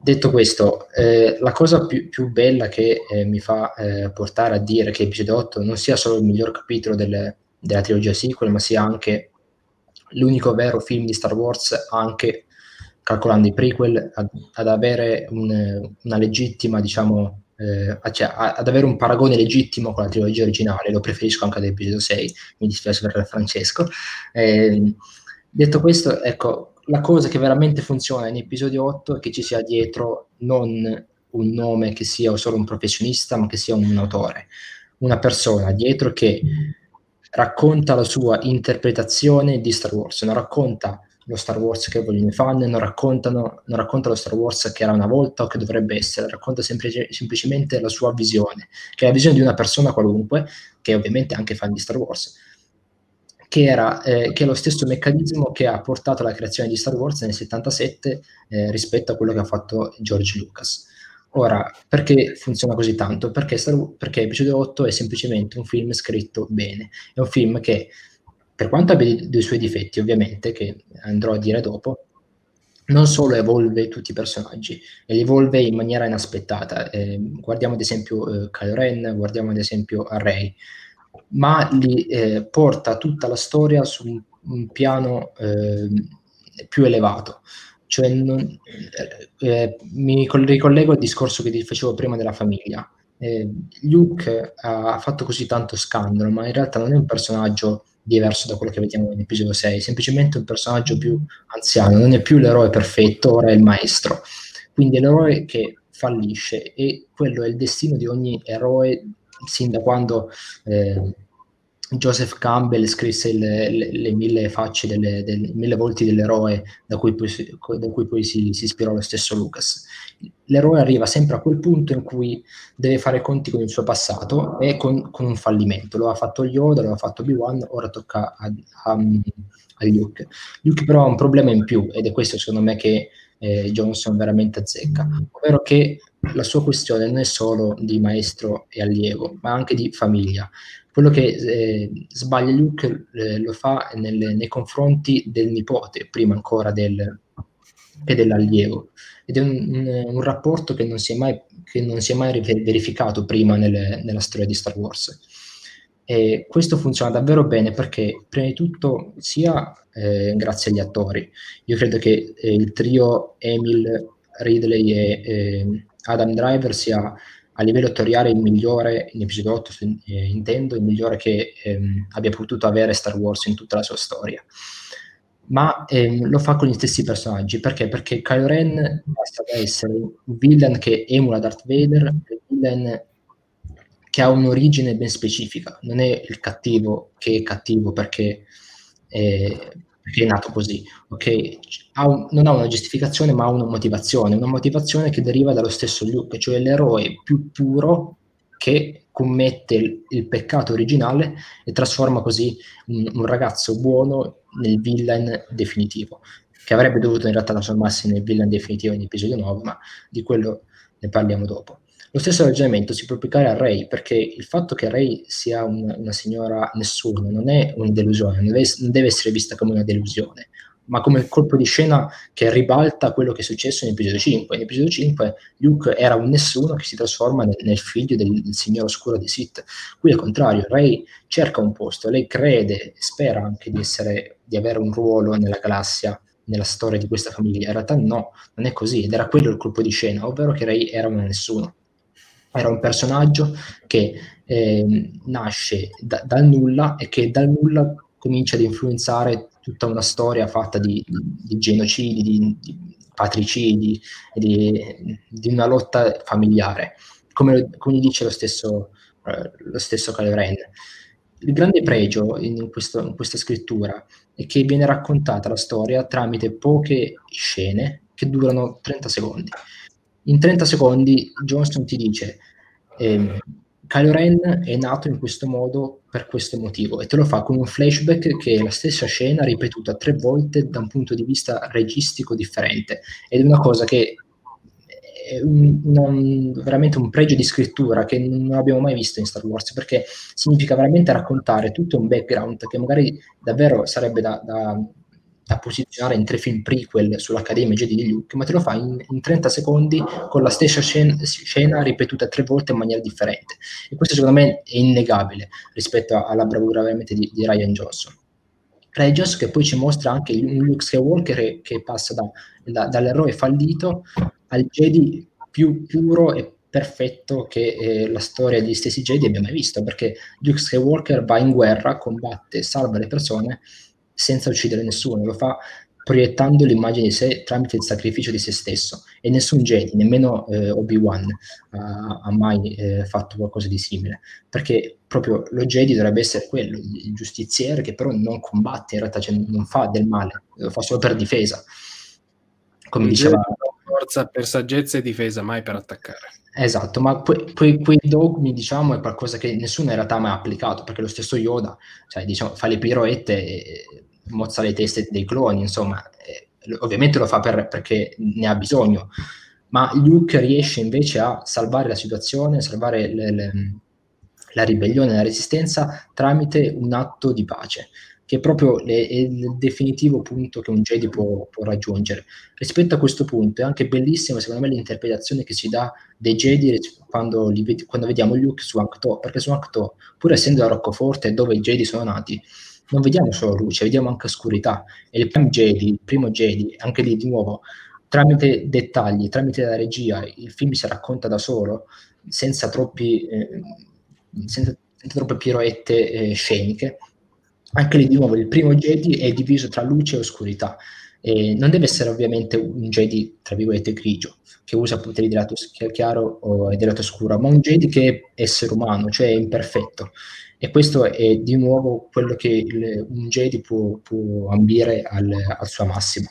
Detto questo, la cosa più bella che mi fa portare a dire che episodio 8 non sia solo il miglior capitolo della trilogia sequel, ma sia anche l'unico vero film di Star Wars, anche calcolando i prequel, ad avere una legittima, diciamo, cioè, ad avere un paragone legittimo con la trilogia originale. Lo preferisco anche ad episodio 6, mi dispiace per Francesco. Detto questo, ecco, la cosa che veramente funziona in episodio 8 è che ci sia dietro non un nome che sia solo un professionista, ma che sia un autore, una persona dietro che racconta la sua interpretazione di Star Wars, non racconta lo Star Wars che vogliono i fan, non racconta lo Star Wars che era una volta o che dovrebbe essere, racconta semplicemente la sua visione, che è la visione di una persona qualunque, che è ovviamente anche fan di Star Wars, che è lo stesso meccanismo che ha portato alla creazione di Star Wars nel 77 rispetto a quello che ha fatto George Lucas. Ora, perché funziona così tanto? Perché episodio 8 è semplicemente un film scritto bene, è un film che, per quanto abbia dei suoi difetti, ovviamente, che andrò a dire dopo, non solo evolve tutti i personaggi, e li evolve in maniera inaspettata. Guardiamo ad esempio Kylo Ren, guardiamo ad esempio Rey, ma li porta tutta la storia su un piano più elevato. Cioè mi ricollego al discorso che ti facevo prima della famiglia. Luke ha fatto così tanto scandalo, ma in realtà non è un personaggio diverso da quello che vediamo in episodio 6, è semplicemente un personaggio più anziano, non è più l'eroe perfetto, ora è il maestro. Quindi è l'eroe che fallisce, e quello è il destino di ogni eroe sin da quando Joseph Campbell scrisse le 1000 facce, 1000 volti dell'eroe da cui poi si ispirò lo stesso Lucas. L'eroe arriva sempre a quel punto in cui deve fare conti con il suo passato e con un fallimento. Lo ha fatto Yoda, lo ha fatto Obi-Wan, ora tocca a Luke. Luke però ha un problema in più, ed è questo secondo me che Johnson veramente azzecca, ovvero che la sua questione non è solo di maestro e allievo, ma anche di famiglia. Quello che sbaglia Luke lo fa nei confronti del nipote, prima ancora che dell'allievo, ed è un rapporto che non si è mai verificato prima nella storia di Star Wars. E questo funziona davvero bene perché, prima di tutto, sia grazie agli attori. Io credo che il trio Emil, Ridley e Adam Driver sia a livello attoriale il migliore in episodio 8, intendo, il migliore che abbia potuto avere Star Wars in tutta la sua storia. Ma lo fa con gli stessi personaggi. Perché? Perché Kylo Ren basta essere un villain che emula Darth Vader, un villain che ha un'origine ben specifica, non è il cattivo che è cattivo perché è nato così, ok? Non ha una giustificazione, ma ha una motivazione che deriva dallo stesso Luke, cioè l'eroe più puro che commette il peccato originale e trasforma così un ragazzo buono nel villain definitivo, che avrebbe dovuto in realtà trasformarsi nel villain definitivo in episodio 9, ma di quello ne parliamo dopo. Lo stesso ragionamento si può applicare a Rey, perché il fatto che Rey sia una signora nessuno non è una delusione, non deve essere vista come una delusione, ma come il colpo di scena che ribalta quello che è successo in episodio 5. In episodio 5 Luke era un nessuno che si trasforma nel figlio del signore oscuro di Sith. Qui al contrario, Rey cerca un posto, lei crede, spera anche di avere un ruolo nella galassia, nella storia di questa famiglia. In realtà no, non è così, ed era quello il colpo di scena, ovvero che Rey era un nessuno. Era un personaggio che nasce dal nulla e che dal nulla comincia ad influenzare tutta una storia fatta di genocidi, di patricidi, di una lotta familiare, come dice lo stesso Kylo Ren. Il grande pregio in questa scrittura è che viene raccontata la storia tramite poche scene che durano 30 secondi. In 30 secondi Johnson ti dice Kylo Ren è nato in questo modo per questo motivo, e te lo fa con un flashback che è la stessa scena ripetuta 3 volte da un punto di vista registico differente, ed è una cosa che è veramente un pregio di scrittura che non abbiamo mai visto in Star Wars, perché significa veramente raccontare tutto un background che magari davvero sarebbe da da posizionare in 3 film prequel sull'Accademia Jedi di Luke, ma te lo fa in 30 secondi con la stessa scena ripetuta 3 volte in maniera differente. E questo secondo me è innegabile rispetto alla bravura veramente di Rian Johnson. Rian Johnson che poi ci mostra anche un Luke Skywalker che passa dall'eroe fallito al Jedi più puro e perfetto che la storia degli stessi Jedi abbia mai visto, perché Luke Skywalker va in guerra, combatte, salva le persone senza uccidere nessuno, lo fa proiettando l'immagine di sé tramite il sacrificio di se stesso, e nessun Jedi, nemmeno Obi-Wan ha mai fatto qualcosa di simile, perché proprio lo Jedi dovrebbe essere quello, il giustiziere che però non combatte, in realtà, cioè, non fa del male, lo fa solo per difesa, come diceva... Forza per saggezza e difesa, mai per attaccare. Esatto, ma quei dogmi, diciamo, è qualcosa che nessuno in realtà ha mai applicato, perché lo stesso Yoda, cioè, diciamo, fa le piroette e mozza le teste dei cloni, insomma, ovviamente lo fa perché ne ha bisogno, ma Luke riesce invece a salvare la situazione, salvare la ribellione, la resistenza tramite un atto di pace, che è proprio il definitivo punto che un Jedi può raggiungere. Rispetto a questo punto è anche bellissima, secondo me, l'interpretazione che si dà dei Jedi quando vediamo Luke su Ahch-To, perché su Ahch-To, pur essendo la roccaforte dove i Jedi sono nati, non vediamo solo luce, vediamo anche oscurità, e il primo Jedi, anche lì di nuovo, tramite dettagli, tramite la regia, il film si racconta da solo, senza troppe piroette sceniche. Anche lì di nuovo il primo Jedi è diviso tra luce e oscurità, e non deve essere ovviamente un Jedi tra virgolette grigio che usa poteri di lato chiaro o di lato scuro, ma un Jedi che è essere umano, cioè è imperfetto, e questo è di nuovo quello che un Jedi può ambire al suo massimo.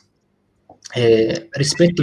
Rispetto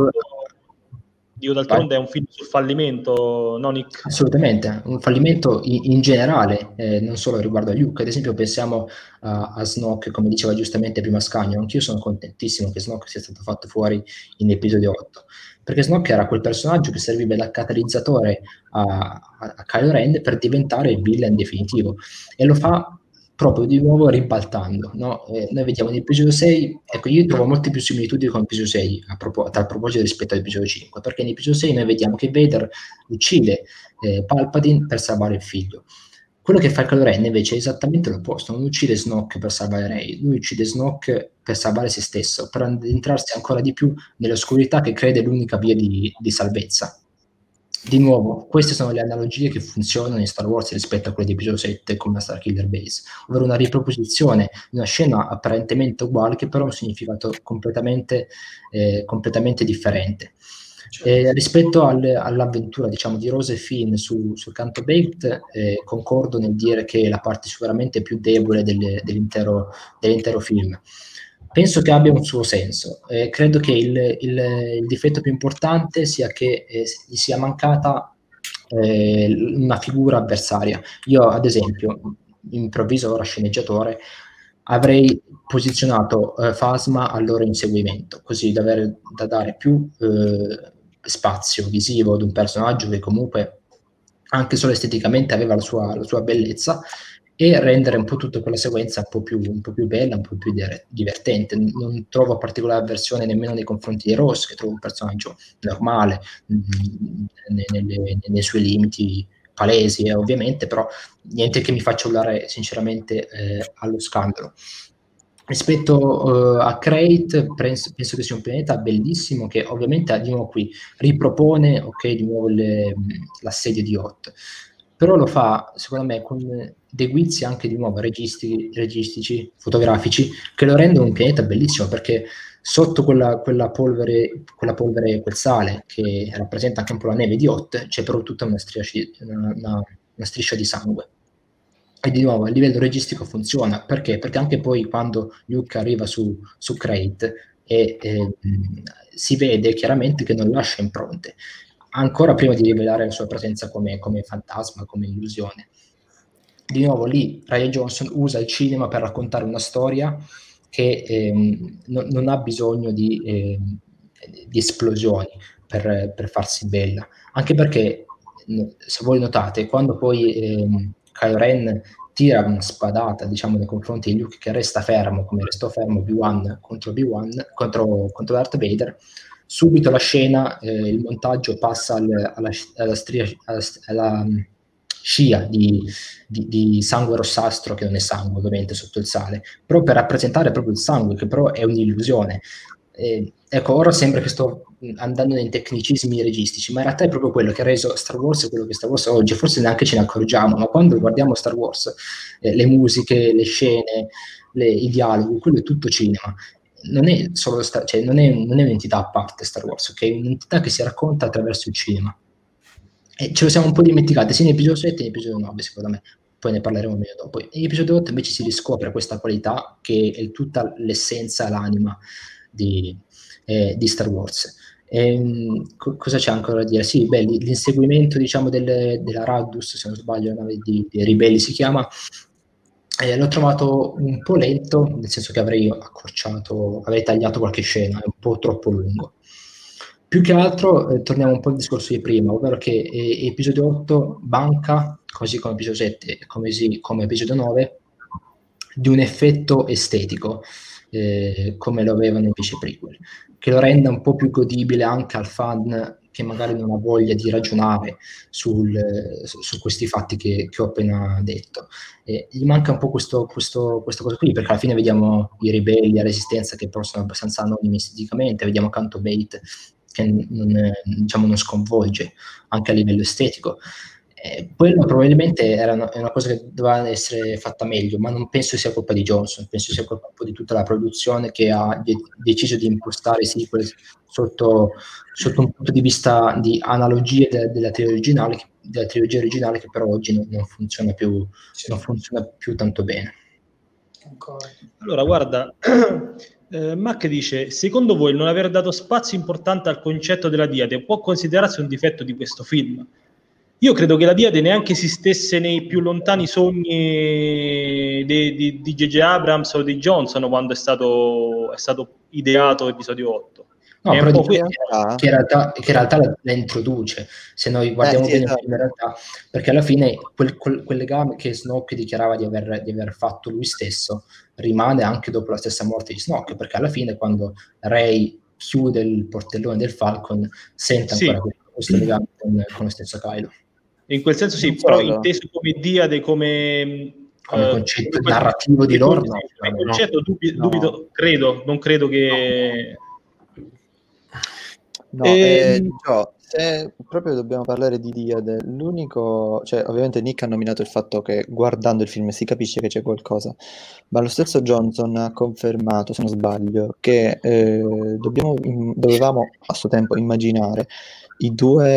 Dio d'altronde è un film sul fallimento, no Nick? Assolutamente, un fallimento in generale, non solo riguardo a Luke. Ad esempio pensiamo a Snoke, come diceva giustamente prima Scagno. Anch'io sono contentissimo che Snoke sia stato fatto fuori in episodio 8, perché Snoke era quel personaggio che serviva da catalizzatore a Kylo Ren per diventare il villain definitivo, e lo fa proprio di nuovo ribaltando, no? Noi vediamo nell'episodio 6, ecco, io trovo molte più similitudini con l'episodio 6 a proposito rispetto all'episodio 5, perché nell'episodio 6 noi vediamo che Vader uccide Palpatine per salvare il figlio. Quello che fa Kylo Ren invece è esattamente l'opposto, non uccide Snoke per salvare Rey, lui uccide Snoke per salvare se stesso, per addentrarsi ancora di più nell'oscurità che crede l'unica via di salvezza. Di nuovo, queste sono le analogie che funzionano in Star Wars rispetto a quelle di episodio 7 come la Starkiller Base, ovvero una riproposizione di una scena apparentemente uguale che però ha un significato completamente differente. Rispetto all'avventura, diciamo, di Rose e Finn sul Canto Baked, concordo nel dire che è la parte sicuramente più debole dell'intero film. Penso che abbia un suo senso. Credo che il difetto più importante sia che gli sia mancata una figura avversaria. Io, ad esempio, improvviso ora sceneggiatore, avrei posizionato Phasma al loro inseguimento, così da dare più spazio visivo ad un personaggio che comunque anche solo esteticamente aveva la sua bellezza, e rendere un po' tutta quella sequenza un po' più bella, un po' più divertente. Non trovo particolare avversione nemmeno nei confronti di Ross, che trovo un personaggio normale nei suoi limiti palesi, ovviamente, però niente che mi faccia urlare sinceramente allo scandalo. Rispetto a Crate, penso che sia un pianeta bellissimo, che ovviamente di nuovo qui ripropone di nuovo l'assedio di Hoth, però lo fa secondo me con dei guizzi anche di nuovo registici, fotografici, che lo rendono un pianeta bellissimo, perché sotto quella polvere, quel sale che rappresenta anche un po' la neve di Hoth, c'è però tutta una striscia di sangue. E di nuovo a livello registico funziona, perché anche poi quando Luke arriva su Crate si vede chiaramente che non lascia impronte, ancora prima di rivelare la sua presenza come fantasma, come illusione. Di nuovo lì Rian Johnson usa il cinema per raccontare una storia che non ha bisogno di esplosioni per farsi bella, anche perché, se voi notate, quando poi Kylo Ren tira una spadata, diciamo, nei confronti di Luke, che resta fermo, come restò fermo Obi-Wan contro Darth Vader. Subito la scena, il montaggio passa alla scia di sangue rossastro, che non è sangue ovviamente sotto il sale, però per rappresentare proprio il sangue, che però è un'illusione. Ecco, ora sembra che sto andando nei tecnicismi registici, ma in realtà è proprio quello che ha reso Star Wars quello che Star Wars è oggi. Forse neanche ce ne accorgiamo, ma quando guardiamo Star Wars, le musiche, le scene, i dialoghi, quello è tutto cinema. Non è solo non è un'entità a parte Star Wars, ok? È un'entità che si racconta attraverso il cinema. E ce lo siamo un po' dimenticati sia in episodio 7 che in episodio 9, secondo me. Poi ne parleremo meglio dopo. In episodio 8 invece si riscopre questa qualità che è tutta l'essenza, l'anima di Star Wars. Cosa c'è ancora da dire? Sì, beh, l'inseguimento, diciamo, della Raddus, se non sbaglio, la nave dei ribelli si chiama. L'ho trovato un po' lento, nel senso che avrei tagliato qualche scena, è un po' troppo lungo. Più che altro torniamo un po' al discorso di prima, ovvero che episodio 8 manca, così come episodio 7 come episodio 9, di un effetto estetico, come lo avevano invece prequel, che lo renda un po' più godibile anche al fan che magari non ha voglia di ragionare su questi fatti che ho appena detto. Gli manca un po' questa cosa qui, perché alla fine vediamo i ribelli, la resistenza, che però sono abbastanza anonimi esteticamente, vediamo Canto Bait che non sconvolge anche a livello estetico. Quello probabilmente è una cosa che doveva essere fatta meglio, ma non penso sia colpa di Johnson, penso sia colpa un po' di tutta la produzione, che ha deciso di impostare i sequel sotto un punto di vista di analogie della trilogia originale, che però oggi non funziona più tanto bene. Allora, guarda, Mac dice: secondo voi il non aver dato spazio importante al concetto della Diade può considerarsi un difetto di questo film? Io credo che la Diade neanche esistesse nei più lontani sogni di J.J. Abrams o di Johnson quando è stato ideato episodio 8. No, però che in realtà la introduce, se noi guardiamo bene il film, in realtà, perché alla fine quel legame che Snoke dichiarava di aver fatto lui stesso rimane anche dopo la stessa morte di Snoke, perché alla fine quando Rey chiude il portellone del Falcon sente ancora questo legame con lo stesso Kylo. In quel senso sì, però inteso come Diade, come concetto narrativo di loro, come concetto dubito, non credo che... se proprio dobbiamo parlare di Diade, l'unico, cioè ovviamente Nick ha nominato il fatto che guardando il film si capisce che c'è qualcosa, ma lo stesso Johnson ha confermato, se non sbaglio, che dovevamo a suo tempo immaginare i due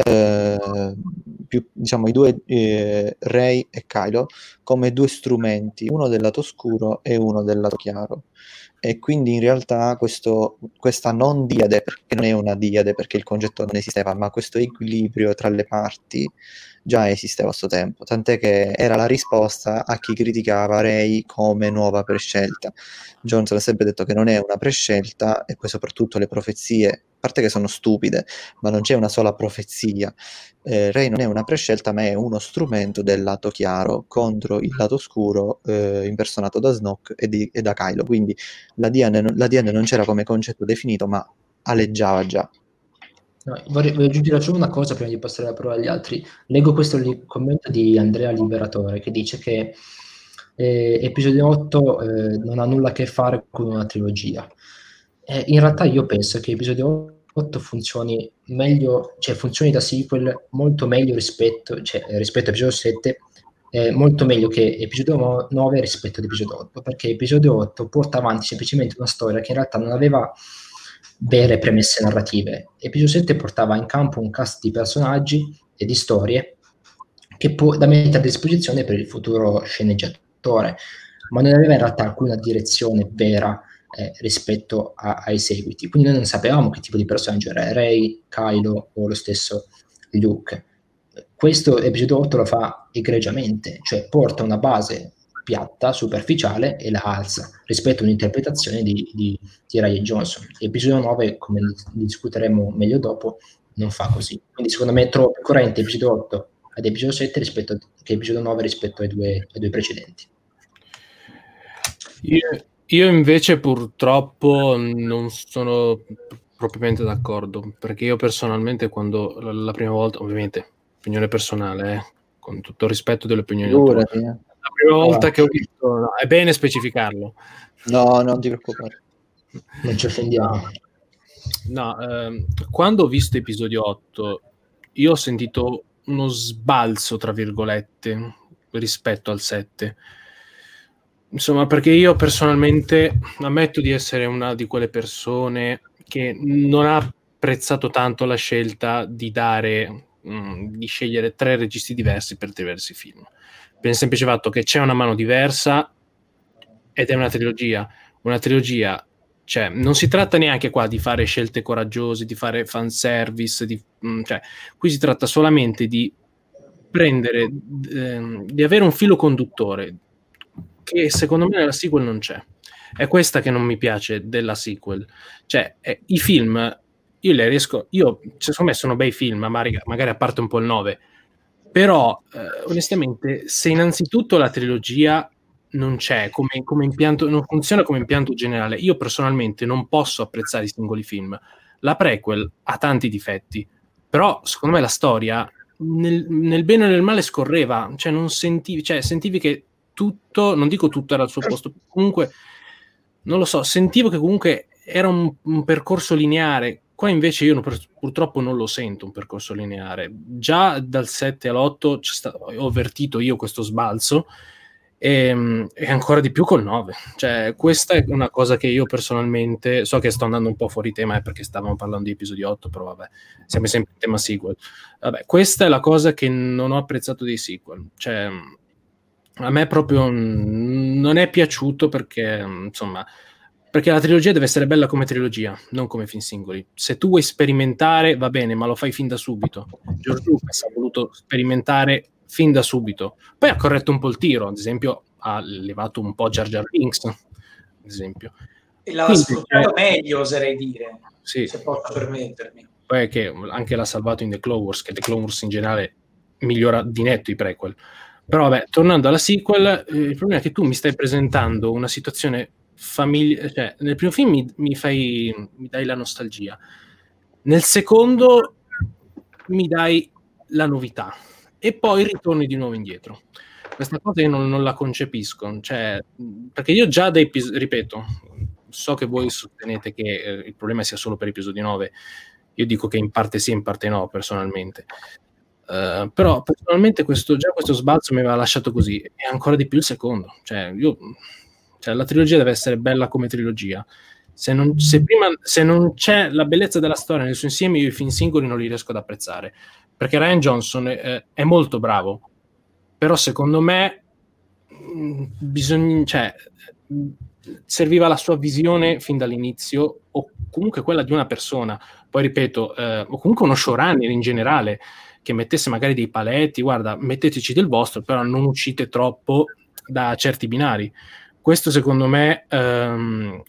Rey e Kylo come due strumenti, uno del lato oscuro e uno del lato chiaro. E quindi in realtà questa non diade, perché non è una diade perché il concetto non esisteva, ma questo equilibrio tra le parti già esisteva a suo tempo, tant'è che era la risposta a chi criticava Rey come nuova prescelta. Johnson ha sempre detto che non è una prescelta, e poi soprattutto le profezie, a parte che sono stupide, ma non c'è una sola profezia. Rey non è una prescelta, ma è uno strumento del lato chiaro contro il lato scuro, impersonato da Snoke e da Kylo. Quindi la diade non c'era come concetto definito, ma aleggiava già. No, voglio aggiungere solo una cosa prima di passare la parola agli altri. Leggo questo commento di Andrea Liberatore, che dice che episodio 8 non ha nulla a che fare con una trilogia. In realtà io penso che episodio 8 funzioni meglio, cioè funzioni da sequel molto meglio rispetto a episodio 7, molto meglio che episodio 9 rispetto ad episodio 8, perché episodio 8 porta avanti semplicemente una storia che in realtà non aveva vere premesse narrative. Episodio 7 portava in campo un cast di personaggi e di storie che da mettere a disposizione per il futuro sceneggiatore, ma non aveva in realtà alcuna direzione vera rispetto ai seguiti. Quindi noi non sapevamo che tipo di personaggio era Rey, Kylo o lo stesso Luke. Questo episodio 8 lo fa egregiamente, cioè porta una base piatta, superficiale, e la alza rispetto a un'interpretazione di Rian Johnson. Episodio 9, come discuteremo meglio dopo, non fa così. Quindi secondo me è troppo coerente episodio 8 ad episodio 7 che episodio 9 rispetto ai due precedenti. Io invece purtroppo non sono propriamente d'accordo, perché io personalmente quando la prima volta, ovviamente opinione personale, con tutto il rispetto delle opinioni altrui, la prima volta che ho visto, no, è bene specificarlo. No, non ti preoccupare. Non ci offendiamo. No, quando ho visto episodio 8, io ho sentito uno sbalzo, tra virgolette, rispetto al 7. Insomma, perché io personalmente ammetto di essere una di quelle persone che non ha apprezzato tanto la scelta di di scegliere 3 registi diversi per diversi film. Per il semplice fatto che c'è una mano diversa ed è una trilogia. Una trilogia, cioè, non si tratta neanche qua di fare scelte coraggiose, di fare fanservice, cioè, qui si tratta solamente di prendere, di avere un filo conduttore che secondo me nella sequel non c'è. È questa che non mi piace della sequel. Cioè, i film, secondo me sono bei film, magari a parte un po' il 9, però onestamente, se innanzitutto la trilogia non c'è come impianto, non funziona come impianto generale, io personalmente non posso apprezzare i singoli film. La prequel ha tanti difetti, però secondo me la storia nel bene o nel male scorreva, cioè non sentivi, cioè sentivi che tutto, non dico tutto era al suo posto, comunque non lo so, sentivo che comunque era un percorso lineare. Qua invece io purtroppo non lo sento un percorso lineare. Già dal 7 all'8 ho avvertito io questo sbalzo e ancora di più col 9. Cioè, questa è una cosa che io personalmente, so che sto andando un po' fuori tema perché stavamo parlando di episodio 8, però vabbè, siamo sempre in tema sequel. Vabbè, questa è la cosa che non ho apprezzato dei sequel. Cioè, a me proprio non è piaciuto perché, insomma, perché la trilogia deve essere bella come trilogia, non come film singoli. Se tu vuoi sperimentare, va bene, ma lo fai fin da subito. George Lucas ha voluto sperimentare fin da subito. Poi ha corretto un po' il tiro, ad esempio ha levato un po' Jar Jar Binks, ad esempio. E l'ha sfruttato meglio, oserei dire, sì, se posso permettermi. Poi è che anche l'ha salvato in The Clone Wars, che The Clone Wars in generale migliora di netto i prequel. Però vabbè, tornando alla sequel, il problema è che tu mi stai presentando una situazione cioè nel primo film mi dai la nostalgia, nel secondo mi dai la novità e poi ritorni di nuovo indietro. Questa cosa io non la concepisco, cioè, perché io già ripeto, so che voi sostenete che il problema sia solo per episodio 9, io dico che in parte sì, in parte no, personalmente. Però personalmente questo sbalzo mi aveva lasciato così, e ancora di più il secondo. Cioè, la trilogia deve essere bella come trilogia. Se non c'è la bellezza della storia nel suo insieme, io i film singoli non li riesco ad apprezzare, perché Rian Johnson è molto bravo, però secondo me serviva la sua visione fin dall'inizio, o comunque quella di una persona, poi ripeto, o comunque uno showrunner in generale, che mettesse magari dei paletti, guarda, metteteci del vostro, però non uscite troppo da certi binari. Questo secondo me non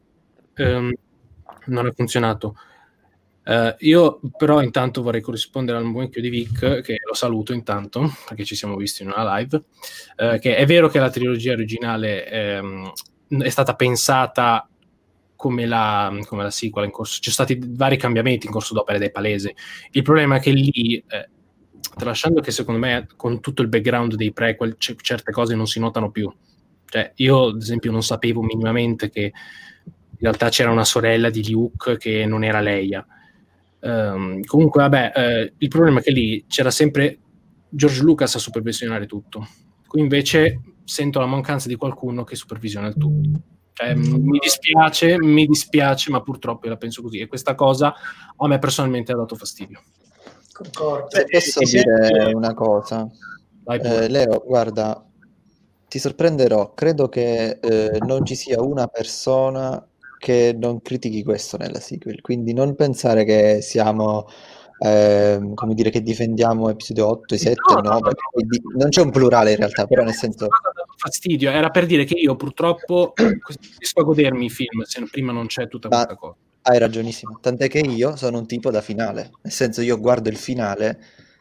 ha funzionato. Io però intanto vorrei corrispondere al mucchio di Vic, che lo saluto intanto, perché ci siamo visti in una live, che è vero che la trilogia originale è stata pensata come la sequel in corso, ci sono stati vari cambiamenti in corso d'opera ed è palese. Il problema è che lì, tralasciando che secondo me con tutto il background dei prequel certe cose non si notano più. Cioè, io ad esempio non sapevo minimamente che in realtà c'era una sorella di Luke che non era Leia. Comunque vabbè, il problema è che lì c'era sempre George Lucas a supervisionare tutto. Qui invece sento la mancanza di qualcuno che supervisiona il tutto. Cioè, mi dispiace, ma purtroppo io la penso così, e questa cosa a me personalmente ha dato fastidio. Se posso dire una cosa, Leo, guarda, ti sorprenderò, credo che non ci sia una persona che non critichi questo nella sequel, quindi non pensare che siamo come dire, che difendiamo episodio 8 e 7 e 9, non c'è un plurale in realtà, però nel senso fastidio, era per dire che io purtroppo riesco a godermi i film se prima non c'è tutta questa cosa. Hai ragionissimo, tant'è che io sono un tipo da finale, nel senso io guardo il finale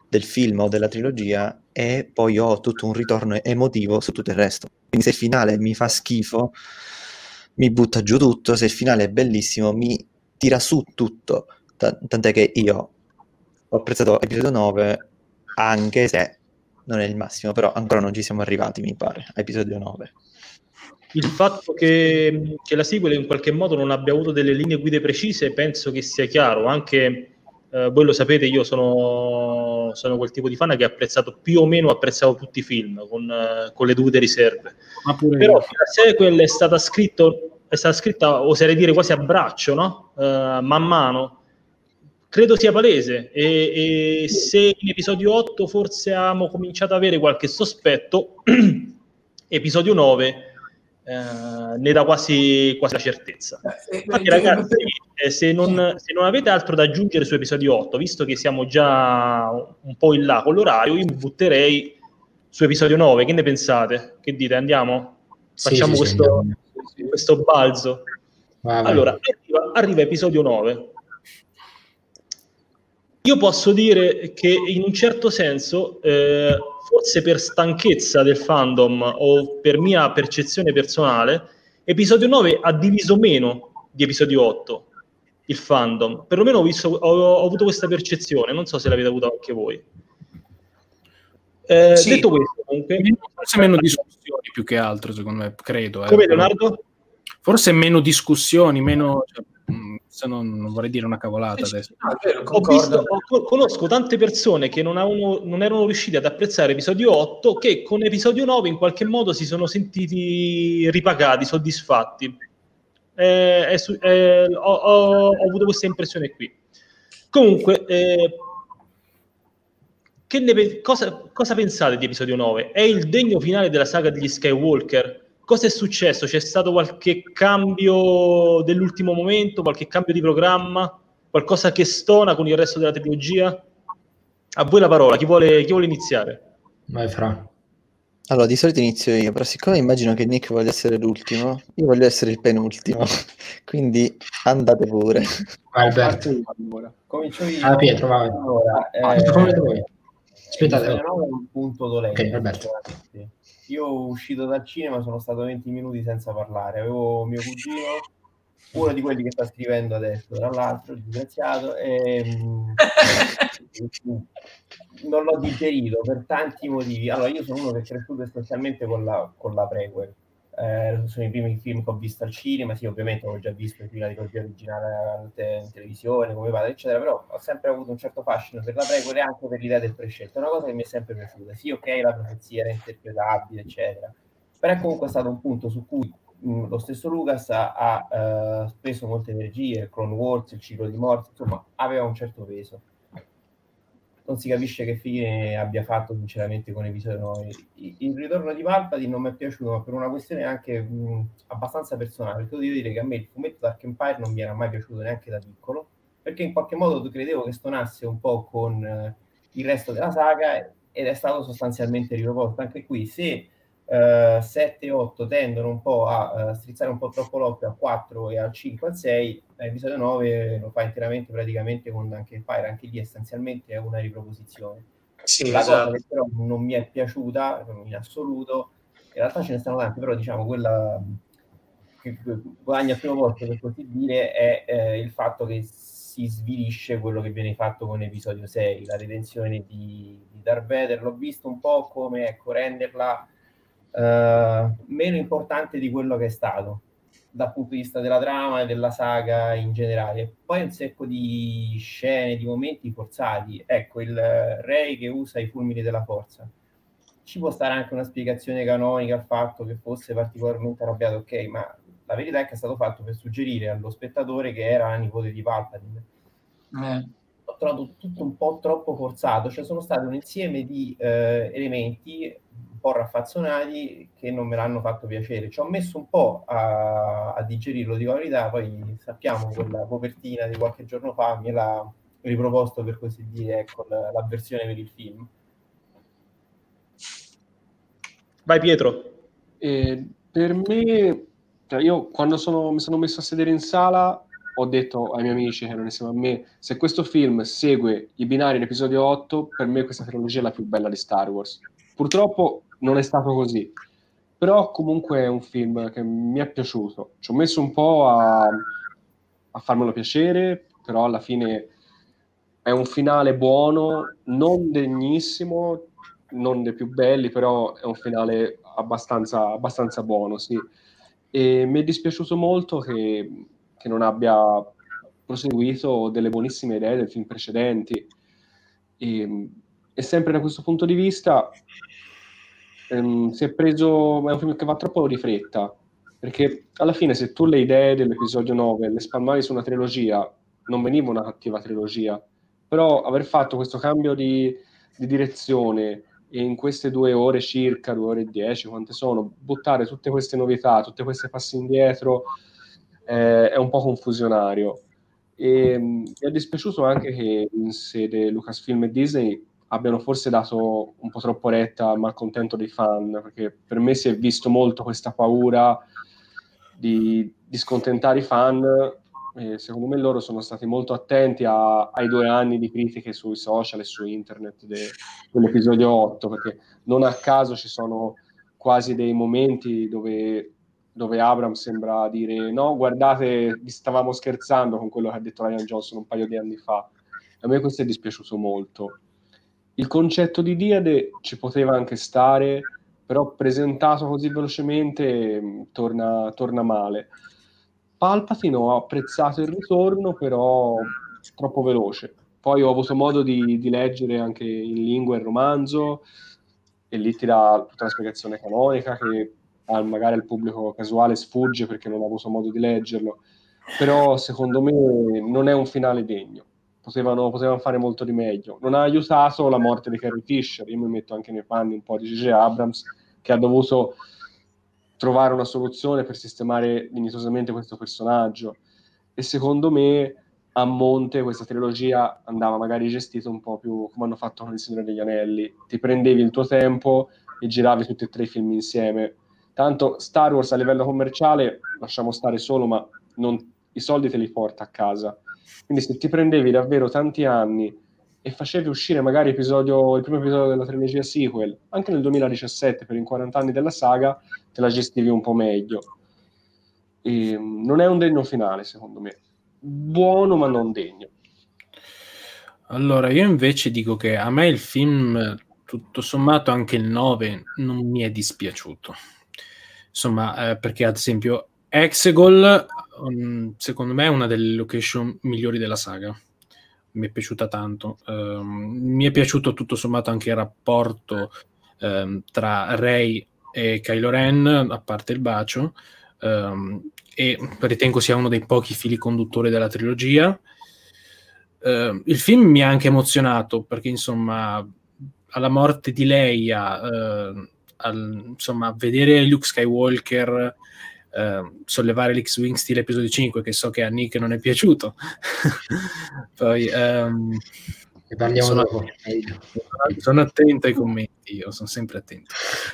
del film o della trilogia, e poi ho tutto un ritorno emotivo su tutto il resto. Quindi se il finale mi fa schifo, mi butta giù tutto, se il finale è bellissimo, mi tira su tutto. Tant'è che io ho apprezzato episodio 9, anche se non è il massimo, però ancora non ci siamo arrivati, mi pare, a episodio 9. Il fatto che la sequel in qualche modo non abbia avuto delle linee guida precise penso che sia chiaro, anche voi lo sapete, io sono quel tipo di fan che ha apprezzato più o meno tutti i film con le dovute riserve, però la sequel è stata scritta, oserei dire quasi a braccio, no? Man mano, credo sia palese, e se in episodio 8 forse abbiamo cominciato ad avere qualche sospetto, episodio 9 ne dà quasi la certezza. Infatti, ragazzi, se non avete altro da aggiungere su episodio 8, visto che siamo già un po' in là con l'orario, io mi butterei su episodio 9. Che ne pensate? Che dite? Andiamo? Facciamo questo balzo. Allora, arriva episodio 9. Io posso dire che in un certo senso, forse per stanchezza del fandom o per mia percezione personale, episodio 9 ha diviso meno di episodio 8 il fandom. Perlomeno ho avuto questa percezione, non so se l'avete avuta anche voi. Sì, detto questo, comunque, forse meno discussioni più che altro, secondo me, credo. Come Leonardo? Forse meno discussioni, meno... se non vorrei dire una cavolata adesso. Conosco tante persone che non erano riuscite ad apprezzare episodio 8, che con episodio 9 in qualche modo si sono sentiti ripagati, soddisfatti. Ho avuto questa impressione qui. Comunque, cosa pensate di episodio 9? È il degno finale della saga degli Skywalker? Cosa è successo? C'è stato qualche cambio dell'ultimo momento, qualche cambio di programma, qualcosa che stona con il resto della trilogia? A voi la parola, chi vuole iniziare? Vai, Fra. Allora, di solito inizio io, però siccome immagino che Nick voglia essere l'ultimo, io voglio essere il penultimo, quindi andate pure. Vai, Alberto. Comincio io. Pietro, vai. Allora, aspettate, è un punto dolente. Okay, Alberto. Io uscito dal cinema sono stato 20 minuti senza parlare. Avevo mio cugino, uno di quelli che sta scrivendo adesso, tra l'altro, disgraziato, e non l'ho digerito per tanti motivi. Allora, io sono uno che è cresciuto essenzialmente con la prequel. Sono i primi film che ho visto al cinema. Sì, ovviamente ho già visto i film di trilogia originale in televisione, come padre, eccetera, però ho sempre avuto un certo fascino per la prequel e anche per l'idea del prescelto. È una cosa che mi è sempre piaciuta. Sì, ok, la profezia era interpretabile, eccetera, però è comunque stato un punto su cui lo stesso Lucas ha speso molte energie. Clone Wars, il ciclo di morte, insomma, aveva un certo peso. Non si capisce che fine abbia fatto sinceramente con episodio 9. Il ritorno di Palpatine non mi è piaciuto, ma per una questione anche abbastanza personale, perché devo dire che a me il fumetto Dark Empire non mi era mai piaciuto neanche da piccolo, perché in qualche modo credevo che stonasse un po' con il resto della saga, ed è stato sostanzialmente riproposto. Anche qui, se 7 e 8 tendono un po' a strizzare un po' troppo l'occhio a 4 e al 5 al 6, l'episodio 9 lo fa interamente praticamente con Dark Empire. Anche lì essenzialmente è una riproposizione. Sì, la esatto. cosa che però non mi è piaciuta in assoluto, in realtà ce ne stanno tanti, però diciamo quella che guadagna al primo posto, per così dire, è il fatto che si svilisce quello che viene fatto con episodio 6, la redenzione di Darth Vader. L'ho visto un po' come, ecco, renderla meno importante di quello che è stato dal punto di vista della trama e della saga in generale. Poi un secco di scene, di momenti forzati. Ecco, il Rey che usa i fulmini della forza. Ci può stare anche una spiegazione canonica al fatto che fosse particolarmente arrabbiato, ok, ma la verità è che è stato fatto per suggerire allo spettatore che era nipote di Palpatine. Ho trovato tutto un po' troppo forzato, cioè sono stati un insieme di elementi un po' raffazzonati che non me l'hanno fatto piacere. Ci ho messo un po' a digerirlo, dico la verità. Poi sappiamo quella copertina di qualche giorno fa me l'ha riproposto, per così dire, ecco, la versione per il film. Vai Pietro. Per me, cioè io quando mi sono messo a sedere in sala ho detto ai miei amici che erano insieme a me, se questo film segue i binari l'episodio 8, per me questa trilogia è la più bella di Star Wars. Purtroppo non è stato così, però comunque è un film che mi è piaciuto. Ci ho messo un po' a farmelo piacere, però alla fine è un finale buono, non degnissimo, non dei più belli, però è un finale abbastanza buono, sì. E mi è dispiaciuto molto che non abbia proseguito delle buonissime idee del film precedenti. E sempre da questo punto di vista si è preso, è un film che va troppo di fretta, perché alla fine se tu le idee dell'episodio 9 le spalmavi su una trilogia, non veniva una cattiva trilogia, però aver fatto questo cambio di direzione e in queste 2 ore circa, 2 ore e 10, quante sono, buttare tutte queste novità, tutte queste passi indietro, è un po' confusionario. E mi è dispiaciuto anche che in sede Lucasfilm e Disney abbiano forse dato un po' troppo retta al malcontento dei fan, perché per me si è visto molto questa paura di scontentare i fan. E secondo me loro sono stati molto attenti ai 2 anni di critiche sui social e su internet dell'episodio 8, perché non a caso ci sono quasi dei momenti dove Abrams sembra dire no, guardate, vi stavamo scherzando con quello che ha detto Rian Johnson un paio di anni fa. A me questo è dispiaciuto molto. Il concetto di Diade ci poteva anche stare, però presentato così velocemente torna male. Palpatine ho apprezzato il ritorno, però troppo veloce. Poi ho avuto modo di leggere anche in lingua il romanzo, e lì ti dà tutta la spiegazione canonica che magari al pubblico casuale sfugge perché non ha avuto modo di leggerlo, però secondo me non è un finale degno. Potevano fare molto di meglio. Non ha aiutato la morte di Carrie Fisher. Io mi metto anche nei panni un po' di J.J. Abrams, che ha dovuto trovare una soluzione per sistemare dignitosamente questo personaggio. E secondo me a monte questa trilogia andava magari gestita un po' più come hanno fatto con Il Signore degli Anelli. Ti prendevi il tuo tempo e giravi tutti e 3 i film insieme. Tanto Star Wars a livello commerciale lasciamo stare solo, ma i soldi te li porta a casa. Quindi se ti prendevi davvero tanti anni e facevi uscire magari il primo episodio della trilogia sequel, anche nel 2017 per i 40 anni della saga, te la gestivi un po' meglio. E non è un degno finale, secondo me. Buono, ma non degno. Allora, io invece dico che a me il film, tutto sommato, anche il 9, non mi è dispiaciuto. Insomma, perché ad esempio Exegol, secondo me è una delle location migliori della saga. Mi è piaciuta tanto. Mi è piaciuto tutto sommato anche il rapporto tra Rey e Kylo Ren, a parte il bacio, e ritengo sia uno dei pochi fili conduttori della trilogia. Il film mi ha anche emozionato perché insomma alla morte di Leia, insomma vedere Luke Skywalker sollevare l'X-Wing stile episodio 5, che so che a Nick non è piaciuto. Poi parliamo dopo. Sono attento ai commenti, io sono sempre attento.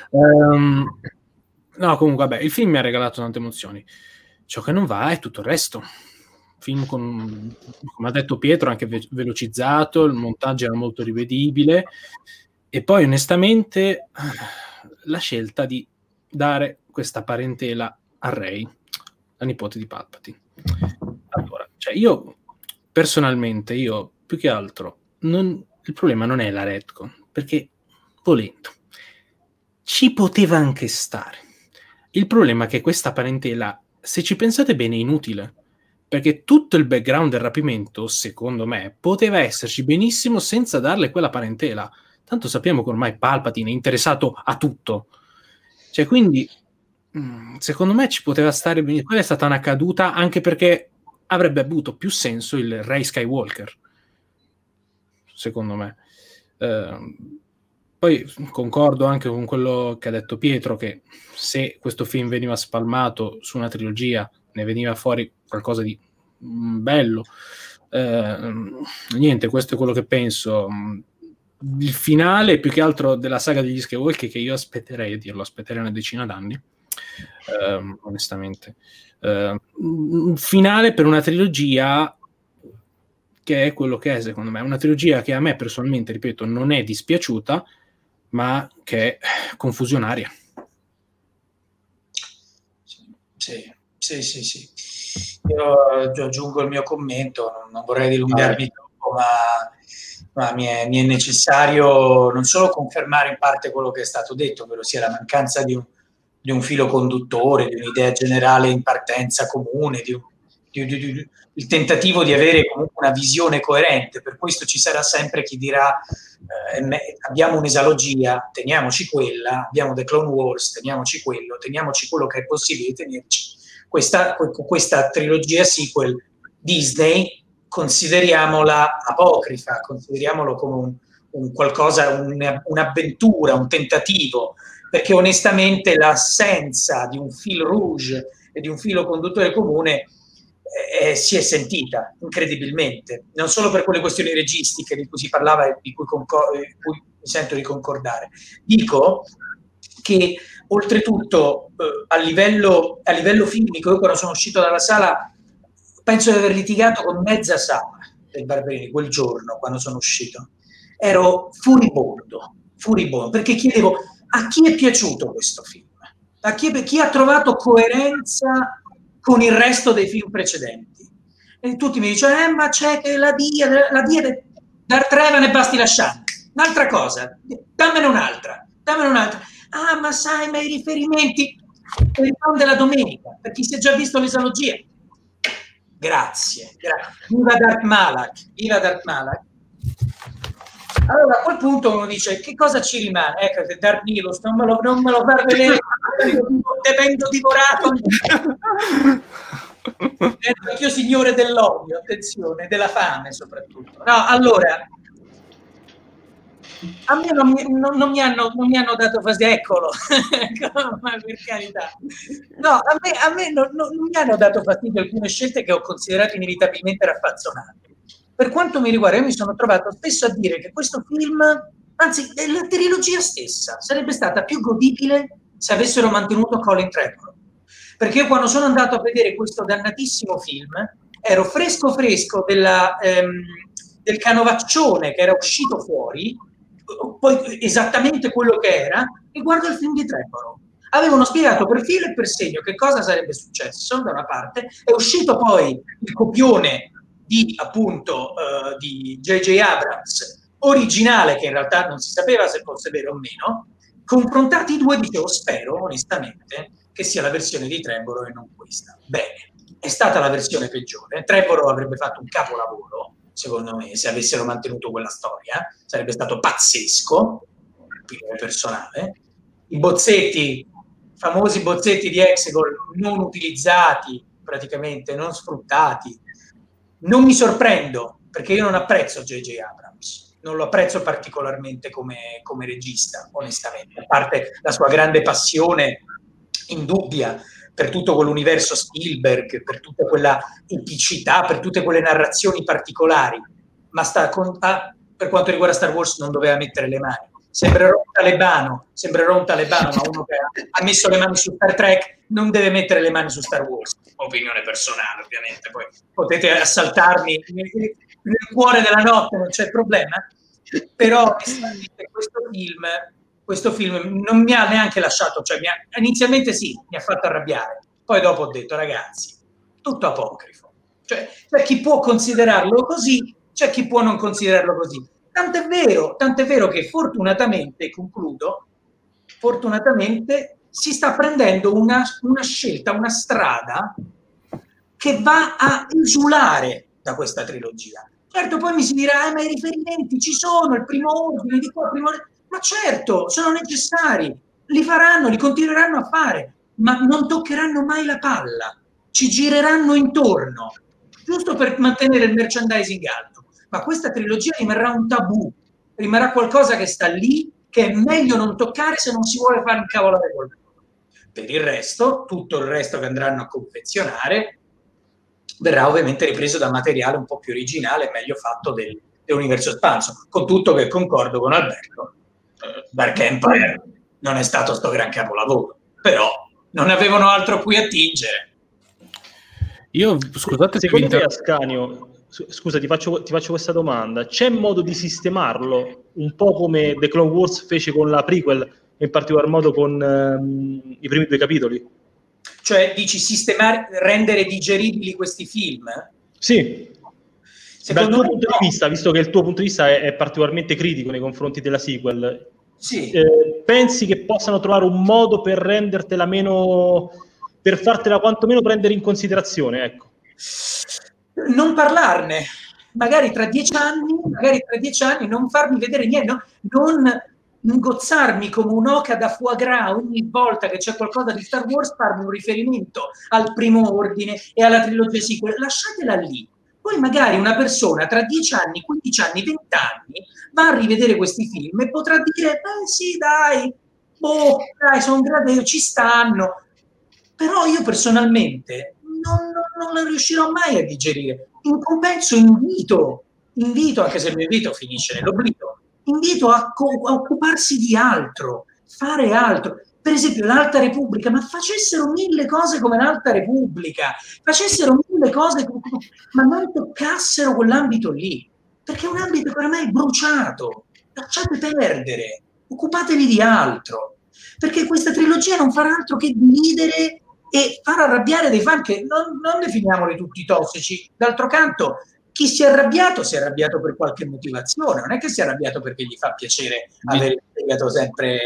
No, comunque vabbè, il film mi ha regalato tante emozioni. Ciò che non va è tutto il resto. Film come ha detto Pietro, anche velocizzato, il montaggio era molto rivedibile, e poi onestamente la scelta di dare questa parentela a Rey, la nipote di Palpatine. Allora, cioè io personalmente, più che altro, il problema non è la retcon, perché volendo ci poteva anche stare. Il problema è che questa parentela, se ci pensate bene, è inutile, perché tutto il background del rapimento, secondo me, poteva esserci benissimo senza darle quella parentela. Tanto sappiamo che ormai Palpatine è interessato a tutto. Cioè, quindi, secondo me ci poteva stare benissimo. Quella è stata una caduta, anche perché avrebbe avuto più senso il Rey Skywalker, secondo me. Poi concordo anche con quello che ha detto Pietro, che se questo film veniva spalmato su una trilogia, ne veniva fuori qualcosa di bello. Niente, questo è quello che penso. Il finale, più che altro, della saga degli Skywalker, che io aspetterei una decina d'anni, onestamente. Un finale per una trilogia che è quello che è, secondo me. Una trilogia che a me personalmente, ripeto, non è dispiaciuta, ma che è confusionaria. Sì. Io aggiungo il mio commento, non vorrei dilungarmi troppo, ma mi è necessario non solo confermare in parte quello che è stato detto, ovvero sia la mancanza di un filo conduttore, di un'idea generale in partenza comune, il tentativo di avere comunque una visione coerente. Per questo ci sarà sempre chi dirà abbiamo un'esalogia, teniamoci quella, abbiamo The Clone Wars, teniamoci quello che è possibile tenerci. Questa trilogia sequel Disney consideriamola apocrifa, consideriamolo come un qualcosa, un'avventura, un tentativo, perché onestamente l'assenza di un fil rouge e di un filo conduttore comune si è sentita incredibilmente, non solo per quelle questioni registiche di cui si parlava e di cui mi sento di concordare. Dico che oltretutto a livello filmico, io quando sono uscito dalla sala penso di aver litigato con mezza sala del Barberini quel giorno, quando sono uscito ero furibondo, perché chiedevo a chi è piaciuto questo film, a chi ha trovato coerenza con il resto dei film precedenti, e tutti mi dicevano ma c'è che la dia Darth Revan e basti lasciare un'altra cosa, dammene un'altra. Ah, ma sai, ma i riferimenti per il film della domenica, per chi si è già visto l'esalogia. Grazie. Viva Darth Malak. Allora a quel punto uno dice che cosa ci rimane? Ecco, se Darth Milos non me lo far vedere, te vengo divorato. Anch'io signore dell'odio, attenzione, della fame soprattutto. No, allora a me non mi hanno dato fastidio, eccolo, ma per carità. No, a me non mi hanno dato fastidio alcune scelte che ho considerato inevitabilmente raffazzonate. Per quanto mi riguarda, io mi sono trovato spesso a dire che questo film, anzi la trilogia stessa, sarebbe stata più godibile se avessero mantenuto Colin Trevorrow. Perché io quando sono andato a vedere questo dannatissimo film ero fresco del canovaccione che era uscito fuori, poi esattamente quello che era, e guardo il film di Trevorrow. Avevano spiegato per filo e per segno che cosa sarebbe successo da una parte, è uscito poi il copione di J.J. Abrams originale, che in realtà non si sapeva se fosse vero o meno. Confrontati i due, dicevo, spero onestamente che sia la versione di Trevorrow e non questa. Bene, è stata la versione peggiore. Trevorrow avrebbe fatto un capolavoro, secondo me, se avessero mantenuto quella storia. Sarebbe stato pazzesco, opinione personale. I bozzetti, famosi bozzetti di Exegol non utilizzati, praticamente non sfruttati. Non mi sorprendo, perché io non apprezzo J.J. Abrams, non lo apprezzo particolarmente come regista, onestamente, a parte la sua grande passione indubbia per tutto quell'universo Spielberg, per tutta quella epicità, per tutte quelle narrazioni particolari, ma per quanto riguarda Star Wars non doveva mettere le mani. Sembrerò un talebano, ma uno che ha messo le mani su Star Trek non deve mettere le mani su Star Wars. Opinione personale, ovviamente, poi potete assaltarmi nel cuore della notte, non c'è problema, però questo film non mi ha neanche lasciato, cioè inizialmente sì, mi ha fatto arrabbiare, poi dopo ho detto ragazzi, tutto apocrifo, cioè c'è chi può considerarlo così, c'è chi può non considerarlo così. Tant'è vero che fortunatamente si sta prendendo una scelta, una strada che va a esulare da questa trilogia. Certo, poi mi si dirà, ma i riferimenti ci sono, il primo ordine, di qua, ma certo, sono necessari, li faranno, li continueranno a fare, ma non toccheranno mai la palla, ci gireranno intorno, giusto per mantenere il merchandising alto. Ma questa trilogia rimarrà un tabù, rimarrà qualcosa che sta lì, che è meglio non toccare se non si vuole fare incavolare qualcuno. Per il resto, tutto il resto che andranno a confezionare verrà ovviamente ripreso da materiale un po' più originale e meglio fatto dell'universo espanso, con tutto che concordo con Alberto. Dark Empire non è stato sto gran capolavoro, però non avevano altro a cui attingere. Io, scusate se secondo te, Ascanio, scusa, ti faccio questa domanda: c'è modo di sistemarlo un po' come The Clone Wars fece con la prequel, e in particolar modo con i primi 2 capitoli? Cioè, dici sistemare, rendere digeribili questi film? Sì. Secondo dal tuo me punto no. di vista, visto che il tuo punto di vista è particolarmente critico nei confronti della sequel, Sì. Pensi che possano trovare un modo per rendertela meno, per fartela quantomeno prendere in considerazione, ecco? Non parlarne, magari tra 10 anni non farmi vedere niente, non ingozzarmi come un'oca da foie gras ogni volta che c'è qualcosa di Star Wars, farmi un riferimento al Primo Ordine e alla trilogia sequel, lasciatela lì. Poi magari una persona tra 10 anni, 15 anni, 20 anni va a rivedere questi film e potrà dire, sì dai, sono gradevoli, ci stanno. Però io personalmente non la riuscirò mai a digerire. In compenso invito, anche se il mio invito finisce nell'oblio, invito a occuparsi di altro, fare altro. Per esempio l'Alta Repubblica, ma facessero 1000 cose come l'Alta Repubblica, facessero 1000 cose, ma non toccassero quell'ambito lì, perché è un ambito per me bruciato. Lasciate perdere, occupatevi di altro, perché questa trilogia non farà altro che dividere e far arrabbiare dei fan che non definiamoli tutti tossici. D'altro canto, chi si è arrabbiato per qualche motivazione, non è che si è arrabbiato perché gli fa piacere aver spiegato sempre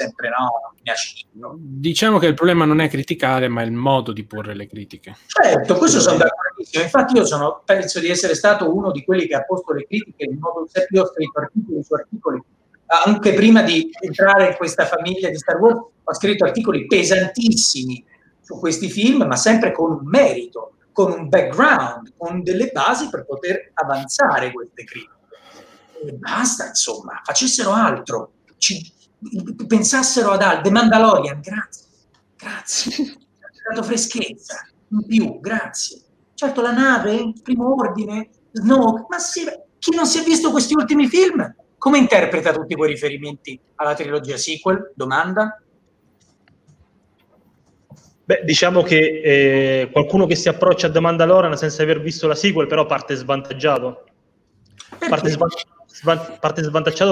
no. Diciamo che il problema non è criticare, ma il modo di porre le critiche. Certo, questo sono d'accordissimo. Infatti io penso di essere stato uno di quelli che ha posto le critiche in modo sempre. Io ho scritto articoli su articoli, anche prima di entrare in questa famiglia di Star Wars, ho scritto articoli pesantissimi su questi film, ma sempre con un merito, con un background, con delle basi per poter avanzare queste critiche. E basta, insomma, facessero altro, pensassero ad altro. The Mandalorian, grazie, ha dato freschezza in più, grazie. Certo, la nave, Primo Ordine, Snoke, ma sì, chi non si è visto questi ultimi film, come interpreta tutti quei riferimenti alla trilogia sequel? Domanda. Beh, diciamo che qualcuno che si approccia a The Mandalorian senza aver visto la sequel però parte svantaggiato. Parte svantaggiato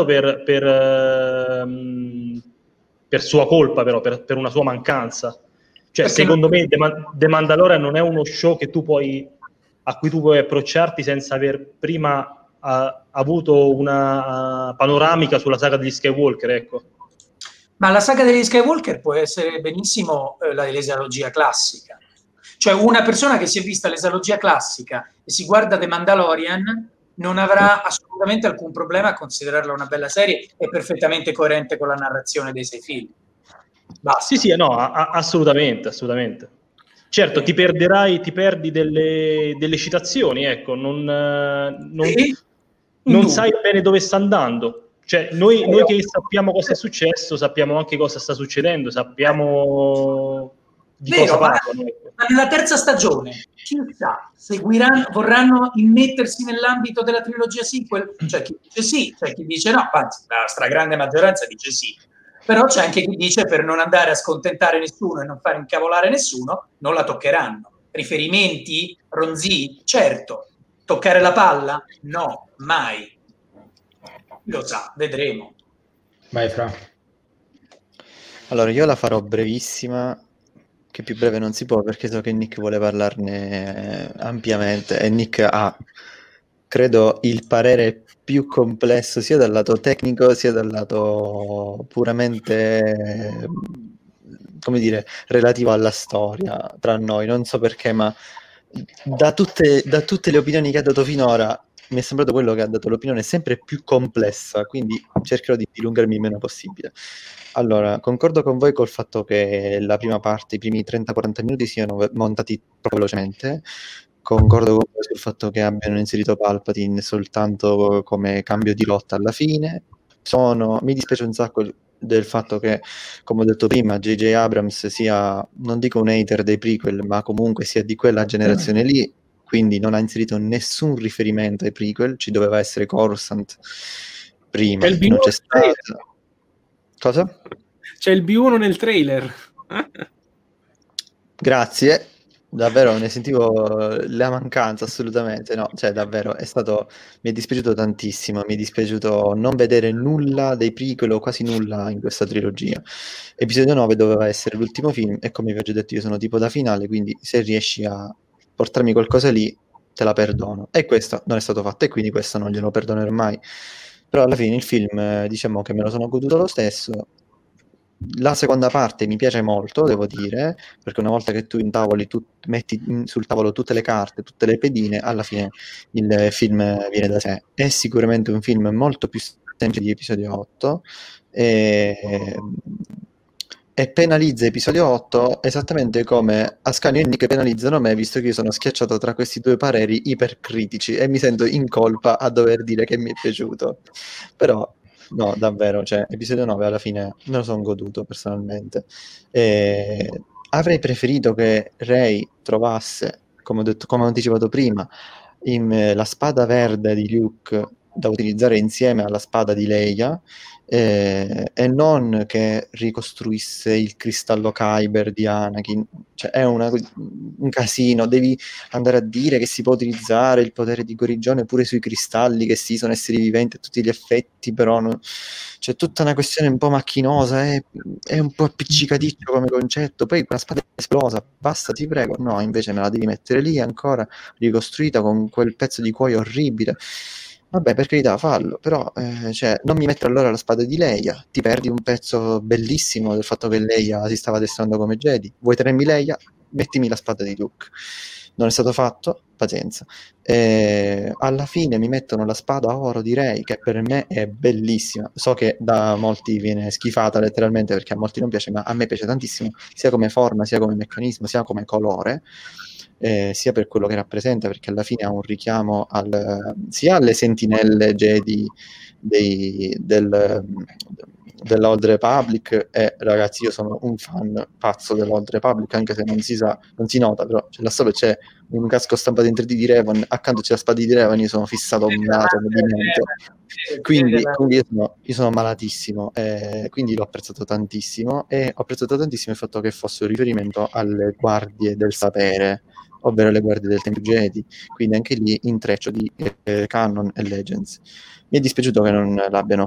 per sua colpa, però, per una sua mancanza. Cioè, perché secondo me The Mandalorian non è uno show che a cui tu puoi approcciarti senza aver prima avuto una panoramica sulla saga degli Skywalker, ecco. Ma la saga degli Skywalker può essere benissimo l'esalogia classica. Cioè una persona che si è vista l'esalogia classica e si guarda The Mandalorian non avrà assolutamente alcun problema a considerarla una bella serie e perfettamente coerente con la narrazione dei 6 film. Basta. Sì, no, assolutamente. Certo, ti perdi delle citazioni, ecco, non sai bene dove sta andando. Cioè, noi che sappiamo cosa è successo, sappiamo anche cosa sta succedendo, sappiamo di cosa parlano. Ma nella terza stagione, chissà, vorranno immettersi nell'ambito della trilogia sequel? C'è chi dice sì, c'è chi dice no, anzi, la stragrande maggioranza dice sì. Però c'è anche chi dice per non andare a scontentare nessuno e non far incavolare nessuno, non la toccheranno. Riferimenti? Ronzì? Certo. Toccare la palla? No, mai. Lo sa, vedremo. Vai, Fra. Allora, io la farò brevissima, che più breve non si può, perché so che Nick vuole parlarne ampiamente, e Nick ha, credo, il parere più complesso sia dal lato tecnico sia dal lato puramente, come dire, relativo alla storia tra noi. Non so perché, ma da tutte le opinioni che ha dato finora mi è sembrato quello che ha dato l'opinione sempre più complessa, quindi cercherò di dilungarmi il meno possibile. Allora, concordo con voi col fatto che la prima parte, i primi 30-40 minuti siano montati troppo velocemente. Concordo con voi sul fatto che abbiano inserito Palpatine soltanto come cambio di rotta alla fine. Mi dispiace un sacco del fatto che, come ho detto prima, J.J. Abrams sia, non dico un hater dei prequel, ma comunque sia di quella generazione lì, quindi non ha inserito nessun riferimento ai prequel. Ci doveva essere Coruscant prima, non c'è stato. Cosa? C'è il B1 nel trailer. Grazie, davvero ne sentivo la mancanza assolutamente, no, cioè davvero mi è dispiaciuto tantissimo, mi è dispiaciuto non vedere nulla dei prequel o quasi nulla in questa trilogia. Episodio 9 doveva essere l'ultimo film e come vi ho già detto io sono tipo da finale, quindi se riesci a portarmi qualcosa lì te la perdono. E questo non è stato fatto e quindi questo non glielo perdonerò mai. Però alla fine il film, diciamo che me lo sono goduto lo stesso. La seconda parte mi piace molto, devo dire, perché una volta che tu intavoli, metti sul tavolo tutte le carte, tutte le pedine, alla fine il film viene da sé. È sicuramente un film molto più semplice di episodio 8 e penalizza episodio 8 esattamente come Ascanio e Nick penalizzano me, visto che io sono schiacciato tra questi due pareri ipercritici e mi sento in colpa a dover dire che mi è piaciuto. Però no, davvero, cioè, episodio 9 alla fine me lo sono goduto personalmente. Avrei preferito che Rey trovasse, come ho detto, come ho anticipato prima, la spada verde di Luke da utilizzare insieme alla spada di Leia, e non che ricostruisse il cristallo Kyber di Anakin. Cioè, è un casino, devi andare a dire che si può utilizzare il potere di guarigione pure sui cristalli, che sì, sono esseri viventi a tutti gli effetti, però c'è tutta una questione un po' macchinosa, è un po' appiccicaticcio come concetto. Poi la spada è esplosa, basta, ti prego. No, invece me la devi mettere lì ancora ricostruita con quel pezzo di cuoio orribile. Vabbè, per carità, fallo, però cioè, non mi mettere allora la spada di Leia, ti perdi un pezzo bellissimo del fatto che Leia si stava addestrando come Jedi. Vuoi tenermi Leia? Mettimi la spada di Luke. Non è stato fatto? Pazienza. Alla fine mi mettono la spada oro di Rey, che per me è bellissima. So che da molti viene schifata letteralmente perché a molti non piace, ma a me piace tantissimo, sia come forma, sia come meccanismo, sia come colore. Sia per quello che rappresenta, perché alla fine ha un richiamo sia alle sentinelle Jedi della Old Republic, e ragazzi io sono un fan pazzo della Old Republic, anche se non si nota, però là sopra c'è un casco stampato in 3D di Revan, accanto c'è la spada di Revan, io sono fissato malato quindi io sono malatissimo, quindi l'ho apprezzato tantissimo, e ho apprezzato tantissimo il fatto che fosse un riferimento alle guardie del sapere, ovvero le guardie del Tempio Jedi, quindi anche lì intreccio di canon e legends. Mi è dispiaciuto che non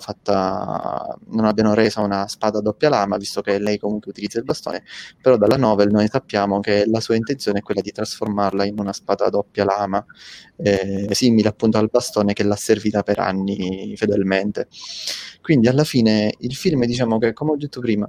abbiano resa una spada a doppia lama, visto che lei comunque utilizza il bastone, però dalla novel noi sappiamo che la sua intenzione è quella di trasformarla in una spada a doppia lama, simile appunto al bastone che l'ha servita per anni fedelmente. Quindi alla fine il film, diciamo che, come ho detto prima,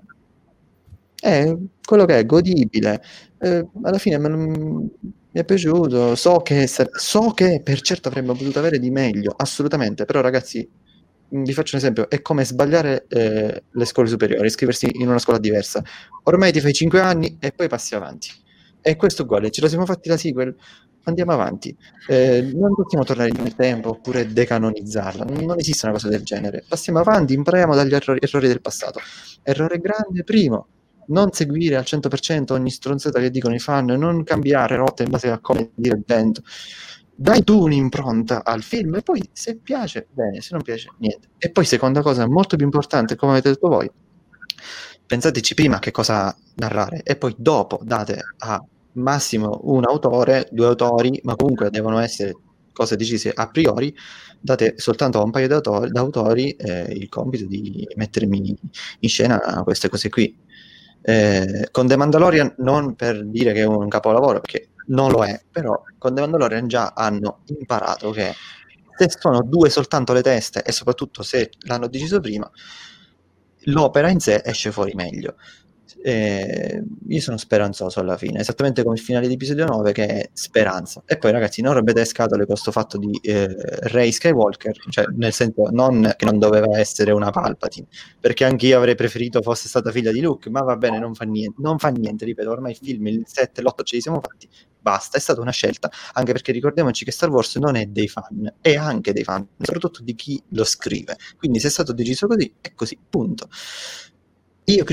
è quello che è, godibile. Alla fine mi è piaciuto, so che per certo avremmo potuto avere di meglio, assolutamente, però ragazzi, vi faccio un esempio, è come sbagliare le scuole superiori, iscriversi in una scuola diversa. Ormai ti fai 5 anni e poi passi avanti. E questo è uguale, ce la siamo fatti la sequel, andiamo avanti. Non possiamo tornare nel tempo oppure decanonizzarla, non esiste una cosa del genere. Passiamo avanti, impariamo dagli errori del passato. Errore grande, primo, non seguire al 100% ogni stronzata che dicono i fan, non cambiare rotte in base a come dire il vento. Dai tu un'impronta al film e poi se piace, bene, se non piace, niente. E poi seconda cosa, molto più importante, come avete detto voi, pensateci prima che cosa narrare e poi dopo date a massimo un autore, 2 autori, ma comunque devono essere cose decise a priori, date soltanto a un paio di autori il compito di mettermi in scena queste cose qui. Con The Mandalorian, non per dire che è un capolavoro, perché non lo è, però con The Mandalorian già hanno imparato che se sono 2 soltanto le teste e soprattutto se l'hanno deciso prima, l'opera in sé esce fuori meglio. Io sono speranzoso alla fine, esattamente come il finale di episodio 9, che è speranza. E poi ragazzi, non rompete le scatole con questo fatto di Rey Skywalker, cioè nel senso non che non doveva essere una Palpatine, perché anche io avrei preferito fosse stata figlia di Luke, ma va bene, non fa niente, ripeto, ormai il film, il 7 l'8 ce li siamo fatti, basta, è stata una scelta, anche perché ricordiamoci che Star Wars non è dei fan, è anche dei fan, soprattutto di chi lo scrive, quindi se è stato deciso così, è così, punto. Io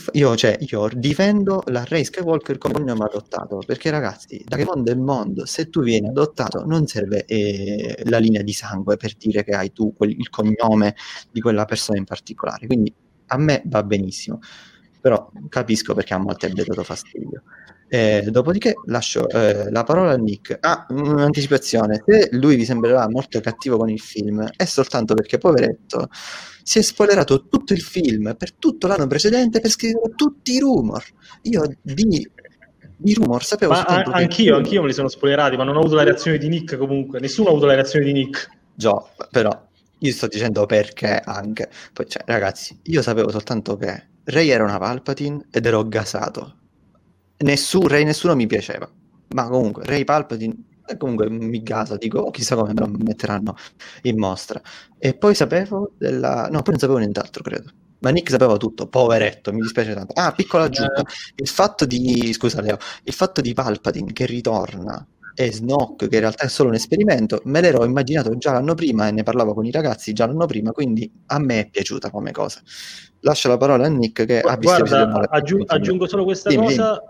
difendo la Rey Skywalker come cognome adottato, perché ragazzi, da che mondo è mondo, se tu vieni adottato non serve la linea di sangue per dire che hai tu il cognome di quella persona in particolare, quindi a me va benissimo. però capisco perché a molti abbia dato fastidio. Dopodiché lascio la parola a Nick. Un'anticipazione: se lui vi sembrerà molto cattivo con il film, è soltanto perché, poveretto, si è spoilerato tutto il film per tutto l'anno precedente per scrivere tutti i rumor. Io di rumor sapevo soltanto anch'io me li sono spoilerati, ma non ho avuto la reazione di Nick. Comunque nessuno ha avuto la reazione di Nick. Già, però io sto dicendo perché anche. Poi, cioè, ragazzi, io sapevo soltanto che Rey era una Palpatine ed ero gasato. Rey nessuno mi piaceva, ma comunque Rey Palpatine comunque mi gasa, dico chissà come me lo metteranno in mostra. E poi sapevo poi non sapevo nient'altro, credo. Ma Nick sapeva tutto, poveretto, mi dispiace tanto. Piccola aggiunta, il fatto di Palpatine che ritorna e Snoke che in realtà è solo un esperimento, me l'ero immaginato già l'anno prima e ne parlavo con i ragazzi già l'anno prima, quindi a me è piaciuta come cosa. Lascio la parola a Nick che ha visto. Guarda, aggiungo solo questa cosa.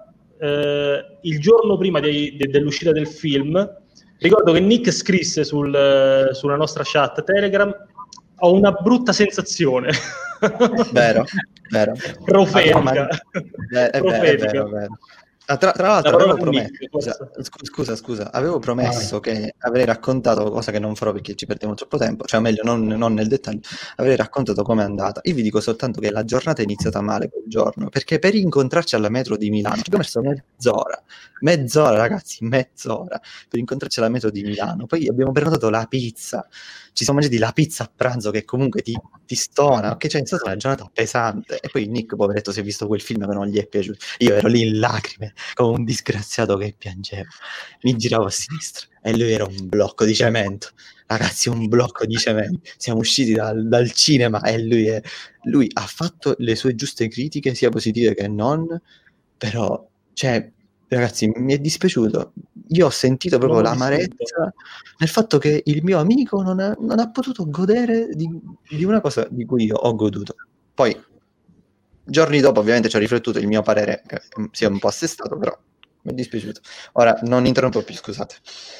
Il giorno prima dell'uscita del film, ricordo che Nick scrisse sulla nostra chat Telegram: ho una brutta sensazione. Vero. Profetica. È vero. Tra l'altro avevo promesso, scusa, avevo promesso che avrei raccontato, cosa che non farò perché ci perdiamo troppo tempo, cioè meglio non nel dettaglio, avrei raccontato com'è andata. Io vi dico soltanto che la giornata è iniziata male quel giorno, perché per incontrarci alla metro di Milano ci abbiamo messo mezz'ora ragazzi, per incontrarci alla metro di Milano. Poi abbiamo prenotato la pizza, ci siamo mangiati la pizza a pranzo che comunque ti stona, che cioè è stata una giornata pesante. E poi Nick, poveretto, si è visto quel film che non gli è piaciuto. Io ero lì in lacrime come un disgraziato che piangeva, mi giravo a sinistra e lui era un blocco di cemento, ragazzi, un blocco di cemento. Siamo usciti dal cinema e lui ha fatto le sue giuste critiche, sia positive che non, però cioè ragazzi, mi è dispiaciuto. Io ho sentito proprio l'amarezza nel fatto che il mio amico non ha potuto godere di una cosa di cui io ho goduto. Poi, giorni dopo, ovviamente, ci ho riflettuto, il mio parere si è un po' assestato, però mi è dispiaciuto. Ora, non interrompo più, scusate.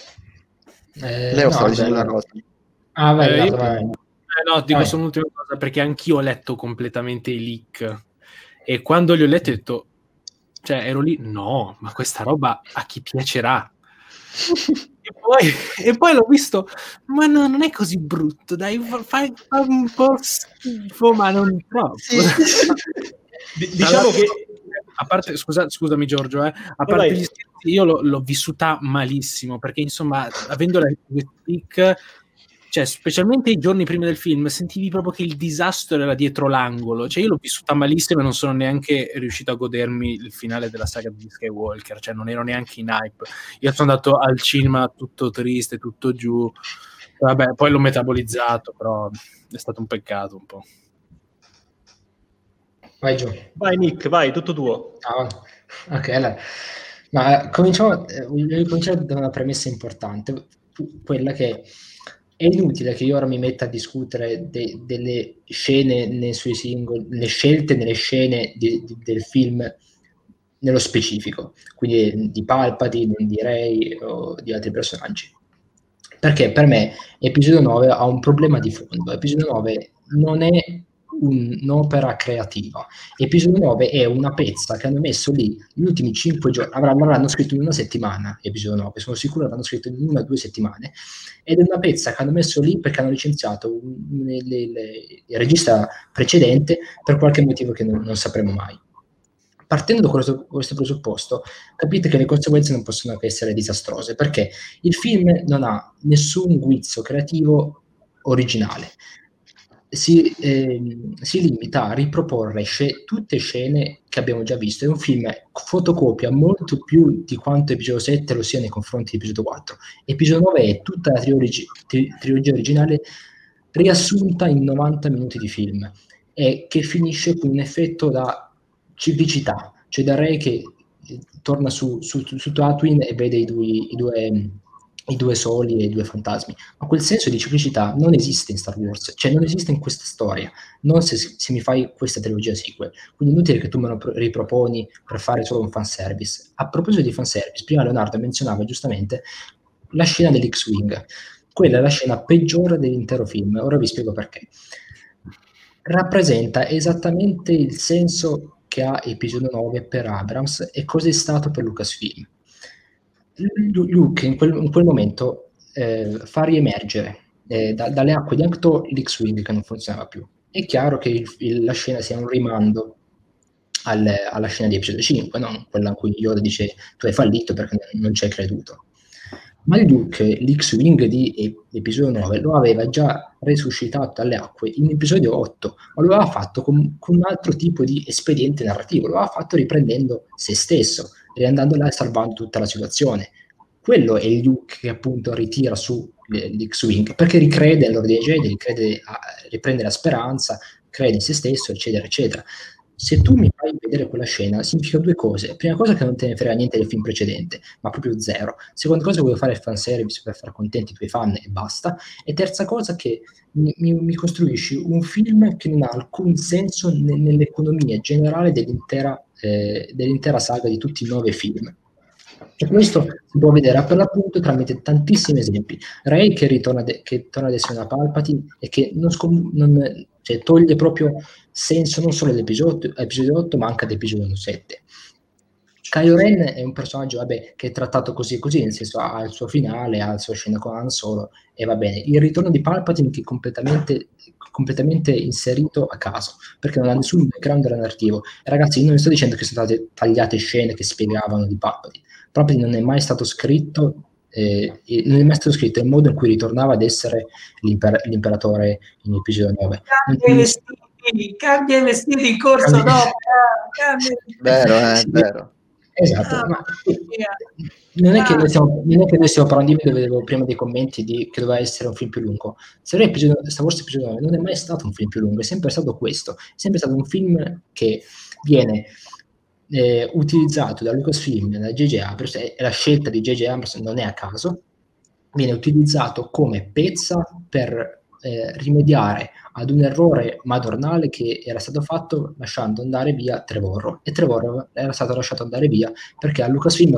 Leo stava dicendo una cosa. Vai. No, dico solo un'ultima cosa, perché anch'io ho letto completamente i leak. E quando li ho letti ho detto, cioè ero lì, no, ma questa roba a chi piacerà? e poi l'ho visto, ma no, non è così brutto, dai, fa un po' schifo, ma non troppo. Sì. Diciamo che a parte, scusami Giorgio, a parte gli scherzi, io l'ho vissuta malissimo, perché insomma, avendo la leak, cioè specialmente i giorni prima del film sentivi proprio che il disastro era dietro l'angolo, cioè io l'ho vissuta malissimo e non sono neanche riuscito a godermi il finale della saga di Skywalker, cioè non ero neanche in hype. Io sono andato al cinema tutto triste, tutto giù, vabbè, poi l'ho metabolizzato, però è stato un peccato un po'. Vai Gio. Vai Nick, vai, tutto tuo. Ok, allora, ma voglio cominciare da una premessa importante, quella che è inutile che io ora mi metta a discutere delle scene nei suoi singoli, le scelte nelle scene del film nello specifico, quindi di Palpatine, di Rey o di altri personaggi. Perché per me episodio 9 ha un problema di fondo. Episodio 9 non è un'opera creativa. Episodio 9 è una pezza che hanno messo lì gli ultimi 5 giorni, l'avranno scritto in una settimana, episodio 9, sono sicuro l'avranno scritto in 1 o 2 settimane, ed è una pezza che hanno messo lì perché hanno licenziato il regista precedente per qualche motivo che non sapremo mai. Partendo da questo presupposto, capite che le conseguenze non possono che essere disastrose, perché il film non ha nessun guizzo creativo originale. Si limita a riproporre tutte scene che abbiamo già visto. È un film fotocopia molto più di quanto episodio 7 lo sia nei confronti di episodio 4. Episodio 9 è tutta la trilogia originale riassunta in 90 minuti di film, e che finisce con un effetto da ciclicità, cioè da Rey che torna su Tatooine e vede i due soli e i due fantasmi, ma quel senso di ciclicità non esiste in Star Wars, cioè non esiste in questa storia, non se mi fai questa trilogia sequel, quindi è inutile che tu me lo riproponi per fare solo un fanservice. A proposito di fanservice, prima Leonardo menzionava giustamente la scena dell'X-Wing, quella è la scena peggiore dell'intero film, ora vi spiego perché. Rappresenta esattamente il senso che ha episodio 9 per Abrams e cosa è stato per Lucasfilm. Luke in quel momento fa riemergere dalle acque di Acto l'X-Wing che non funzionava più. È chiaro che la scena sia un rimando alla scena di episodio 5, no? Quella in cui Yoda dice tu hai fallito perché non ci hai creduto. Ma Luke l'X-Wing di episodio 9 lo aveva già resuscitato dalle acque in episodio 8, ma lo aveva fatto con un altro tipo di espediente narrativo, lo aveva fatto riprendendo se stesso, riandando là e salvando tutta la situazione. Quello è il Luke che appunto ritira su l'X-Wing, perché ricrede all'Ordine Jedi, riprende la speranza, crede in se stesso, eccetera, eccetera. Se tu mi fai vedere quella scena, significa due cose. Prima cosa che non te ne frega niente del film precedente, ma proprio zero. Seconda cosa, vuoi fare il fanservice per far contenti i tuoi fan e basta. E terza cosa, che mi costruisci un film che non ha alcun senso nell'economia generale dell'intera saga di tutti i 9 film. E questo si può vedere per l'appunto tramite tantissimi esempi. Rey che torna ad essere una Palpatine e che cioè, toglie proprio senso non solo all'episodio 8 ma anche ad episodio 7. Kylo Ren è un personaggio che è trattato così e così, nel senso ha il suo finale, ha la sua scena con Han Solo e va bene. Il ritorno di Palpatine che è completamente inserito a caso, perché non ha nessun background narrativo. E ragazzi, io non sto dicendo che sono state tagliate scene che spiegavano di Palpatine. Palpatine non è mai stato scritto non è mai stato scritto il modo in cui ritornava ad essere l'imperatore in episodio 9. Cambia i vestiti in corso dopo. Vero. Esatto, ma non è che noi stiamo parlando, io vedevo prima dei commenti che doveva essere un film più lungo. Star Wars episodio 9 non è mai stato un film più lungo, è sempre stato questo, è sempre stato un film che viene utilizzato da Lucasfilm, da J.J. Abrams, e la scelta di J.J. Abrams non è a caso, viene utilizzato come pezza per rimediare ad un errore madornale che era stato fatto lasciando andare via Trevorrow, e Trevorrow era stato lasciato andare via perché a Lucasfilm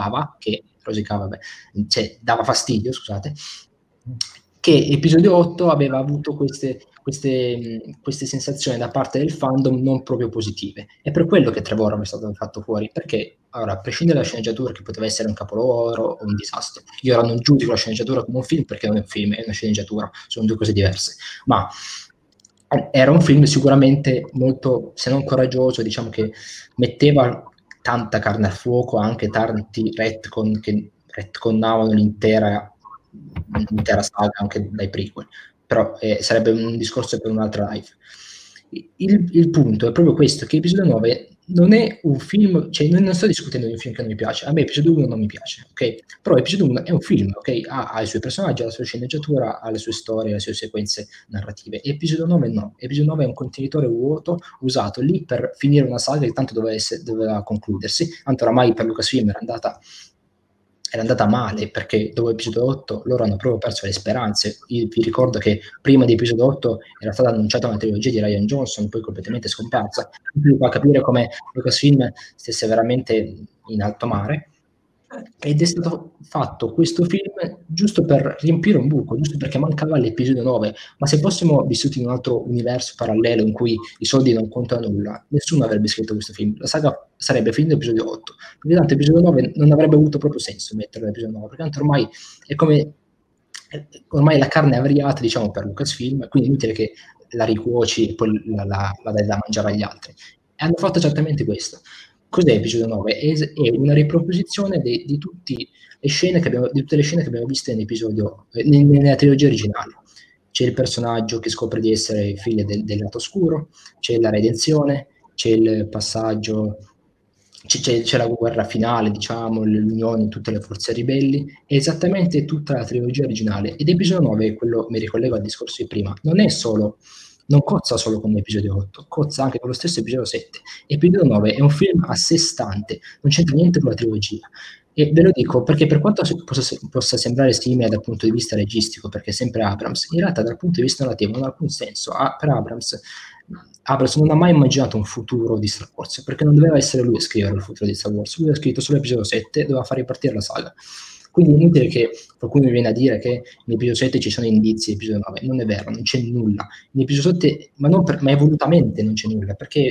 cioè dava fastidio, scusate, che episodio 8 aveva avuto queste sensazioni da parte del fandom non proprio positive. È per quello che Trevorrow è stato fatto fuori, perché ora, a prescindere dalla sceneggiatura che poteva essere un capolavoro o un disastro, io ora non giudico la sceneggiatura come un film perché non è un film, è una sceneggiatura, sono due cose diverse, ma era un film sicuramente molto, se non coraggioso, diciamo che metteva tanta carne al fuoco, anche tanti retcon che retconnavano l'intera saga anche dai prequel, però sarebbe un discorso per un'altra live. Il punto è proprio questo, che episodio 9 non è un film, cioè non sto discutendo di un film che non mi piace, a me episodio 1 non mi piace, ok? Però episodio 1 è un film, ok? Ha i suoi personaggi, ha la sua sceneggiatura, ha le sue storie, le sue sequenze narrative. Episodio 9 no, episodio 9 è un contenitore vuoto usato lì per finire una saga che tanto doveva concludersi, tanto oramai per Lucasfilm era andata male, perché dopo episodio 8 loro hanno proprio perso le speranze. Io vi ricordo che prima di episodio 8 era stata annunciata una trilogia di Rian Johnson, poi completamente scomparsa. Quindi fa capire come Lucasfilm stesse veramente in alto mare, ed è stato fatto questo film giusto per riempire un buco, giusto perché mancava l'episodio 9. Ma se fossimo vissuti in un altro universo parallelo in cui i soldi non contano nulla, nessuno avrebbe scritto questo film, la saga sarebbe finita all'episodio 8, perché tanto episodio 9 non avrebbe avuto proprio senso metterlo all'episodio 9, perché tanto ormai è come la carne avriata, diciamo, per Lucasfilm, quindi è inutile che la ricuoci e poi la dai da mangiare agli altri. E hanno fatto esattamente questo. Cos'è episodio 9? È una riproposizione di tutte le scene che abbiamo visto nella trilogia originale. C'è il personaggio che scopre di essere figlio del lato oscuro, c'è la redenzione, c'è il passaggio, c'è la guerra finale, diciamo, l'unione di tutte le forze ribelli. È esattamente tutta la trilogia originale. Ed episodio 9, quello mi ricollego al discorso di prima, non cozza solo con l'episodio 8, cozza anche con lo stesso episodio 7. Episodio 9 è un film a sé stante, non c'entra niente con la trilogia. E ve lo dico perché, per quanto possa sembrare simile dal punto di vista registico, perché è sempre Abrams, in realtà dal punto di vista narrativo non ha alcun senso. Per Abrams non ha mai immaginato un futuro di Star Wars, perché non doveva essere lui a scrivere il futuro di Star Wars. Lui ha scritto solo l'episodio 7, doveva far ripartire la saga. Quindi è inutile che qualcuno mi viene a dire che in episodio 7 ci sono indizi, in episodio 9. Non è vero, non c'è nulla. In episodio 7, ma volutamente non c'è nulla, perché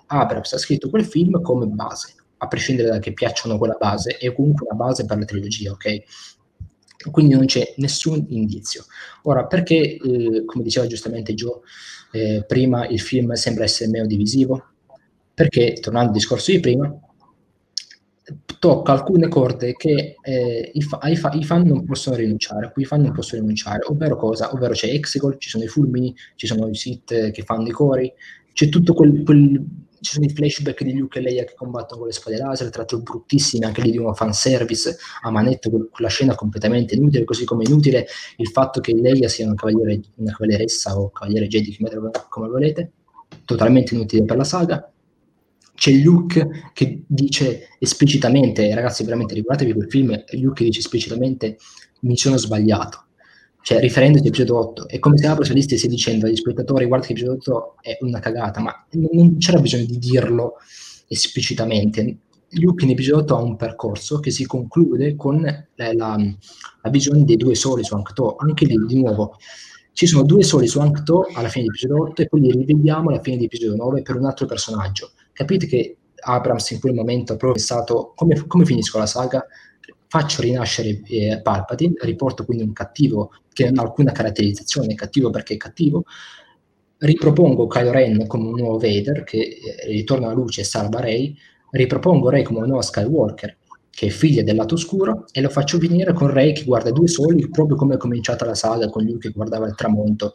Abrams ha scritto quel film come base, a prescindere da che piacciono quella base, è comunque una base per la trilogia, ok? Quindi non c'è nessun indizio. Ora, perché, come diceva giustamente Joe, prima il film sembra essere meno divisivo? Perché, tornando al discorso di prima, tocca alcune corde che i fan non possono rinunciare, a cui i fan non possono rinunciare, ovvero cosa? Ovvero c'è Exegol, ci sono i fulmini, ci sono i Sith che fanno i cori, c'è tutto ci sono i flashback di Luke e Leia che combattono con le spade laser, tra l'altro bruttissimi, anche lì di uno fanservice a manetta, quella scena completamente inutile, così come inutile il fatto che Leia sia una cavalleressa o cavaliere Jedi, come volete, totalmente inutile per la saga. C'è Luke che dice esplicitamente, ragazzi veramente ricordatevi quel film, Luke dice esplicitamente mi sono sbagliato, cioè riferendosi all'episodio 8, è come se la protagonista stia dicendo agli spettatori guarda che l'episodio 8 è una cagata, ma non c'era bisogno di dirlo esplicitamente. Luke in episodio 8 ha un percorso che si conclude con la visione dei 2 soli su Ankh-To, anche lì di nuovo ci sono 2 soli su Ankh-To alla fine di episodio 8 e poi li rivediamo alla fine di episodio 9 per un altro personaggio. Capite che Abrams in quel momento ha proprio pensato come finisco la saga? Faccio rinascere Palpatine, riporto quindi un cattivo che non ha alcuna caratterizzazione, è cattivo perché è cattivo, ripropongo Kylo Ren come un nuovo Vader che ritorna alla luce e salva Rey, ripropongo Rey come una nuova Skywalker che è figlia del lato oscuro e lo faccio finire con Rey che guarda 2 soli, proprio come è cominciata la saga con Luke che guardava il tramonto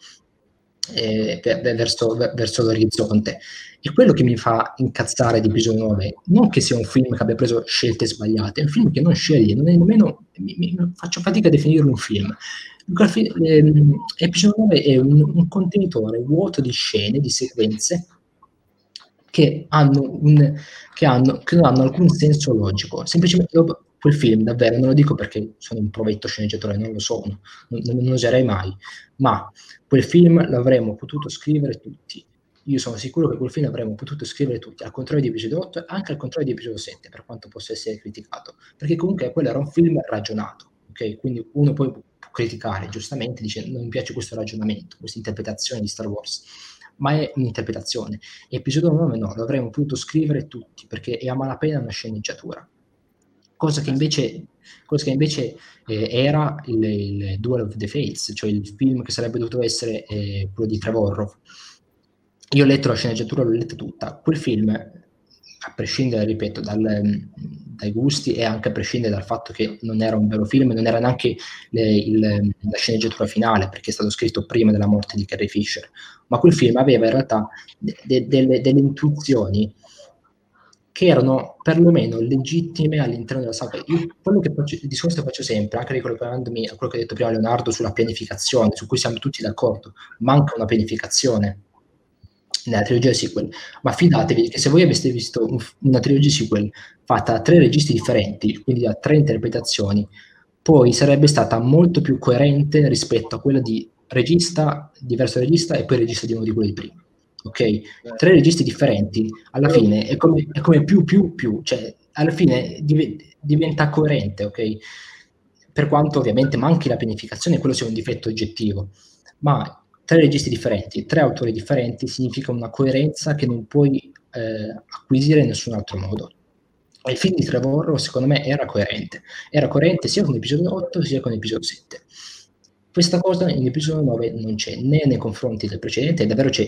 verso l'orizzonte. E quello che mi fa incazzare di episodio 9 non che sia un film che abbia preso scelte sbagliate, è un film che non sceglie, non è nemmeno faccio fatica a definirlo un film. Episodio 9 è un contenitore vuoto di scene, di sequenze che non hanno alcun senso logico. Semplicemente quel film, davvero, non lo dico perché sono un provetto sceneggiatore, non lo sono, non oserei mai, ma quel film l'avremmo potuto scrivere tutti. Io sono sicuro che quel film l'avremmo potuto scrivere tutti, al contrario di episodio 8 e anche al contrario di episodio 7, per quanto possa essere criticato, perché comunque quello era un film ragionato, ok? Quindi uno poi può criticare, giustamente, dice non mi piace questo ragionamento, questa interpretazione di Star Wars, ma è un'interpretazione. Episodio 9 no, l'avremmo potuto scrivere tutti, perché è a malapena una sceneggiatura. Cosa che invece era il Duel of the Fates, cioè il film che sarebbe dovuto essere quello di Trevorrow. Io ho letto la sceneggiatura, l'ho letta tutta. Quel film, a prescindere, ripeto, dai gusti e anche a prescindere dal fatto che non era un vero film, non era neanche la sceneggiatura finale, perché è stato scritto prima della morte di Carrie Fisher, ma quel film aveva in realtà delle intuizioni che erano perlomeno legittime all'interno della saga. Io il discorso che faccio sempre, anche ricollegandomi a quello che ha detto prima Leonardo sulla pianificazione, su cui siamo tutti d'accordo, manca una pianificazione nella trilogia sequel, ma fidatevi che se voi aveste visto una trilogia sequel fatta da 3 registi differenti, quindi da 3 interpretazioni, poi sarebbe stata molto più coerente rispetto a quella di diverso regista e poi regista di uno di quelli di prima. Ok? 3 registi differenti, alla fine è come più, cioè alla fine diventa coerente, ok? Per quanto ovviamente manchi la pianificazione, quello sia un difetto oggettivo, ma 3 registi differenti, 3 autori differenti significa una coerenza che non puoi acquisire in nessun altro modo. E il film di Trevorrow secondo me era coerente sia con l'episodio 8 sia con l'episodio 7. Questa cosa in episodio 9 non c'è, né nei confronti del precedente, davvero c'è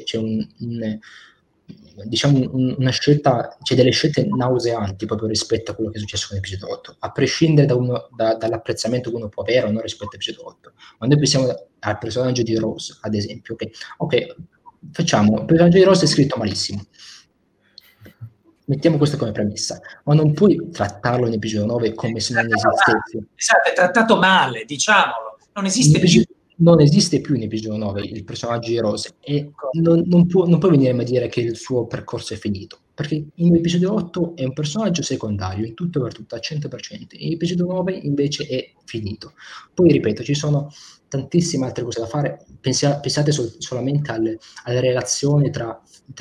una scelta, c'è delle scelte nauseanti proprio rispetto a quello che è successo con l'episodio 8, a prescindere dall'apprezzamento che uno può avere o no rispetto all'episodio 8. Quando pensiamo al personaggio di Rose, ad esempio, ok, facciamo, il personaggio di Rose è scritto malissimo, mettiamo questo come premessa, ma non puoi trattarlo in episodio 9 come se non esistesse. Esatto, è trattato male, diciamolo, non esiste più. Non esiste più in episodio 9 il personaggio di Rose e non può venire a dire che il suo percorso è finito, perché in episodio 8 è un personaggio secondario in tutto per tutto al 100%, in episodio 9 invece è finito. Poi ripeto, ci sono tantissime altre cose da fare, pensate solamente alle relazioni tra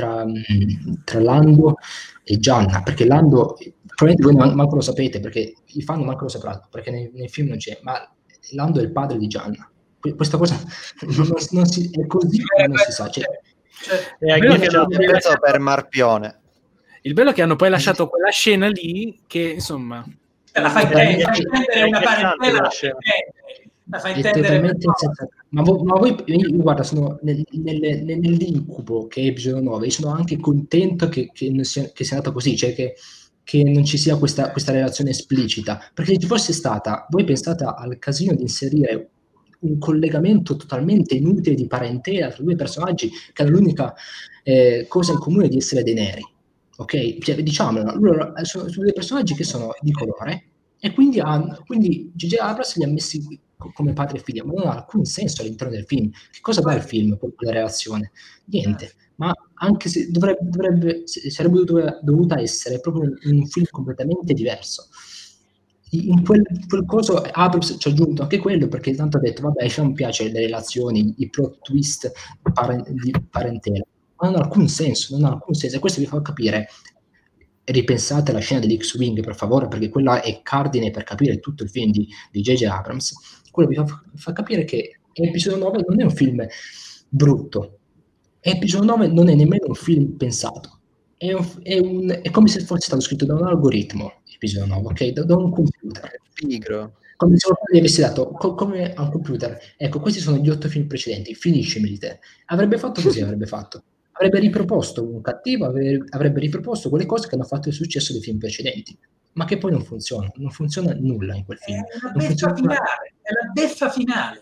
Lando e Gianna, perché Lando probabilmente voi manco lo sapete, perché i fan manco lo sapranno, perché nel film non c'è, ma Lando è il padre di Gianna. Questa cosa non si sa, cioè, penso per Marpione. Il bello è che hanno poi lasciato quella scena lì che, insomma... La fai intendere una parentela, la fai intendere... Ma voi, guarda, sono nell'incubo che è episodio 9, io sono anche contento che sia andato così, cioè che non ci sia questa relazione esplicita, perché se ci fosse stata, voi pensate al casino di inserire un collegamento totalmente inutile di parentela tra due personaggi che hanno l'unica cosa in comune di essere dei neri, ok? Cioè, diciamolo, loro sono dei personaggi che sono di colore e quindi J.J. Abrams li ha messi come padre e figlia, ma non ha alcun senso all'interno del film. Che cosa dà il film con quella relazione? Niente. Ma anche se sarebbe dovuta essere proprio un film completamente diverso. In quel coso Abrams ci ha aggiunto anche quello, perché tanto ha detto vabbè, ci non piace le relazioni, i plot twist di parentela, ma non ha alcun senso, e questo vi fa capire. Ripensate alla scena dell'X-Wing, per favore, perché quella è cardine per capire tutto il film di J.J. Abrams. Quello vi fa capire che Episodio 9 non è un film brutto. Episodio 9 non è nemmeno un film pensato. È come se fosse stato scritto da un algoritmo, Episodio 9, ok? Da un computer. Pigro. Come se gli avessi dato, come a un computer. Ecco, questi sono gli 8 film precedenti, finiscimi di te. Avrebbe fatto così, avrebbe riproposto un cattivo, avrebbe riproposto quelle cose che hanno fatto il successo dei film precedenti, ma che poi non funziona nulla in quel film. È la beffa finale.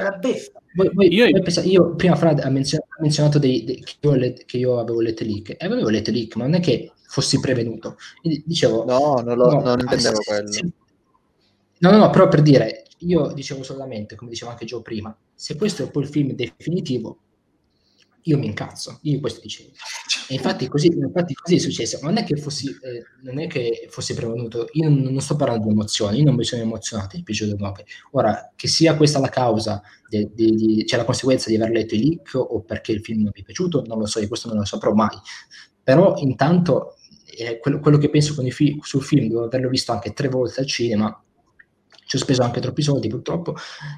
Io prima Frad ha menzionato che io avevo letto leak, e avevo letto leak, ma non è che fossi prevenuto. Quindi dicevo non intendevo quello. No, però per dire, io dicevo solamente, come diceva anche Joe prima, se questo è poi il film definitivo, io mi incazzo, io questo dicevo. E infatti così è successo. Non è che fossi prevenuto, io non sto parlando di emozioni, io non mi sono emozionato in episodio 9. Ora, che sia questa la causa, cioè la conseguenza di aver letto i leak o perché il film non mi è piaciuto, non lo so, e questo non lo saprò mai. Però intanto quello che penso sul film, devo averlo visto anche 3 volte al cinema, ci ho speso anche troppi soldi purtroppo,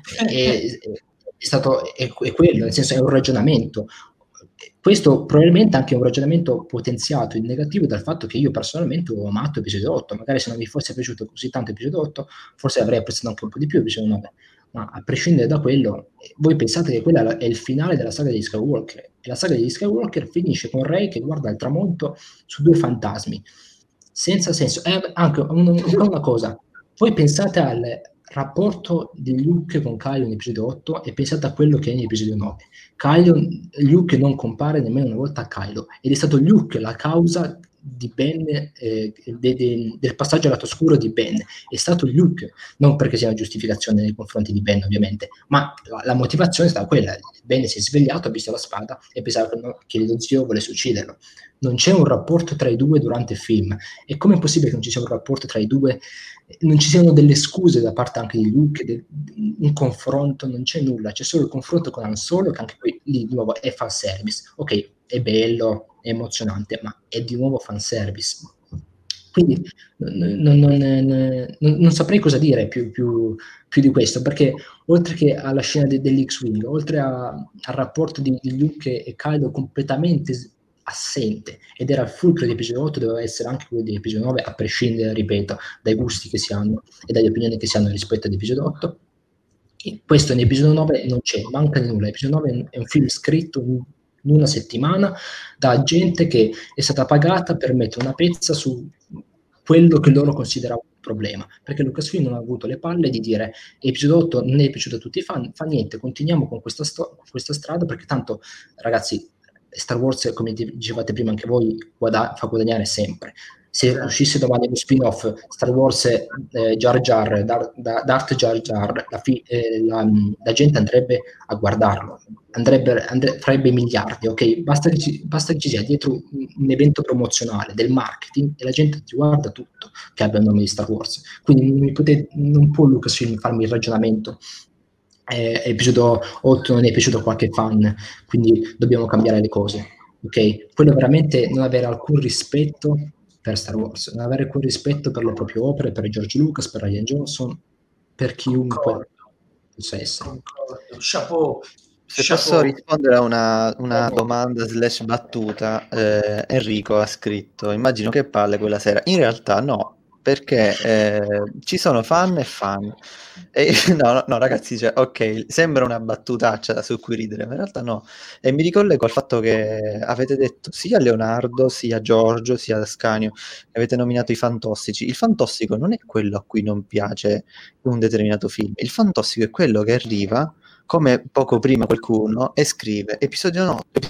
è quello, nel senso è un ragionamento. Questo probabilmente anche un ragionamento potenziato in negativo dal fatto che io personalmente ho amato episodio 8, magari se non mi fosse piaciuto così tanto episodio 8 forse avrei apprezzato anche un po' di più episodio 9, ma a prescindere da quello, voi pensate che quella è il finale della saga degli Skywalker, e la saga degli Skywalker finisce con Rey che guarda il tramonto su 2 fantasmi senza senso. Anche una cosa, voi pensate al rapporto di Luke con Kylo in episodio 8 e pensate a quello che è in episodio 9. Luke non compare nemmeno una volta a Kylo, ed è stato Luke la causa di Ben, del passaggio al lato oscuro di Ben. È stato Luke, non perché sia una giustificazione nei confronti di Ben ovviamente, ma la motivazione è stata quella. Ben si è svegliato, ha visto la spada e pensava che lo zio volesse ucciderlo. Non c'è un rapporto tra i due durante il film. E com'è possibile che non ci sia un rapporto tra i due? Non ci siano delle scuse da parte anche di Luke, un confronto, non c'è nulla, c'è solo il confronto con Han Solo, che anche qui di nuovo è fanservice. Ok, è bello, è emozionante, ma è di nuovo fanservice. Quindi non saprei cosa dire più di questo, perché oltre che alla scena dell'X-Wing, oltre al rapporto di Luke e Kylo completamente assente, ed era il fulcro di episodio 8, doveva essere anche quello di episodio 9, a prescindere, ripeto, dai gusti che si hanno e dalle opinioni che si hanno rispetto ad episodio 8. E questo in episodio 9 non c'è, manca di nulla. Episodio 9 è un film scritto in una settimana da gente che è stata pagata per mettere una pezza su quello che loro consideravano un problema, perché Lucasfilm non ha avuto le palle di dire episodio 8 non è piaciuto a tutti i fan, fa niente, continuiamo con questa strada, perché tanto ragazzi Star Wars, come dicevate prima anche voi, fa guadagnare sempre. Se uscisse domani uno spin-off Star Wars Jar Jar, Darth Jar Jar, la gente andrebbe a guardarlo, farebbe miliardi, ok? Basta che ci sia dietro un evento promozionale del marketing e la gente ti guarda tutto che abbia il nome di Star Wars. Quindi non può Lucasfilm farmi il ragionamento episodio 8 non è piaciuto a qualche fan, quindi dobbiamo cambiare le cose, ok? Quello veramente non avere alcun rispetto per Star Wars, non avere alcun rispetto per le proprie opere, per George Lucas, per Rian Johnson, per chiunque possa essere. Chapeau. Se posso rispondere a una domanda / battuta, Enrico ha scritto: immagino che palle quella sera. In realtà no, perché ci sono fan e fan. E, no, ragazzi, cioè, ok, sembra una battutaccia su cui ridere, ma in realtà no. E mi ricollego al fatto che avete detto sia Leonardo, sia Giorgio, sia Ascanio, avete nominato i fan tossici. Il fan tossico non è quello a cui non piace un determinato film. Il fan tossico è quello che arriva come poco prima qualcuno e scrive episodio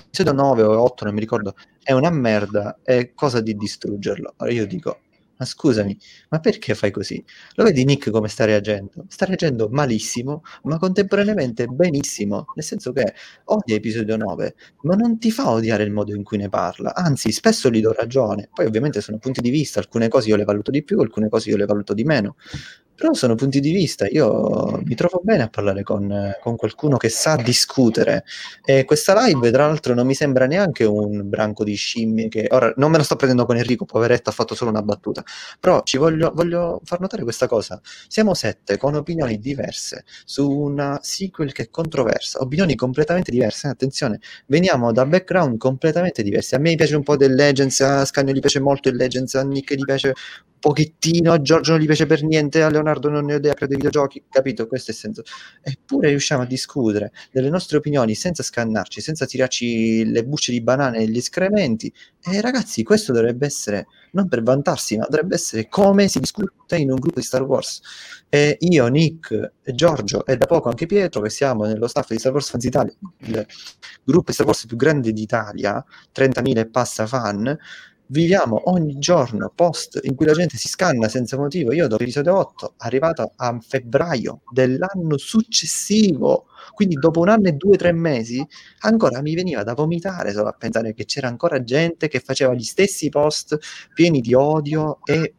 9 o 8, non mi ricordo, è una merda, è cosa di distruggerlo. Allora io dico, ma scusami, ma perché fai così? Lo vedi Nick come sta reagendo? Sta reagendo malissimo, ma contemporaneamente benissimo, nel senso che odia episodio 9, ma non ti fa odiare il modo in cui ne parla, anzi spesso gli do ragione. Poi ovviamente sono punti di vista, alcune cose io le valuto di più, alcune cose io le valuto di meno, però sono punti di vista. Io mi trovo bene a parlare con qualcuno che sa discutere, e questa live tra l'altro non mi sembra neanche un branco di scimmie che ora non me lo sto prendendo con Enrico, poveretto, ha fatto solo una battuta, però voglio far notare questa cosa: siamo 7 con opinioni diverse su una sequel che è controversa, opinioni completamente diverse, attenzione, veniamo da background completamente diversi. A me piace un po' del Legends, a Scagno gli piace molto il Legends, a Nick gli piace pochettino, a Giorgio non gli piace per niente, a Leonardo non ne ho idea, credo ai videogiochi, capito? Questo è il senso. Eppure riusciamo a discutere delle nostre opinioni senza scannarci, senza tirarci le bucce di banane e gli escrementi. E ragazzi, questo dovrebbe essere, non per vantarsi, ma dovrebbe essere come si discute in un gruppo di Star Wars. E io, Nick, Giorgio e da poco anche Pietro, che siamo nello staff di Star Wars Fans Italia, il gruppo di Star Wars più grande d'Italia, 30.000 e passa fan, viviamo ogni giorno post in cui la gente si scanna senza motivo. Io dopo episodio 8, arrivato a febbraio dell'anno successivo, quindi dopo 1 anno e 2-3 mesi, ancora mi veniva da vomitare solo a pensare che c'era ancora gente che faceva gli stessi post pieni di odio e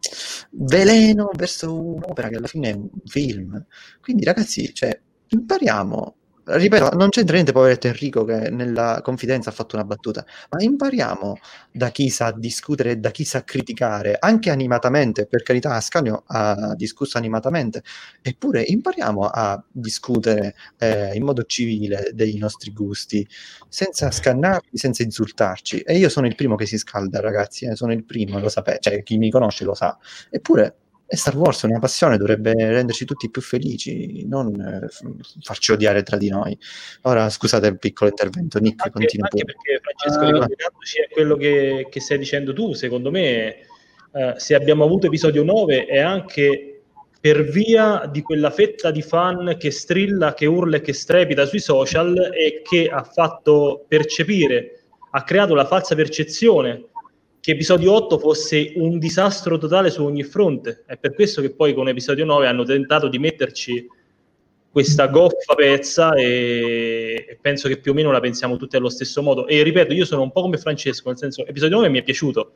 veleno verso un'opera che alla fine è un film. Quindi ragazzi, cioè, impariamo. Ripeto, non c'entra niente poveretto Enrico che nella confidenza ha fatto una battuta, ma impariamo da chi sa discutere e da chi sa criticare, anche animatamente. Per carità, Ascanio ha discusso animatamente, eppure impariamo a discutere in modo civile dei nostri gusti, senza scannarci, senza insultarci. E io sono il primo che si scalda, ragazzi, sono il primo, lo sapete, cioè chi mi conosce lo sa. Eppure è Star Wars, è una passione, dovrebbe renderci tutti più felici, non farci odiare tra di noi. Ora, scusate il piccolo intervento, Nick, continua. Anche perché, Francesco, ricollegandoci a quello che stai dicendo tu, secondo me, se abbiamo avuto episodio 9 è anche per via di quella fetta di fan che strilla, che urla e che strepita sui social e che ha fatto percepire, ha creato la falsa percezione che episodio 8 fosse un disastro totale su ogni fronte. È per questo che poi con episodio 9 hanno tentato di metterci questa goffa pezza e penso che più o meno la pensiamo tutti allo stesso modo. E ripeto, io sono un po' come Francesco, nel senso, episodio 9 mi è piaciuto,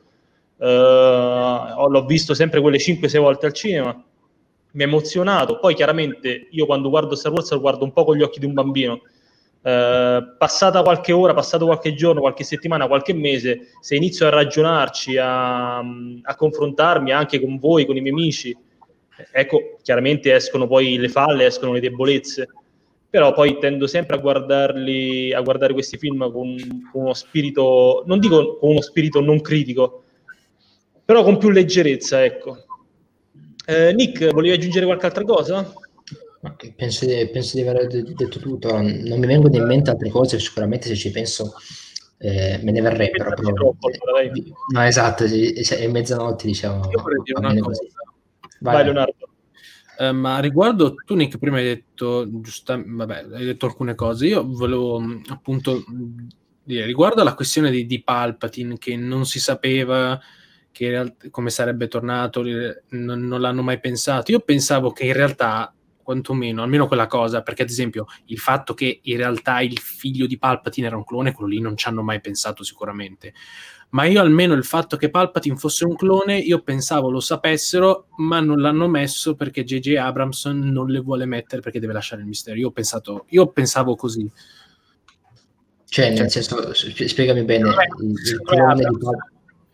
l'ho visto sempre quelle 5-6 volte al cinema, mi ha emozionato. Poi chiaramente io quando guardo Star Wars lo guardo un po' con gli occhi di un bambino. Passata qualche ora, passato qualche giorno, qualche settimana, qualche mese, se inizio a ragionarci, a confrontarmi anche con voi, con i miei amici, ecco, chiaramente escono poi le falle, escono le debolezze, però poi tendo sempre a guardare questi film con uno spirito, non dico con uno spirito non critico, però con più leggerezza, ecco. Nick, volevi aggiungere qualche altra cosa? Penso di aver detto tutto, non mi vengono in mente altre cose, sicuramente se ci penso me ne verrebbero. No, esatto, è mezzanotte, diciamo. Io vorrei dire una cosa. Vai Leonardo. Ma riguardo, tu Nick prima hai detto hai detto alcune cose. Io volevo appunto dire riguardo alla questione di Palpatine, che non si sapeva che come sarebbe tornato, non l'hanno mai pensato. Io pensavo che in realtà, quantomeno, almeno quella cosa, perché ad esempio il fatto che in realtà il figlio di Palpatine era un clone, quello lì non ci hanno mai pensato sicuramente, ma io almeno il fatto che Palpatine fosse un clone, io pensavo lo sapessero, ma non l'hanno messo perché J.J. Abrams non le vuole mettere perché deve lasciare il mistero. Io pensavo così. Cioè, nel senso, spiegami bene, il clone di Palpatine.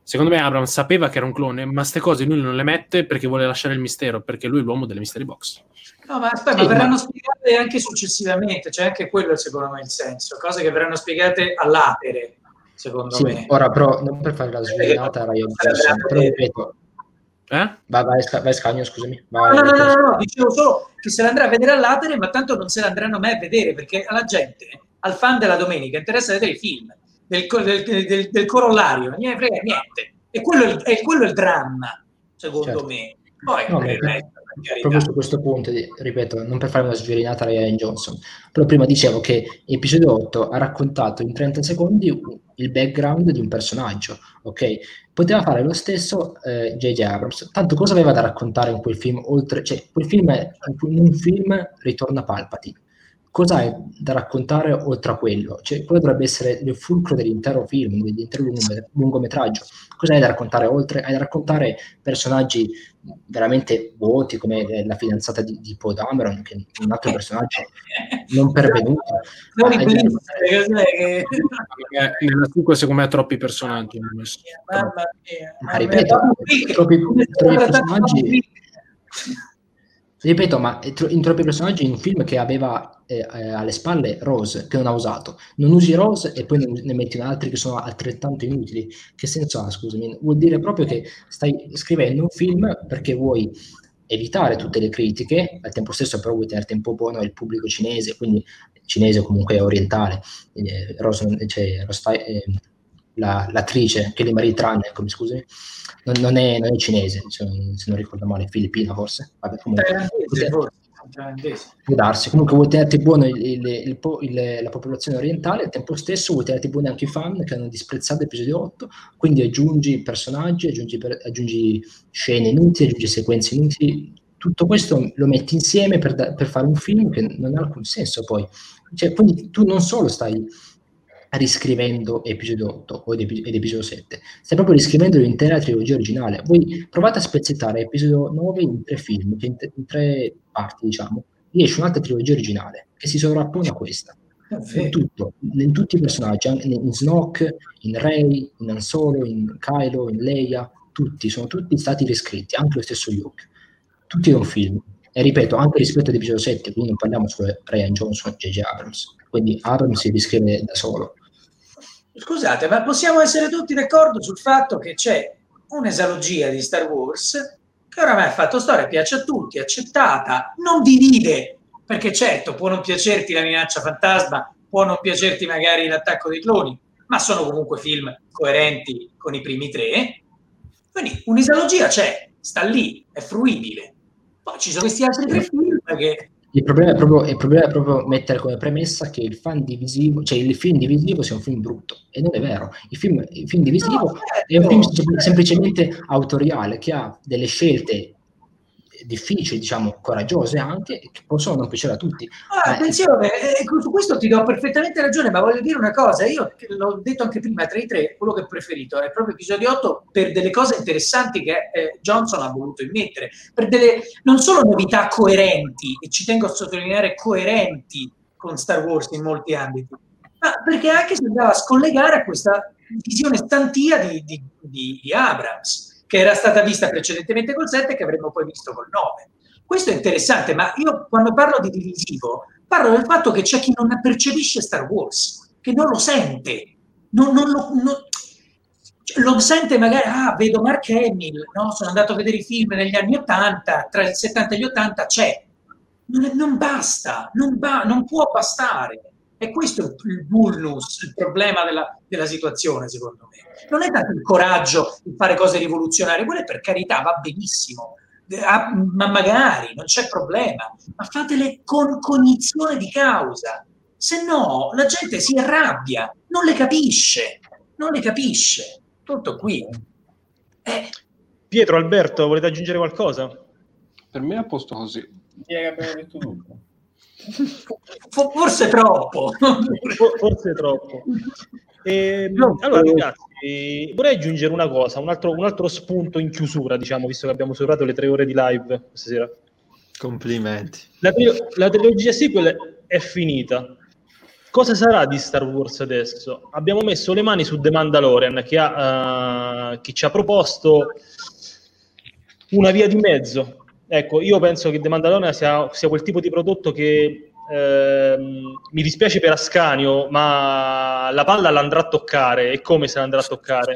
Secondo me Abrams sapeva che era un clone, ma ste cose lui non le mette perché vuole lasciare il mistero, perché lui è l'uomo delle mystery box. No, ma aspetta, ma verranno spiegate anche successivamente, c'è anche quello secondo me il senso, cose che verranno spiegate all'atere, secondo me. Ora però, non per fare la svilinata Ryan Johnson, però ripeto, vai Scagno, scusami. No, dicevo solo che se l'andrà a vedere all'atere, ma tanto non se l'andranno mai a vedere, perché alla gente, al fan della domenica, interessa vedere i film del corollario, non gliene frega niente. E quello è il dramma, secondo me. Poi proprio su questo punto, ripeto, non per fare una svirinata a Ryan Johnson, però prima dicevo che episodio 8 ha raccontato in 30 secondi il background di un personaggio, ok? Poteva fare lo stesso J.J. Abrams, tanto cosa aveva da raccontare in quel film, oltre, cioè quel film in un film ritorna Palpatine. Cosa hai da raccontare oltre a quello? Cioè, quello dovrebbe essere il fulcro dell'intero film, dell'intero lungometraggio. Cosa hai da raccontare oltre? Hai da raccontare personaggi veramente vuoti, come la fidanzata di Poe Dameron, che è un altro personaggio non pervenuto. Nella sequel secondo me ha troppi personaggi. Ma ripeto, troppi personaggi... Ripeto, ma in troppi personaggi in un film che aveva alle spalle Rose, che non ha usato. Non usi Rose e poi ne metti altri che sono altrettanto inutili. Che senso ha, scusami? Vuol dire proprio che stai scrivendo un film perché vuoi evitare tutte le critiche, al tempo stesso però vuoi tenerti un po' buono il pubblico cinese, quindi cinese comunque orientale. L'attrice Kelly Marie Tran, scusami, non è cinese, se non ricordo male, filippina forse. Vabbè, comunque, può darsi. Comunque vuoi tenerti buono la popolazione orientale, al tempo stesso vuoi tenerti buoni anche i fan che hanno disprezzato l'episodio 8, quindi aggiungi personaggi, aggiungi scene inutili, aggiungi sequenze inutili. Tutto questo lo metti insieme per fare un film che non ha alcun senso poi. Cioè, quindi tu non solo stai riscrivendo episodio 8 ed episodio 7, stai proprio riscrivendo l'intera trilogia originale. Voi provate a spezzettare episodio 9 in 3 film, in 3 parti, diciamo, riesce un'altra trilogia originale che si sovrappone a questa in tutto, in tutti i personaggi, in Snoke, in Rey, in Han Solo, in Kylo, in Leia, sono tutti stati riscritti, anche lo stesso Luke, tutti in un film. E ripeto, anche rispetto all'episodio 7, quindi non parliamo solo di Ryan Johnson e J.J. Abrams, quindi Abrams si riscrive da solo. Scusate, ma possiamo essere tutti d'accordo sul fatto che c'è un'esalogia di Star Wars che oramai ha fatto storia, piace a tutti, accettata, non divide, perché certo può non piacerti La minaccia fantasma, può non piacerti magari L'attacco dei cloni, ma sono comunque film coerenti con i primi 3, quindi un'esalogia c'è, sta lì, è fruibile. Poi ci sono questi altri 3 film che... Il problema è proprio mettere come premessa che il film divisivo sia un film brutto, e non è vero. Il film divisivo è un film semplicemente autoriale, che ha delle scelte difficili, diciamo, coraggiose anche, che possono non piacere a tutti. Attenzione, su questo ti do perfettamente ragione, ma voglio dire una cosa, io l'ho detto anche prima, tra i 3, quello che ho preferito è proprio episodio 8 per delle cose interessanti che Johnson ha voluto immettere, per delle non solo novità coerenti, e ci tengo a sottolineare coerenti con Star Wars in molti ambiti, ma perché anche si andava a scollegare a questa visione stantia di Abrams, che era stata vista precedentemente col 7 e che avremmo poi visto col 9. Questo è interessante, ma io quando parlo di divisivo parlo del fatto che c'è chi non percepisce Star Wars, che non lo sente, lo sente magari, vedo Mark Hamill, no? Sono andato a vedere i film negli anni 80, tra il 70 e gli 80 c'è. Non basta, non può bastare. E questo è il vulnus, il problema della situazione, secondo me. Non è tanto il coraggio di fare cose rivoluzionarie, quelle per carità va benissimo, ma magari non c'è problema, ma fatele con cognizione di causa, se no la gente si arrabbia, non le capisce, tutto qui. Pietro, Alberto, volete aggiungere qualcosa? Per me è a posto così. Abbiamo detto tutto. Forse troppo. Forse troppo. Allora ragazzi, vorrei aggiungere una cosa, un altro spunto in chiusura, diciamo, visto che abbiamo superato le 3 ore di live stasera. Complimenti. La trilogia sequel è finita. cosa sarà di Star Wars adesso? Abbiamo messo le mani su The Mandalorian, che ci ha proposto una via di mezzo. Ecco, io penso che The Mandalorian sia quel tipo di prodotto che mi dispiace per Ascanio, ma la palla l'andrà a toccare, e come se l'andrà a toccare?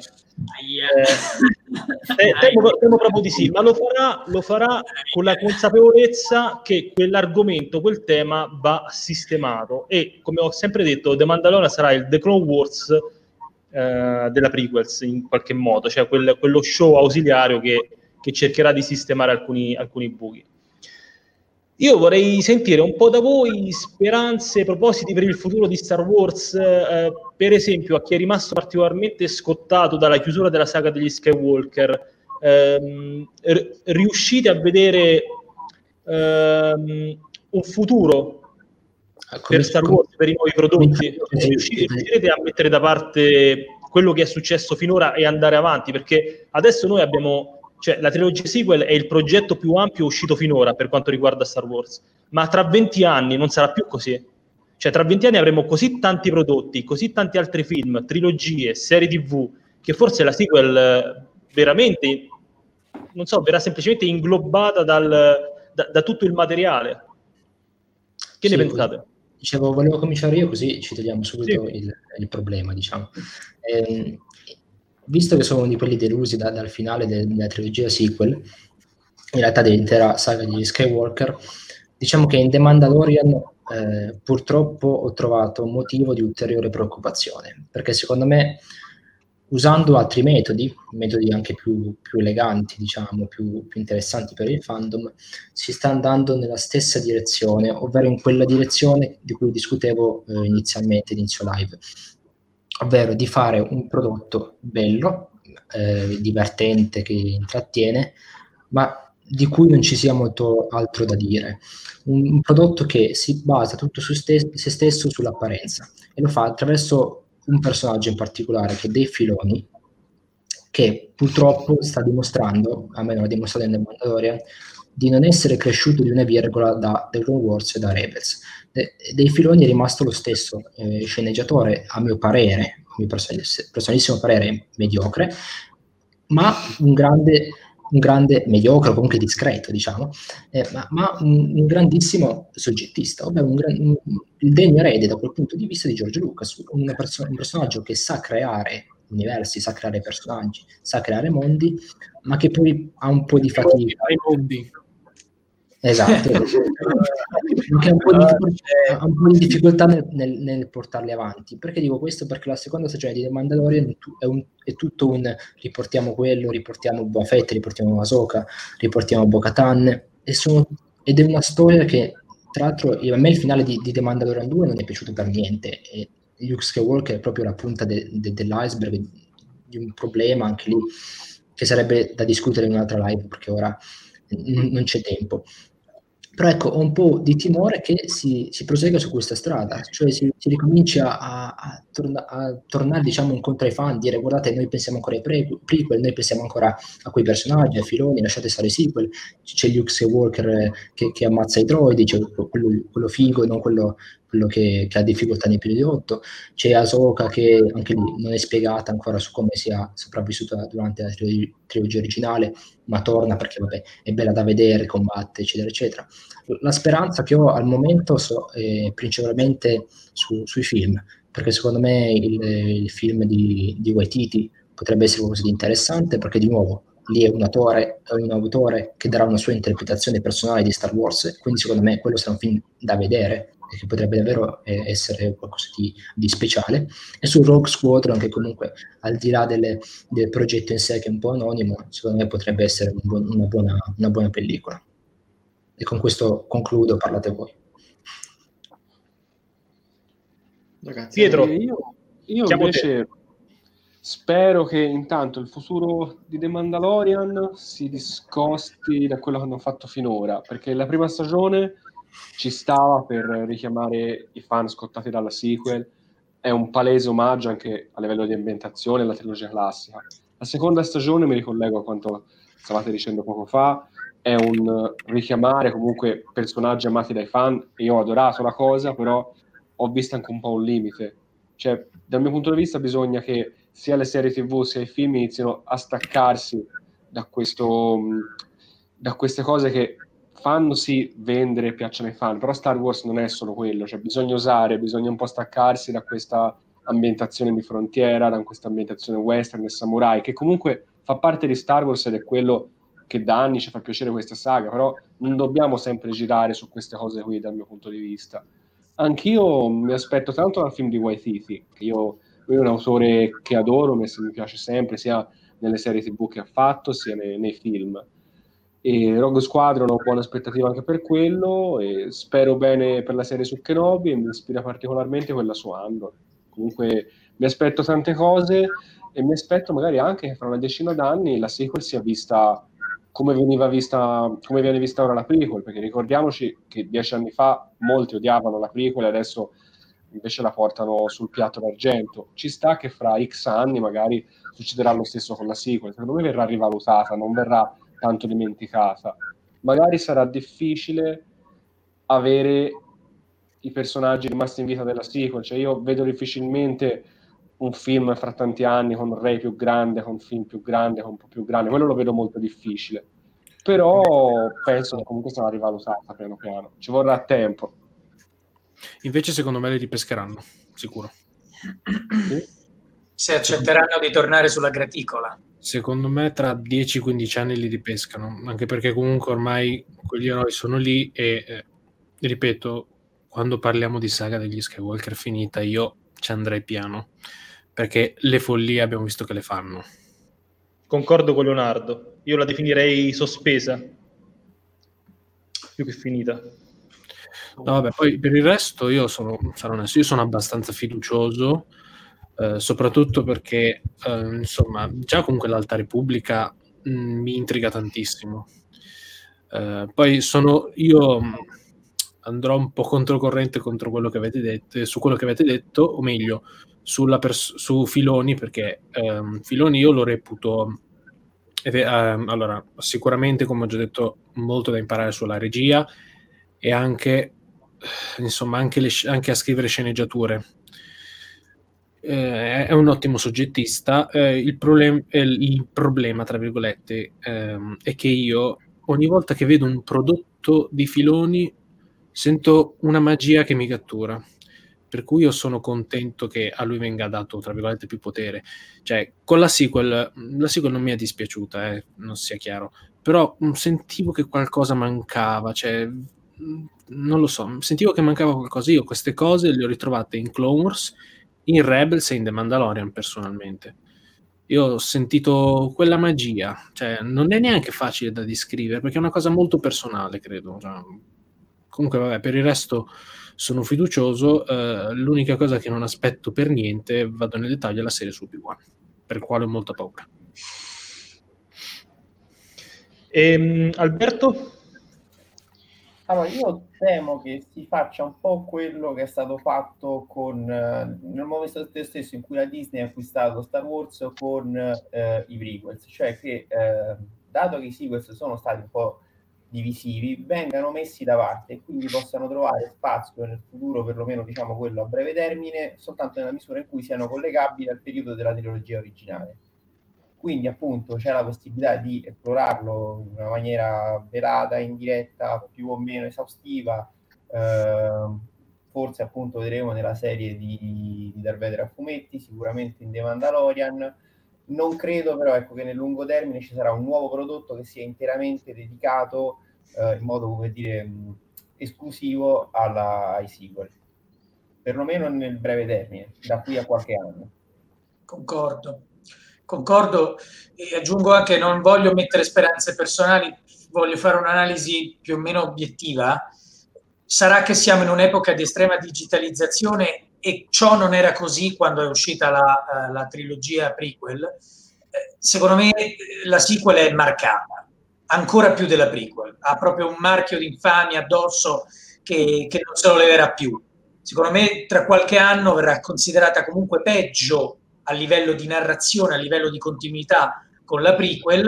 Temo proprio di sì, ma lo farà con la consapevolezza che quell'argomento, quel tema va sistemato, e come ho sempre detto, The Mandalorian sarà il The Clone Wars della prequels in qualche modo, cioè quello show ausiliario che cercherà di sistemare alcuni buchi. Io vorrei sentire un po' da voi speranze, propositi per il futuro di Star Wars, per esempio a chi è rimasto particolarmente scottato dalla chiusura della saga degli Skywalker. Riuscite a vedere un futuro per Star Wars, per i nuovi prodotti? Riuscirete a mettere da parte quello che è successo finora e andare avanti? Perché adesso noi abbiamo... Cioè, la trilogia sequel è il progetto più ampio uscito finora per quanto riguarda Star Wars, ma tra 20 anni non sarà più così. Cioè, tra 20 anni avremo così tanti prodotti, così tanti altri film, trilogie, serie TV, che forse la sequel veramente, non so, verrà semplicemente inglobata da tutto il materiale. Che ne pensate? Dicevo, volevo cominciare io, così ci togliamo subito il problema, diciamo. Visto che sono uno di quelli delusi dal finale della trilogia sequel, in realtà dell'intera saga di Skywalker, diciamo che in The Mandalorian purtroppo ho trovato un motivo di ulteriore preoccupazione, perché secondo me, usando altri metodi anche più eleganti, diciamo, più interessanti per il fandom, si sta andando nella stessa direzione, ovvero in quella direzione di cui discutevo inizialmente, inizio live, ovvero di fare un prodotto bello, divertente, che intrattiene, ma di cui non ci sia molto altro da dire. Un prodotto che si basa tutto su se stesso, sull'apparenza, e lo fa attraverso un personaggio in particolare, che è Dave Filoni, che purtroppo sta dimostrando, almeno l'ha dimostrato in The Mandalorian, di non essere cresciuto di una virgola da The Clone Wars e da Rebels. Dave Filoni è rimasto lo stesso sceneggiatore, a mio parere, a mio personalissimo parere, mediocre, ma un grande mediocre, comunque discreto, diciamo, ma un grandissimo soggettista, ovvero il degno erede da quel punto di vista di George Lucas, un personaggio che sa creare universi, sa creare personaggi, sa creare mondi, ma che poi ha un po' di fatica. Esatto, che ha un po' di difficoltà nel portarli avanti. Perché dico questo? Perché la seconda stagione di The Mandalorian è tutto un riportiamo quello, riportiamo Boba Fett, riportiamo Ahsoka, riportiamo Bo-Katan, ed è una storia che, tra l'altro, a me il finale di The Mandalorian 2 non è piaciuto per niente, e Luke Skywalker è proprio la punta dell'iceberg di un problema anche lì che sarebbe da discutere in un'altra live, perché ora non c'è tempo. Però ecco, ho un po' di timore che si prosegua su questa strada, cioè si ricomincia a tornare, diciamo, incontro ai fan, dire guardate, noi pensiamo ancora ai prequel, noi pensiamo ancora a quei personaggi, a Filoni, lasciate stare i sequel, c'è Luke Skywalker che ammazza i droidi, c'è quello figo, non quello che ha difficoltà nei più di 8, c'è Ahsoka che anche lì non è spiegata ancora su come sia sopravvissuta durante la trilogia originale, ma torna perché vabbè, è bella da vedere, combatte, eccetera, eccetera. La speranza che ho al momento è principalmente sui film, perché secondo me il film di Waititi potrebbe essere qualcosa di interessante, perché di nuovo lì è un autore che darà una sua interpretazione personale di Star Wars, quindi secondo me quello sarà un film da vedere, che potrebbe davvero essere qualcosa di speciale. E su Rogue Squadron, che comunque al di là del progetto in sé, che è un po' anonimo, secondo me potrebbe essere una buona pellicola. E con questo concludo, parlate voi. Ragazzi, Pietro, io invece spero che intanto il futuro di The Mandalorian si discosti da quello che hanno fatto finora, perché la prima stagione ci stava per richiamare i fan scottati dalla sequel, è un palese omaggio anche a livello di ambientazione alla trilogia classica. La seconda stagione, mi ricollego a quanto stavate dicendo poco fa, è un richiamare comunque personaggi amati dai fan, e io ho adorato la cosa, però ho visto anche un po' un limite. Cioè, dal mio punto di vista bisogna che sia le serie TV sia i film inizino a staccarsi da queste cose che fanno sì vendere e piacciono ai fan, però Star Wars non è solo quello, cioè bisogna un po' staccarsi da questa ambientazione di frontiera, da questa ambientazione western e samurai, che comunque fa parte di Star Wars ed è quello che da anni ci fa piacere questa saga, però non dobbiamo sempre girare su queste cose qui dal mio punto di vista. Anch'io mi aspetto tanto dal film di Waititi, che lui è un autore che adoro, mi piace sempre, sia nelle serie TV che ha fatto, sia nei film. E Rogue Squadron ho buone aspettative anche per quello, e spero bene per la serie su Kenobi, e mi ispira particolarmente quella su Andor. Comunque mi aspetto tante cose, e mi aspetto magari anche che fra una decina d'anni la sequel sia vista come viene vista ora la prequel, perché ricordiamoci che 10 anni fa molti odiavano la prequel e adesso invece la portano sul piatto d'argento. Ci sta che fra X anni magari succederà lo stesso con la sequel, secondo me verrà rivalutata, non verrà tanto dimenticata. Magari sarà difficile avere i personaggi rimasti in vita della sequel, cioè io vedo difficilmente un film fra tanti anni con Rey più grande, con Finn più grande, con un po' più grande, quello lo vedo molto difficile, però penso che comunque sarà rivalutata piano piano, ci vorrà tempo. Invece secondo me li ripescheranno, sicuro. Sì? Se accetteranno di tornare sulla graticola. Secondo me tra 10-15 anni li ripescano, anche perché comunque ormai quegli eroi sono lì e ripeto, quando parliamo di saga degli Skywalker finita io ci andrei piano, perché le follie abbiamo visto che le fanno. Concordo con Leonardo, io la definirei sospesa più che finita. No, vabbè, poi per il resto io sono abbastanza fiducioso, soprattutto perché insomma già con quell'Alta Repubblica mi intriga tantissimo. Poi io andrò un po' controcorrente contro quello che avete detto, su quello che avete detto, o meglio su Filoni, perché Filoni io lo reputo allora sicuramente, come ho già detto, molto da imparare sulla regia e anche insomma anche a scrivere sceneggiature. È un ottimo soggettista. Il problema tra virgolette è che io ogni volta che vedo un prodotto di Filoni sento una magia che mi cattura, per cui io sono contento che a lui venga dato tra virgolette più potere. Cioè con la sequel non mi è dispiaciuta, non sia chiaro, però sentivo che qualcosa mancava, cioè non lo so, sentivo che mancava qualcosa. Io queste cose le ho ritrovate in Clone Wars, in Rebels e in The Mandalorian personalmente. Io ho sentito quella magia, cioè non è neanche facile da descrivere perché è una cosa molto personale, credo. Comunque vabbè, per il resto sono fiducioso. L'unica cosa che non aspetto per niente, vado nel dettaglio, è la serie su Obi-Wan, per il quale ho molta paura. Alberto? Allora, io temo che si faccia un po' quello che è stato fatto con nel momento stesso in cui la Disney ha acquistato Star Wars con i prequels, cioè che dato che i sequels sono stati un po' divisivi, vengano messi da parte e quindi possano trovare spazio nel futuro, perlomeno diciamo quello a breve termine, soltanto nella misura in cui siano collegabili al periodo della trilogia originale. Quindi appunto c'è la possibilità di esplorarlo in una maniera velata, indiretta, più o meno esaustiva. Forse appunto vedremo nella serie di Darth Vader a fumetti, sicuramente in The Mandalorian. Non credo però che nel lungo termine ci sarà un nuovo prodotto che sia interamente dedicato in modo, come dire, esclusivo ai sequel, perlomeno nel breve termine, da qui a qualche anno. Concordo e aggiungo anche, non voglio mettere speranze personali, voglio fare un'analisi più o meno obiettiva. Sarà che siamo in un'epoca di estrema digitalizzazione e ciò non era così quando è uscita la trilogia prequel. Secondo me la sequel è marcata, ancora più della prequel, ha proprio un marchio di infamia addosso che non se lo leverà più. Secondo me tra qualche anno verrà considerata comunque peggio a livello di narrazione, a livello di continuità con la prequel,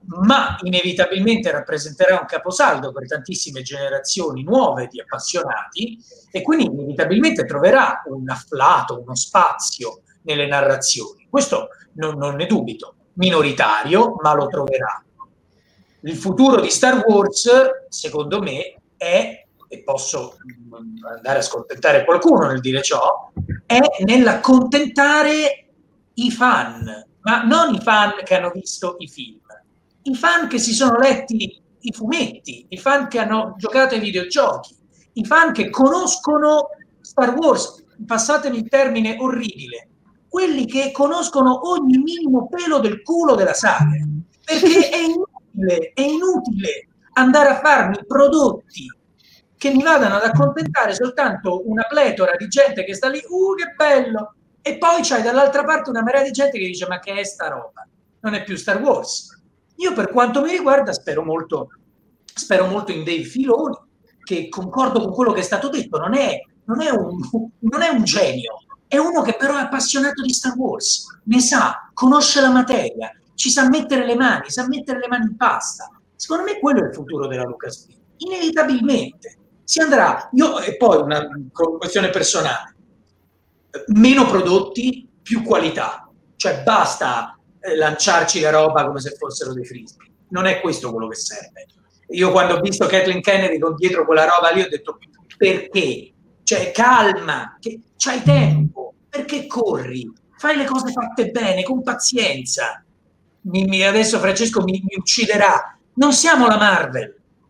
ma inevitabilmente rappresenterà un caposaldo per tantissime generazioni nuove di appassionati e quindi inevitabilmente troverà un afflato, uno spazio nelle narrazioni. Questo non ne dubito, minoritario, ma lo troverà. Il futuro di Star Wars, secondo me, è, e posso andare a scontentare qualcuno nel dire ciò, è nell'accontentare i fan, ma non i fan che hanno visto i film, i fan che si sono letti i fumetti, i fan che hanno giocato ai videogiochi, i fan che conoscono Star Wars, passatemi il termine orribile, quelli che conoscono ogni minimo pelo del culo della saga, perché è inutile andare a farmi prodotti che mi vadano ad accontentare soltanto una pletora di gente che sta lì, che bello, e poi c'hai dall'altra parte una marea di gente che dice ma che è sta roba, non è più Star Wars. Io per quanto mi riguarda spero molto in Dave Filoni, che concordo con quello che è stato detto, non è un genio, è uno che però è appassionato di Star Wars, ne sa, conosce la materia, ci sa mettere le mani in pasta. Secondo me quello è il futuro della Lucasfilm, inevitabilmente si andrà. E poi una questione personale, meno prodotti, più qualità, cioè basta lanciarci la roba come se fossero dei frisbee, non è questo quello che serve. Io quando ho visto Kathleen Kennedy con dietro quella roba lì ho detto perché? Cioè calma, che c'hai tempo, perché corri? Fai le cose fatte bene, con pazienza. Adesso Francesco mi ucciderà. Non siamo la Marvel.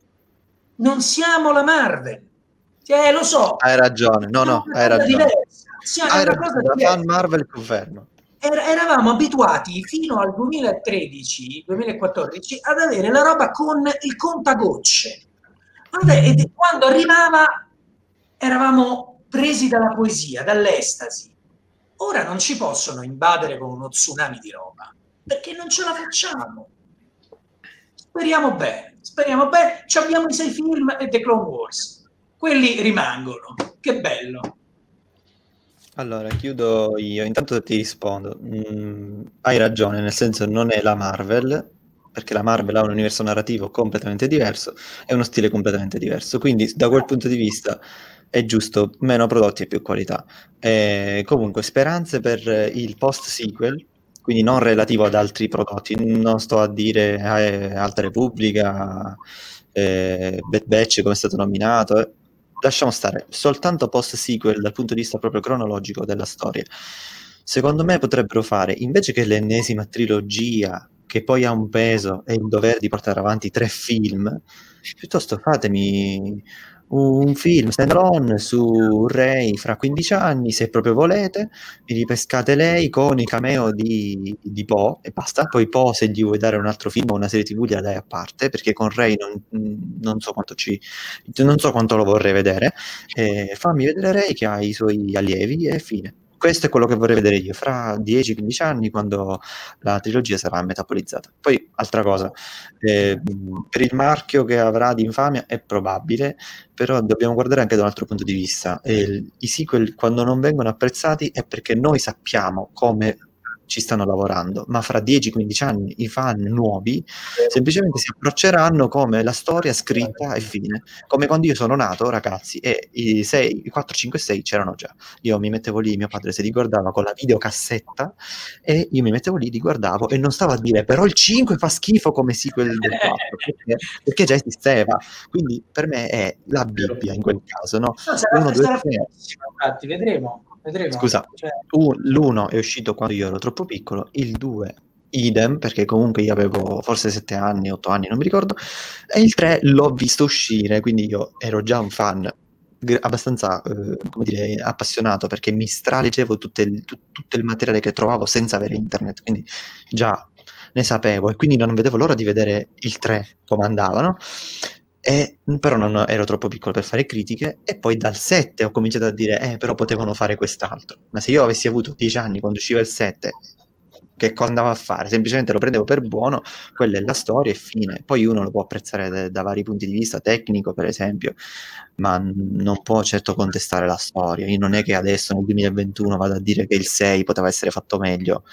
Lo so. Hai ragione, hai ragione. Hai ragione, da fan Marvel confermo. Eravamo abituati fino al 2013-2014 ad avere la roba con il contagocce. E quando arrivava eravamo presi dalla poesia, dall'estasi. Ora non ci possono invadere con uno tsunami di roba, perché non ce la facciamo. Speriamo bene. Ci abbiamo i 6 film e The Clone Wars. Quelli rimangono. Che bello. Allora, chiudo io. Intanto ti rispondo. Hai ragione, nel senso non è la Marvel, perché la Marvel ha un universo narrativo completamente diverso e uno stile completamente diverso. Quindi, da quel punto di vista, è giusto meno prodotti e più qualità. Comunque, speranze per il post-sequel, quindi non relativo ad altri prodotti. Non sto a dire Alta Repubblica, Bad Batch come è stato nominato. Lasciamo stare, soltanto post-sequel dal punto di vista proprio cronologico della storia. Secondo me potrebbero fare, invece che l'ennesima trilogia, che poi ha un peso e il dovere di portare avanti 3 film, piuttosto fatemi un film stand-alone su Rey fra 15 anni, se proprio volete, vi ripescate lei con i cameo di Poe e basta. Poi Poe, se gli vuoi dare un altro film o una serie TV, gliela dai a parte, perché con Rey non so quanto lo vorrei vedere. Fammi vedere Rey che ha i suoi allievi e fine. Questo è quello che vorrei vedere io fra 10-15 anni, quando la trilogia sarà metabolizzata. Poi, altra cosa, per il marchio che avrà di infamia è probabile, però dobbiamo guardare anche da un altro punto di vista. I sequel, quando non vengono apprezzati, è perché noi sappiamo come ci stanno lavorando, ma fra 10-15 anni i fan nuovi semplicemente si approcceranno come la storia scritta e fine, come quando io sono nato, ragazzi, e i 4, 5, 6 c'erano già. Io mi mettevo lì, mio padre si riguardava con la videocassetta e io mi mettevo lì, riguardavo e non stavo a dire però il 5 fa schifo come sequel del 4, perché già esisteva. Quindi per me è la Bibbia in quel caso, no? Infatti, vedremo. Scusa, l'1 è uscito quando io ero troppo piccolo, il 2 idem, perché comunque io avevo forse 7 anni, 8 anni, non mi ricordo, e il 3 l'ho visto uscire, quindi io ero già un fan abbastanza, come dire, appassionato, perché mi straleggevo tutto il materiale che trovavo senza avere internet, quindi già ne sapevo, e quindi non vedevo l'ora di vedere il 3 come andavano. Però non ero troppo piccolo per fare critiche, e poi dal 7 ho cominciato a dire però potevano fare quest'altro. Ma se io avessi avuto 10 anni quando usciva il 7, che cosa andavo a fare? Semplicemente lo prendevo per buono, quella è la storia e fine. Poi uno lo può apprezzare da vari punti di vista, tecnico per esempio, ma non può certo contestare la storia. Io non è che adesso nel 2021 vado a dire che il 6 poteva essere fatto meglio,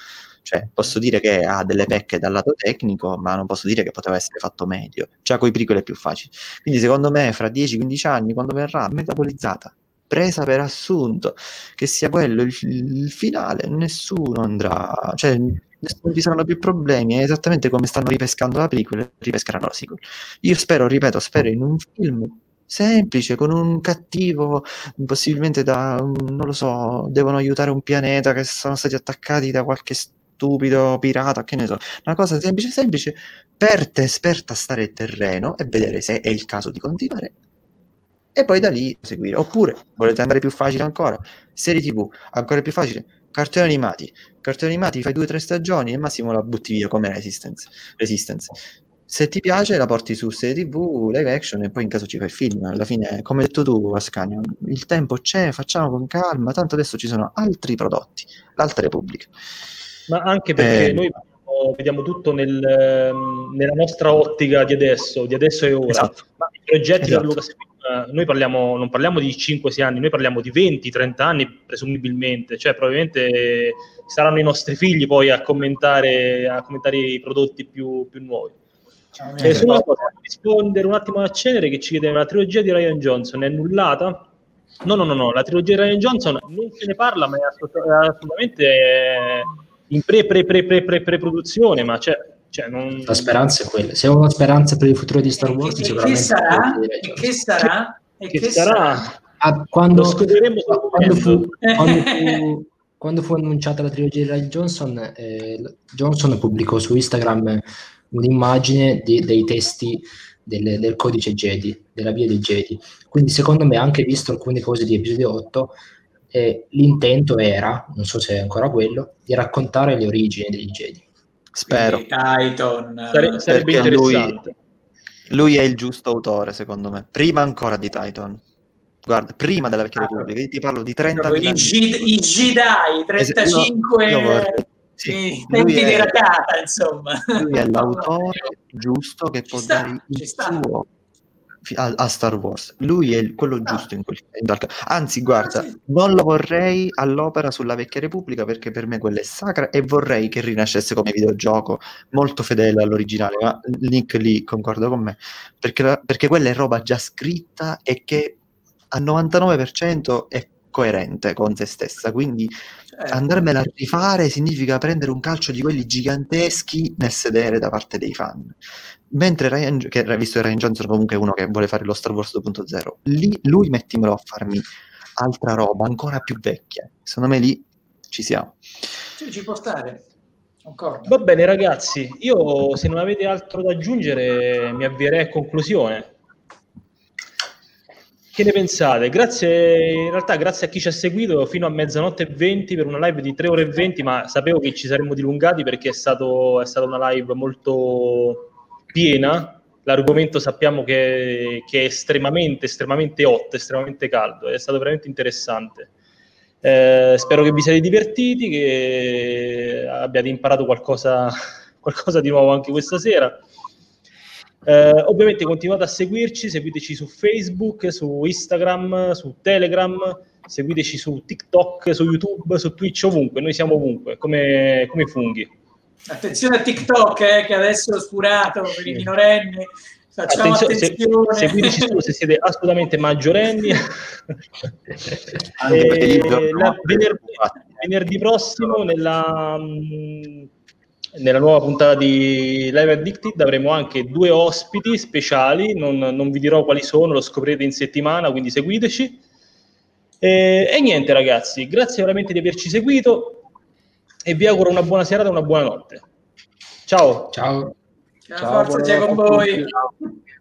Cioè, posso dire che ha delle pecche dal lato tecnico, ma non posso dire che poteva essere fatto meglio. Già coi prequel è più facile. Quindi secondo me fra 10-15 anni, quando verrà metabolizzata, presa per assunto che sia quello il finale, nessuno andrà, cioè non ci saranno più problemi. È esattamente come stanno ripescando la prequel, ripescheranno la sequel. Io spero in un film semplice, con un cattivo, possibilmente non lo so, devono aiutare un pianeta che sono stati attaccati da qualche stupido pirata, che ne so, una cosa semplice per tastare il terreno e vedere se è il caso di continuare, e poi da lì seguire. Oppure volete andare più facile ancora, serie TV, ancora più facile, cartoni animati, fai 2 o 3 stagioni e massimo la butti via come Resistance. Se ti piace la porti su serie TV, live action, e poi in caso ci fai il film. Alla fine, come hai detto tu, Ascanio, il tempo c'è, facciamo con calma, tanto adesso ci sono altri prodotti, l'Alta Repubblica. Ma anche perché noi vediamo tutto nella nostra ottica di adesso e ora. Esatto. Ma i progetti per Lucasfilm, noi non parliamo di 5-6 anni, noi parliamo di 20-30 anni presumibilmente, cioè probabilmente saranno i nostri figli poi a commentare i prodotti più nuovi. Su una cosa, rispondere un attimo a Cenere che ci chiedeva: la trilogia di Rian Johnson è annullata? No, la trilogia di Rian Johnson non se ne parla, ma è assolutamente in pre-produzione, ma non... La speranza è quella. Se ho una speranza per il futuro di Star Wars, sicuramente che sarà? Quando fu annunciata la trilogia di Rian Johnson, Johnson pubblicò su Instagram un'immagine dei testi del codice Jedi, della via dei Jedi. Quindi secondo me, anche visto alcune cose di episodio 8, l'intento era, non so se è ancora quello, di raccontare le origini dei Jedi. Spero. Titan, sarebbe interessante. Lui è il giusto autore, secondo me, prima ancora di Titan. Guarda, prima della Vecchia Repubblica, io ti parlo di 30 anni. I Jedi, 35 i tempi di Rakata, insomma. Lui è l'autore giusto che può dare il suo a Star Wars. Lui è quello giusto in quel anzi, guarda, non lo vorrei all'opera sulla Vecchia Repubblica, perché per me quella è sacra e vorrei che rinascesse come videogioco molto fedele all'originale. Ma Nick lì concorda con me, perché quella è roba già scritta e che al 99% è coerente con se stessa, quindi andarmela a rifare significa prendere un calcio di quelli giganteschi nel sedere da parte dei fan. Mentre Rian Johnson comunque è uno che vuole fare lo Star Wars 2.0, lui mettimelo a farmi altra roba ancora più vecchia. Secondo me lì ci siamo. Ci può stare. Concordo. Va bene ragazzi, io se non avete altro da aggiungere mi avvierei a conclusione. Che ne pensate? In realtà grazie a chi ci ha seguito fino a 00:20 per una live di 3 ore e 20, ma sapevo che ci saremmo dilungati perché è stata una live molto piena. L'argomento sappiamo che è estremamente hot, estremamente caldo, è stato veramente interessante. Spero che vi siate divertiti, che abbiate imparato qualcosa di nuovo anche questa sera. Ovviamente continuate a seguirci, seguiteci su Facebook, su Instagram, su Telegram, seguiteci su TikTok, su YouTube, su Twitch, ovunque, noi siamo ovunque, come i funghi. Attenzione a TikTok, che adesso è oscurato per i minorenni, facciamo attenzione. Seguiteci solo se siete assolutamente maggiorenni. Venerdì prossimo nella nuova puntata di Live Addicted avremo anche 2 ospiti speciali, non vi dirò quali sono, lo scoprirete in settimana, quindi seguiteci. E niente ragazzi, grazie veramente di averci seguito e vi auguro una buona serata e una buona notte. Ciao. Ciao. Forza sia con voi.